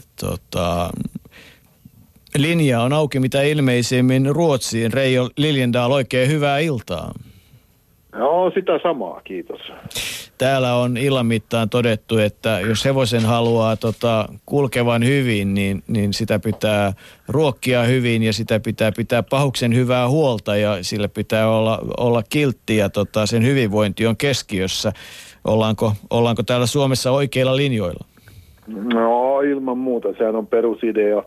Linja on auki mitä ilmeisimmin Ruotsiin. Reijo Liljendahl, oikein hyvää iltaa. Joo, sitä samaa, kiitos. Täällä on illan mittaan todettu, että jos hevosen haluaa kulkevan hyvin, niin sitä pitää ruokkia hyvin ja sitä pitää pahuksen hyvää huolta ja sillä pitää olla kiltti ja sen hyvinvointi on keskiössä. Ollaanko täällä Suomessa oikeilla linjoilla? No ilman muuta, sehän on perusidea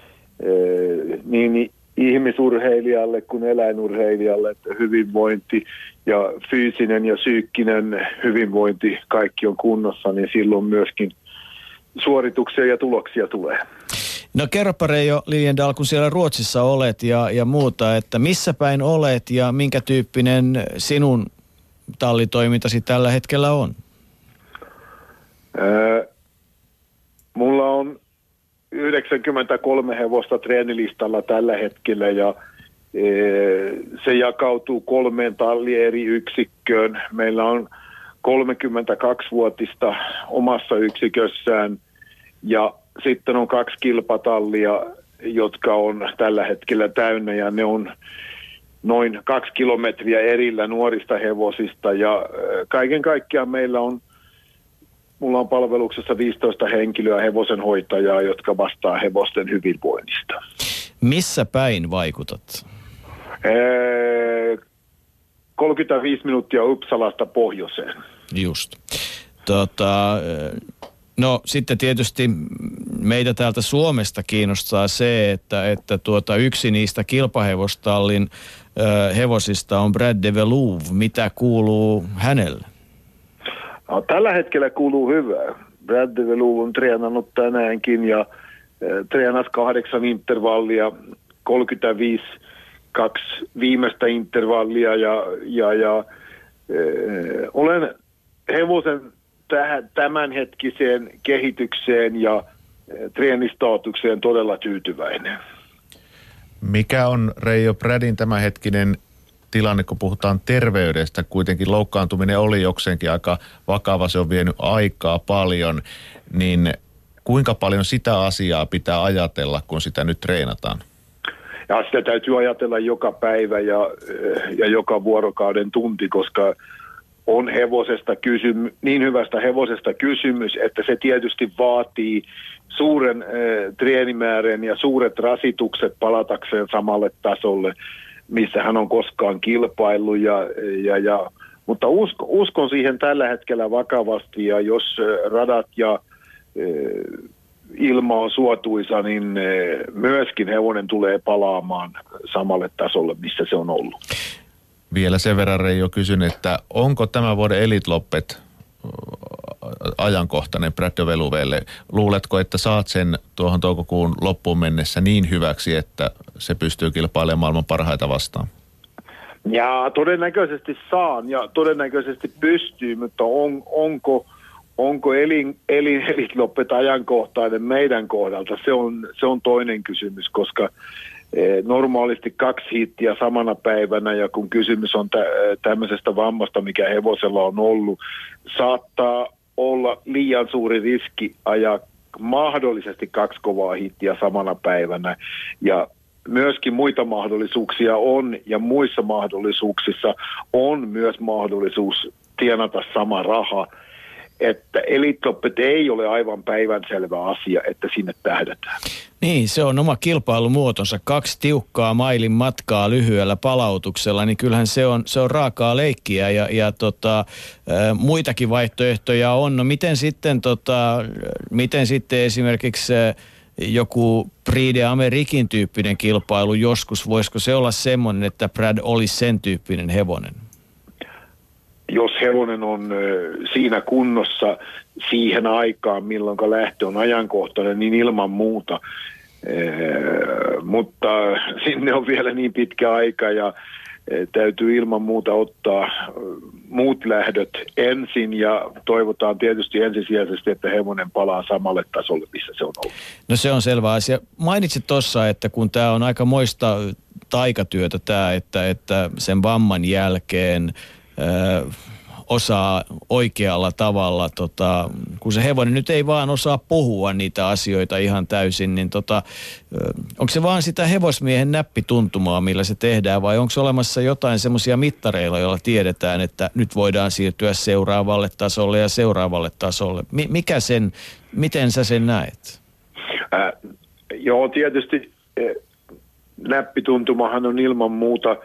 niin ihmisurheilijalle kuin eläinurheilijalle, että hyvinvointi ja fyysinen ja psyykkinen hyvinvointi, kaikki on kunnossa, niin silloin myöskin suorituksia ja tuloksia tulee. No kerropa Reijo Liljendahl, kun siellä Ruotsissa olet ja muuta, että missä päin olet ja minkä tyyppinen sinun tallitoimintasi tällä hetkellä on? Mulla on 93 hevosta treenilistalla tällä hetkellä ja se jakautuu 3 tallia eri yksikköön. Meillä on 32-vuotista omassa yksikössään ja sitten on 2 kilpatallia, jotka on tällä hetkellä täynnä ja ne on noin 2 kilometriä erillä nuorista hevosista ja kaiken kaikkiaan mulla on palveluksessa 15 henkilöä hevosenhoitajaa, jotka vastaa hevosten hyvinvoinnista. Missä päin vaikutat? 35 minuuttia Uppsalasta pohjoiseen. Just. No sitten tietysti meitä täältä Suomesta kiinnostaa se, että yksi niistä kilpahevostallin hevosista on Brad de Veluve. Mitä kuuluu hänelle? No, tällä hetkellä kuuluu hyvää. Brad de Veluve on treenannut tänäänkin ja treenasi 8 intervallia, 35 2 viimeistä intervallia ja olen hevosen tämänhetkiseen kehitykseen ja treenistatukseen todella tyytyväinen. Mikä on Reijo Bradin tämänhetkinen tilanne, kun puhutaan terveydestä? Kuitenkin loukkaantuminen oli jokseenkin aika vakava, se on vienyt aikaa paljon, niin kuinka paljon sitä asiaa pitää ajatella, kun sitä nyt treenataan? Ja sitä täytyy ajatella joka päivä ja joka vuorokauden tunti, koska on niin hyvästä hevosesta kysymys, että se tietysti vaatii suuren treenimäärän ja suuret rasitukset palatakseen samalle tasolle, missä hän on koskaan kilpaillut. Mutta uskon siihen tällä hetkellä vakavasti ja jos radat ja ilma on suotuisa, niin myöskin hevonen tulee palaamaan samalle tasolle, missä se on ollut. Vielä sen verran Reijo kysyn, että onko tämän vuoden Elite Loppet ajankohtainen Brad de Veluvelle? Luuletko, että saat sen tuohon toukokuun loppuun mennessä niin hyväksi, että se pystyy kilpailemaan maailman parhaita vastaan? Ja todennäköisesti saan ja todennäköisesti pystyy, mutta onko Elite Loppet ajankohtainen meidän kohdalta? Se on toinen kysymys, koska normaalisti 2 hiittiä samana päivänä ja kun kysymys on tämmöisestä vammasta, mikä hevosella on ollut, saattaa olla liian suuri riski ajaa mahdollisesti 2 kovaa hiittiä samana päivänä ja myöskin muita mahdollisuuksia on ja muissa mahdollisuuksissa on myös mahdollisuus tienata sama raha. Että Elite Loppet ei ole aivan päivänselvä asia, että sinne tähdätään. Niin, se on oma kilpailumuotonsa. 2 tiukkaa mailin matkaa lyhyellä palautuksella, niin kyllähän se on raakaa leikkiä ja muitakin vaihtoehtoja on. No miten sitten esimerkiksi joku Prix d'Amériquein tyyppinen kilpailu joskus, voisiko se olla semmoinen, että Brad olisi sen tyyppinen hevonen? Jos hevonen on siinä kunnossa siihen aikaan, milloin lähtö on ajankohtainen, niin ilman muuta. Mutta sinne on vielä niin pitkä aika ja täytyy ilman muuta ottaa muut lähdöt ensin ja toivotaan tietysti ensisijaisesti, että hevonen palaa samalle tasolle, missä se on ollut. No se on selvä asia. Mainitsit tuossa, että kun tämä on aika moista taikatyötä tämä, että sen vamman jälkeen osaa oikealla tavalla, kun se hevonen nyt ei vaan osaa puhua niitä asioita ihan täysin, niin onko se vaan sitä hevosmiehen näppituntumaa, millä se tehdään, vai onko olemassa jotain semmoisia mittareilla, joilla tiedetään, että nyt voidaan siirtyä seuraavalle tasolle ja seuraavalle tasolle? Miten sä sen näet? Joo, tietysti näppituntumahan on ilman muuta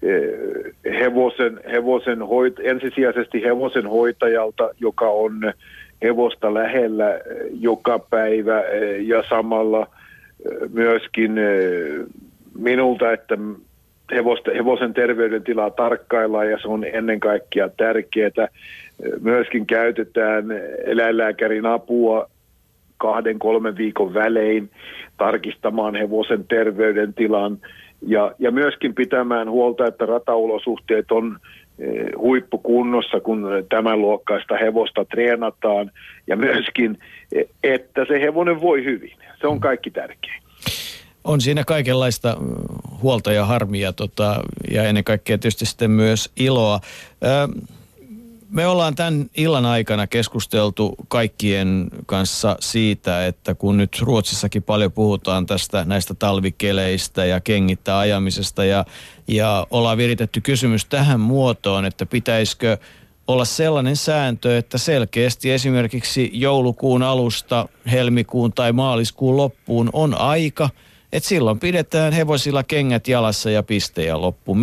ensisijaisesti hevosen hoitajalta, joka on hevosta lähellä joka päivä ja samalla myöskin minulta, että hevosen terveydentilaa tarkkaillaan ja se on ennen kaikkea tärkeää. Myöskin käytetään eläinlääkärin apua 2-3 viikon välein tarkistamaan hevosen terveydentilan ja myöskin pitämään huolta, että rataolosuhteet on huippukunnossa, kun tämän luokkaista hevosta treenataan ja myöskin, että se hevonen voi hyvin. Se on kaikki tärkein. On siinä kaikenlaista huolta ja harmia ja ennen kaikkea tietysti sitten myös iloa. Me ollaan tämän illan aikana keskusteltu kaikkien kanssa siitä, että kun nyt Ruotsissakin paljon puhutaan näistä talvikeleistä ja kengittä ajamisesta ja ollaan viritetty kysymys tähän muotoon, että pitäisikö olla sellainen sääntö, että selkeästi esimerkiksi joulukuun alusta helmikuun tai maaliskuun loppuun on aika, että silloin pidetään hevosilla kengät jalassa ja piste ja loppu.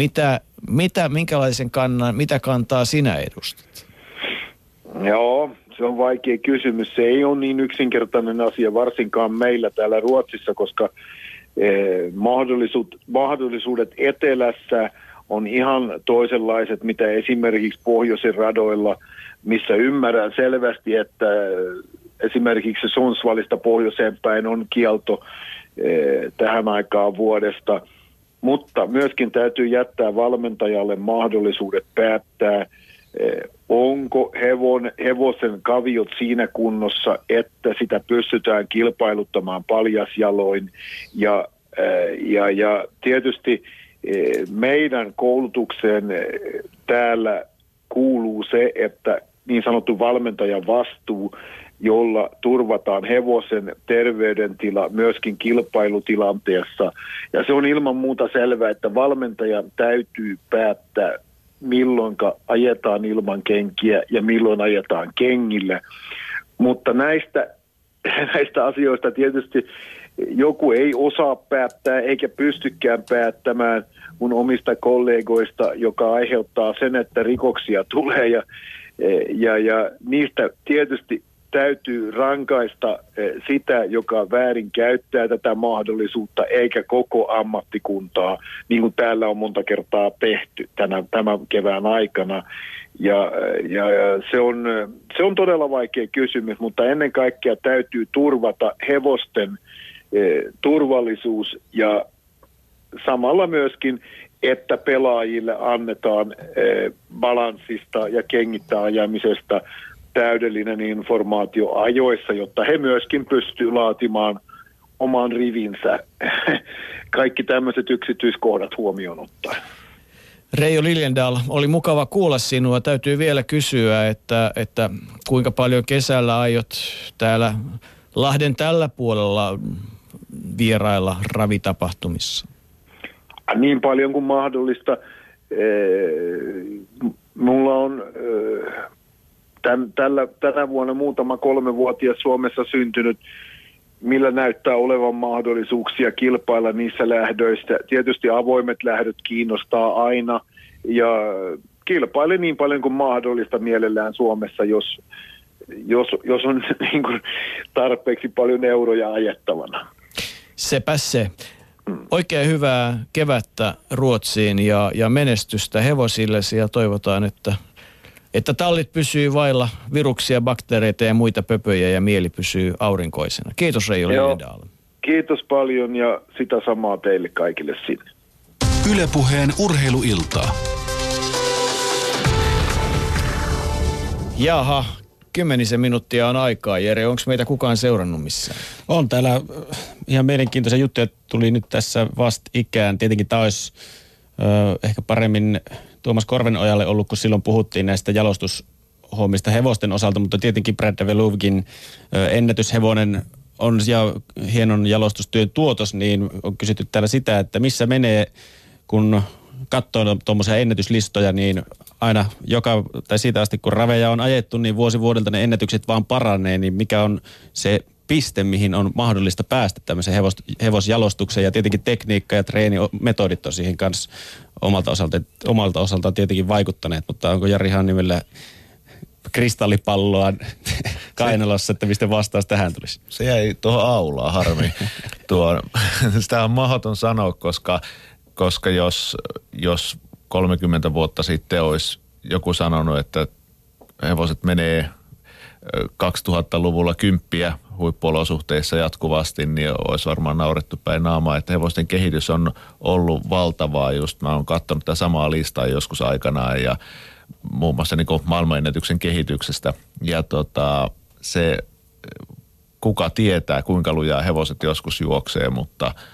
Mitä kantaa sinä edustat? Joo, se on vaikea kysymys. Se ei ole niin yksinkertainen asia, varsinkaan meillä täällä Ruotsissa, koska mahdollisuudet etelässä on ihan toisenlaiset, mitä esimerkiksi pohjoisen radoilla, missä ymmärrän selvästi, että esimerkiksi Sundsvallista pohjoiseen päin on kielto tähän aikaan vuodesta, mutta myöskin täytyy jättää valmentajalle mahdollisuudet päättää, onko hevosen kaviot siinä kunnossa, että sitä pystytään kilpailuttamaan paljasjaloin ja tietysti meidän koulutukseen täällä kuuluu se, että niin sanottu valmentajan vastuu, jolla turvataan hevosen terveydentila myöskin kilpailutilanteessa. Ja se on ilman muuta selvää, että valmentajan täytyy päättää, milloinka ajetaan ilman kenkiä ja milloin ajetaan kengillä. Mutta näistä asioista tietysti joku ei osaa päättää eikä pystykään päättämään mun omista kollegoista, joka aiheuttaa sen, että rikoksia tulee ja niistä tietysti täytyy rankaista sitä, joka väärin käyttää tätä mahdollisuutta, eikä koko ammattikuntaa, niin kuin täällä on monta kertaa tehty tämän kevään aikana. Ja se on todella vaikea kysymys, mutta ennen kaikkea täytyy turvata hevosten turvallisuus ja samalla myöskin, että pelaajille annetaan balanssista ja kengittää ajamisesta täydellinen informaatio ajoissa, jotta he myöskin pystyvät laatimaan oman rivinsä. Kaikki tämmöiset yksityiskohdat huomioon ottaen. Reijo Liljendal, oli mukava kuulla sinua. Täytyy vielä kysyä, että kuinka paljon kesällä aiot täällä Lahden tällä puolella vierailla ravitapahtumissa? Niin paljon kuin mahdollista. Mulla on tänä vuonna muutama 3-vuotias Suomessa syntynyt, millä näyttää olevan mahdollisuuksia kilpailla niissä lähdöissä. Tietysti avoimet lähdöt kiinnostaa aina ja kilpaile niin paljon kuin mahdollista mielellään Suomessa, jos on niin kuin tarpeeksi paljon euroja ajettavana. Sepä se. Oikein hyvää kevättä Ruotsiin ja menestystä hevosillesi ja toivotaan, että tallit pysyy vailla viruksia, bakteereita ja muita pöpöjä ja mieli pysyy aurinkoisena. Kiitos Reijo Liljendal. Kiitos paljon ja sitä samaa teille kaikille sinne. Yle Puheen urheiluiltaa. Jaha, 10 minuuttia on aikaa. Jere, onko meitä kukaan seurannut missään? On täällä ihan mielenkiintoisia juttuja tuli nyt tässä vastikään. Tietenkin tämä olisi ehkä paremmin Tuomas Korvenojalle ollut, kun silloin puhuttiin näistä jalostushommista hevosten osalta, mutta tietenkin Brad Veluvkin ennätyshevonen on ja hienon jalostustyön tuotos, niin on kysytty täällä sitä, että missä menee, kun katsoo tuommoisia ennätyslistoja, niin aina siitä asti kun raveja on ajettu, niin vuosi vuodelta ne ennätykset vaan paranee, niin mikä on se piste, mihin on mahdollista päästä tämmöiseen hevosjalostukseen, ja tietenkin tekniikka ja treenimetodit on siihen kanssa omalta osaltaan tietenkin vaikuttaneet, mutta onko Jari Hannimellä kristallipalloa kainalossa, että mistä vastaus tähän tulisi? Se jäi tuohon aulaan, harmi. Sitä on mahdoton sanoa, koska jos 30 vuotta sitten olisi joku sanonut, että hevoset menee 2000-luvulla 10 huippuolosuhteissa jatkuvasti, niin olisi varmaan naurettu päin naamaa, että hevosten kehitys on ollut valtavaa. Just mä oon katsonut tätä samaa listaa joskus aikanaan ja muun muassa niin kuin maailmanennätyksen kehityksestä. Ja se, kuka tietää, kuinka lujaa hevoset joskus juoksee,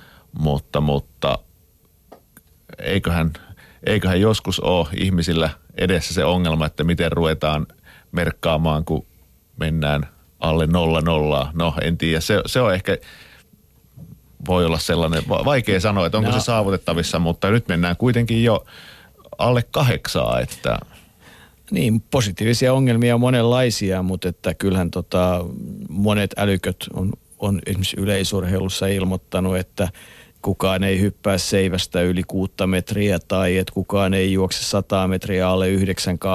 mutta eiköhän joskus ole ihmisillä edessä se ongelma, että miten ruvetaan merkkaamaan, kun mennään alle 0-0. No, en tiedä. Se on ehkä, voi olla sellainen, vaikea sanoa, että onko se saavutettavissa, mutta nyt mennään kuitenkin jo alle 8, että... Niin, positiivisia ongelmia on monenlaisia, mutta että kyllähän monet älyköt on esimerkiksi yleisurheilussa ilmoittanut, että kukaan ei hyppää seivästä yli 6 metriä tai että kukaan ei juokse 100 metriä alle 9,8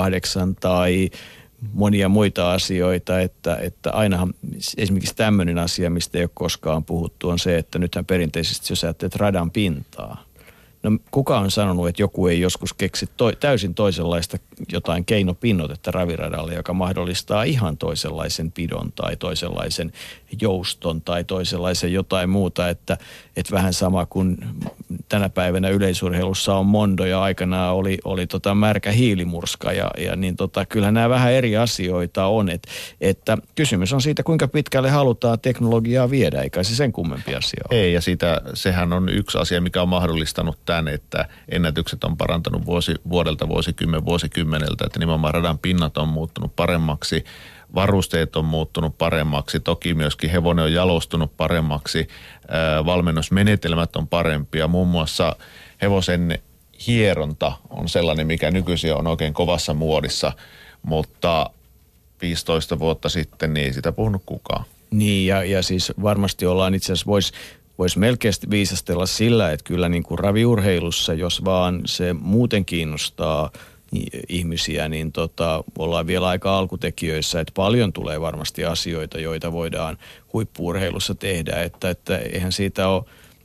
tai monia muita asioita, että ainahan esimerkiksi tämmöinen asia, mistä ei ole koskaan puhuttu, on se, että nythän perinteisesti jos ajattelet radan pintaa. No kuka on sanonut, että joku ei joskus keksi täysin toisenlaista jotain keinopinnotetta raviradalle, joka mahdollistaa ihan toisenlaisen pidon tai toisenlaisen jouston tai toisenlaisen jotain muuta, että vähän sama kuin tänä päivänä yleisurheilussa on mondo ja aikanaan oli märkä hiilimurska ja niin kyllä nämä vähän eri asioita on, että kysymys on siitä, kuinka pitkälle halutaan teknologiaa viedä, eikä se sen kummempi asia ole. Ei, ja sehän on yksi asia, mikä on mahdollistanut tämän, että ennätykset on parantanut vuosikymmeneltä, että nimenomaan radan pinnat on muuttunut paremmaksi, varusteet on muuttunut paremmaksi, toki myöskin hevonen on jalostunut paremmaksi, valmennusmenetelmät on parempia, muun muassa hevosen hieronta on sellainen, mikä nykyisin on oikein kovassa muodissa, mutta 15 vuotta sitten niin ei sitä puhunut kukaan. Niin, ja siis varmasti ollaan itse asiassa voisi melkein viisastella sillä, että kyllä niin kuin raviurheilussa, jos vaan se muuten kiinnostaa ihmisiä, niin ollaan vielä aika alkutekijöissä, että paljon tulee varmasti asioita, joita voidaan huippu-urheilussa tehdä, että eihän siitä ole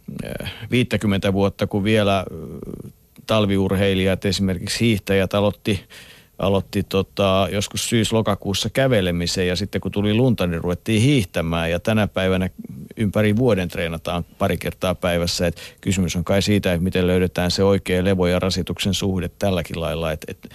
50 vuotta, kun vielä talviurheilijat, esimerkiksi hiihtäjät aloitti joskus syys-lokakuussa kävelemisen ja sitten kun tuli lunta, niin ruvettiin hiihtämään ja tänä päivänä ympäri vuoden treenataan pari kertaa päivässä. Et kysymys on kai siitä, että miten löydetään se oikea levo- ja rasituksen suhde tälläkin lailla.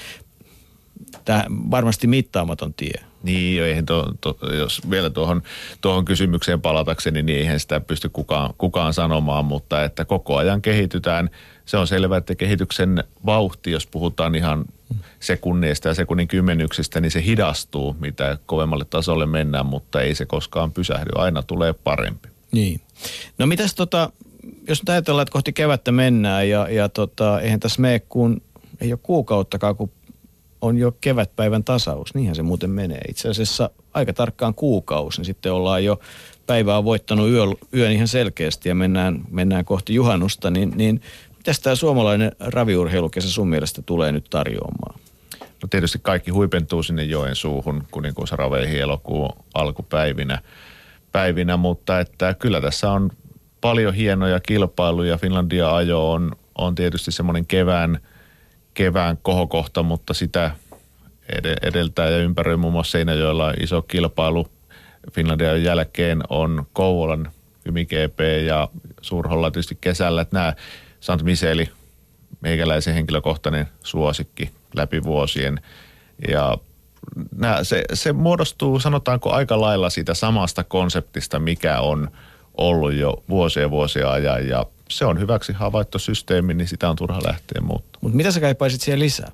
Tämä varmasti mittaamaton tie. Niin, eihän jos vielä tuohon kysymykseen palatakseni, niin eihän sitä pysty kukaan sanomaan, mutta että koko ajan kehitytään. Se on selvää, että kehityksen vauhti, jos puhutaan ihan sekunneista ja sekunnin kymmenyksistä, niin se hidastuu, mitä kovemmalle tasolle mennään, mutta ei se koskaan pysähdy. Aina tulee parempi. Niin. No mitäs jos nyt ajatellaan, että kohti kevättä mennään ja eihän tässä mene kun ei ole kuukauttakaan, kun on jo kevätpäivän tasaus. Niinhän se muuten menee. Itse asiassa aika tarkkaan kuukausi, niin sitten ollaan jo päivä on voittanut yön ihan selkeästi ja mennään kohti juhannusta, niin mitäs tämä suomalainen raviurheilukesä sun mielestä tulee nyt tarjoamaan? No tietysti kaikki huipentuu sinne Joensuuhun kuninkuusraveihin elokuun alkupäivinä, mutta että kyllä tässä on paljon hienoja kilpailuja. Finlandia-ajo on tietysti semmoinen kevään kohokohta, mutta sitä edeltää ja ympäröi muun muassa Seinäjoella iso kilpailu. Finlandian jälkeen on Kouvolan Kymi GP ja Suurholla tietysti kesällä. Että nämä St. Micheli, meikäläisen henkilökohtainen suosikki läpi vuosien. Ja se muodostuu, sanotaanko, aika lailla siitä samasta konseptista, mikä on ollut jo vuosia ajan. Ja se on hyväksi havaittu systeemi, niin sitä on turha lähteä muuttamaan. Mutta mitä sä kaipaisit siihen lisää?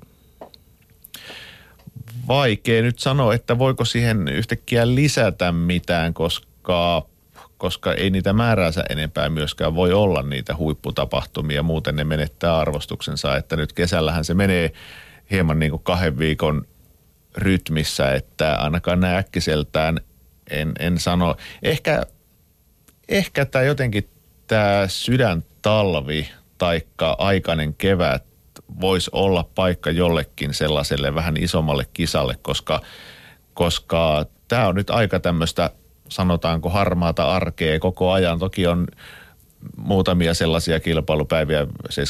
Vaikea nyt sanoa, että voiko siihen yhtäkkiä lisätä mitään, koska ei niitä määräänsä enempää myöskään voi olla niitä huipputapahtumia. Muuten ne menettää arvostuksensa, että nyt kesällähän se menee hieman niin kuin 2 viikon rytmissä, että ainakaan näin äkkiseltään en sano. Ehkä tämä jotenkin tämä sydäntalvi taikka aikainen kevät voisi olla paikka jollekin sellaiselle vähän isommalle kisalle, koska tämä on nyt aika tämmöistä, sanotaanko, harmaata arkea koko ajan. Toki on muutamia sellaisia kilpailupäiviä,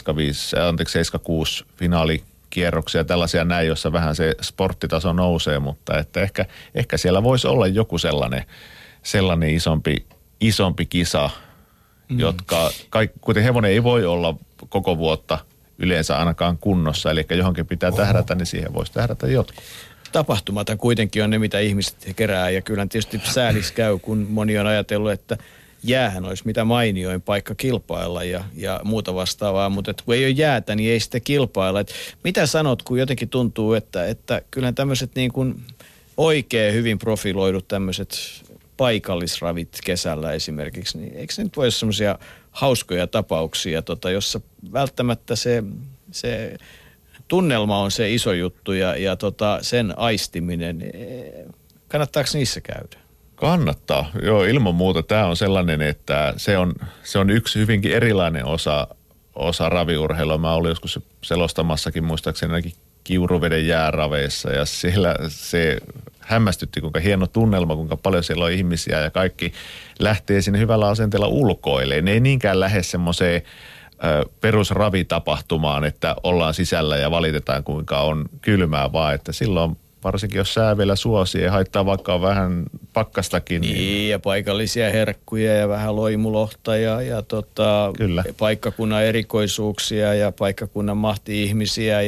76 finaalikierroksia, tällaisia näin, jossa vähän se sporttitaso nousee, mutta että ehkä siellä voisi olla joku sellainen isompi kisa, jotka, kuten hevonen ei voi olla koko vuotta yleensä ainakaan kunnossa, eli johonkin pitää tähdätä, niin siihen voisi tähdätä jotkut. Tapahtumat kuitenkin on ne, mitä ihmiset kerää, ja kyllä tietysti säälis käy, kun moni on ajatellut, että jäähän olisi mitä mainioin paikka kilpailla ja muuta vastaavaa, mutta kun ei ole jäätä, niin ei sitä kilpailla. Et mitä sanot, kun jotenkin tuntuu, että kyllä tämmöiset niin kuin oikein hyvin profiloidut tämmöiset paikallisravit kesällä esimerkiksi, niin eikö se nyt voi olla semmoisia hauskoja tapauksia, jossa välttämättä se tunnelma on se iso juttu ja sen aistiminen. Kannattaako niissä käydä? Kannattaa. Joo, ilman muuta. Tämä on sellainen, että se on yksi hyvinkin erilainen osa raviurheilua. Mä olin joskus selostamassakin muistaakseni ainakin Kiuruveden jääraveissa ja siellä se hämmästytti, kuinka hieno tunnelma, kuinka paljon siellä on ihmisiä ja kaikki lähtee sinne hyvällä asenteella ulkoilemaan. Ne ei niinkään lähde semmoiseen perusravitapahtumaan, että ollaan sisällä ja valitetaan kuinka on kylmää, vaan että silloin varsinkin jos sää vielä suosii ja haittaa vaikka vähän pakkastakin. Niin, ja paikallisia herkkuja ja vähän loimulohta ja paikkakunnan erikoisuuksia ja paikkakunnan mahti-ihmisiä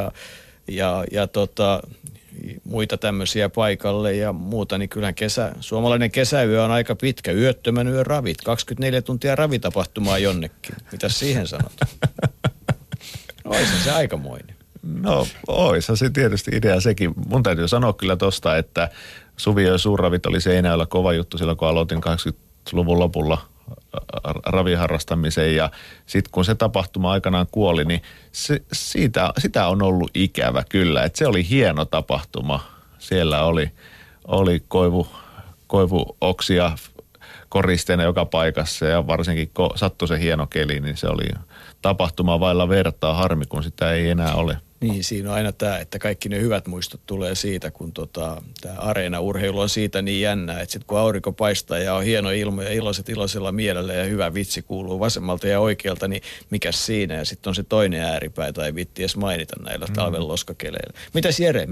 ja muita tämmöisiä paikalle ja muuta, niin kyllähän suomalainen kesäyö on aika pitkä. Yöttömän yön ravit, 24 tuntia ravitapahtumaa jonnekin. Mitäs siihen sanot? Oishan se aikamoinen. No, oishan se tietysti idea sekin. Mun täytyy sanoa kyllä tosta, että Suvi ja suurravit oli Seinäjoella kova juttu silloin, kun aloitin 80-luvun lopulla raviharrastamisen ja sitten kun se tapahtuma aikanaan kuoli, niin sitä on ollut ikävä kyllä. Että se oli hieno tapahtuma. Siellä oli koivuoksia koristeena joka paikassa ja varsinkin kun sattui se hieno keli, niin se oli tapahtuma vailla vertaa. Harmi, kun sitä ei enää ole. Niin, siinä on aina tämä, että kaikki ne hyvät muistot tulee siitä, kun tämä areenaurheilu on siitä niin jännää, että sitten kun aurinko paistaa ja on hieno ilma ja iloisella mielellä ja hyvä vitsi kuuluu vasemmalta ja oikealta, niin mikäs siinä? Ja sitten on se toinen ääripää tai vitti edes mainita näillä talven loskakeleillä. Mitäs Jere,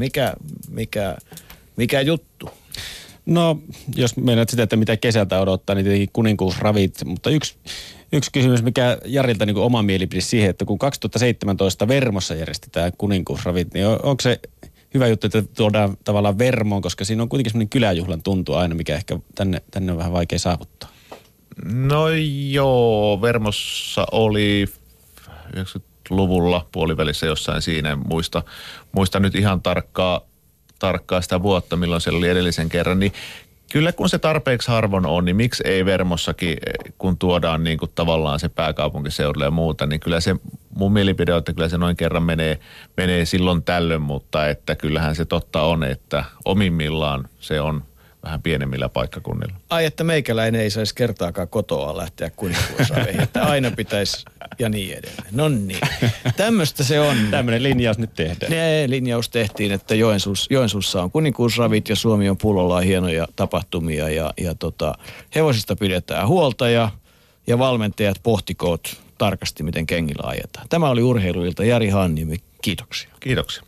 mikä juttu? No, jos meinaat sitä, että mitä kesältä odottaa, niin tietenkin kuninkuusravit, mutta yksi kysymys, mikä Jarilta niin kuin oma mielipide siihen, että kun 2017 Vermossa järjestetään kuninkuusravit, niin onko se hyvä juttu, että tuodaan tavallaan Vermoon, koska siinä on kuitenkin semmoinen kyläjuhlan tuntu aina, mikä ehkä tänne on vähän vaikea saavuttaa? No joo, Vermossa oli 90-luvulla puolivälissä jossain siinä, muista nyt ihan tarkkaa sitä vuotta, milloin siellä oli edellisen kerran, niin kyllä kun se tarpeeksi harvoin on, niin miksi ei Vermossakin, kun tuodaan niin kuin tavallaan se pääkaupunkiseudulle ja muuta, niin kyllä se mun mielipide on, että kyllä se noin kerran menee silloin tällöin, mutta että kyllähän se totta on, että omimmillaan se on vähän pienemmillä paikkakunnilla. Ai, että meikäläinen ei saisi kertaakaan kotoa lähteä kuninkuusraveihin, että aina pitäisi ja niin edelleen. No niin, tämmöistä se on. Tämmöinen linjaus nyt tehdään. Linjaus tehtiin, että Joensuussa on kuninkuusravit ja Suomi on pullollaan hienoja tapahtumia ja hevosista pidetään huolta ja valmentajat pohtikoot tarkasti, miten kengillä ajetaan. Tämä oli Urheiluilta. Jari Hanniemi, kiitoksia. Kiitoksia.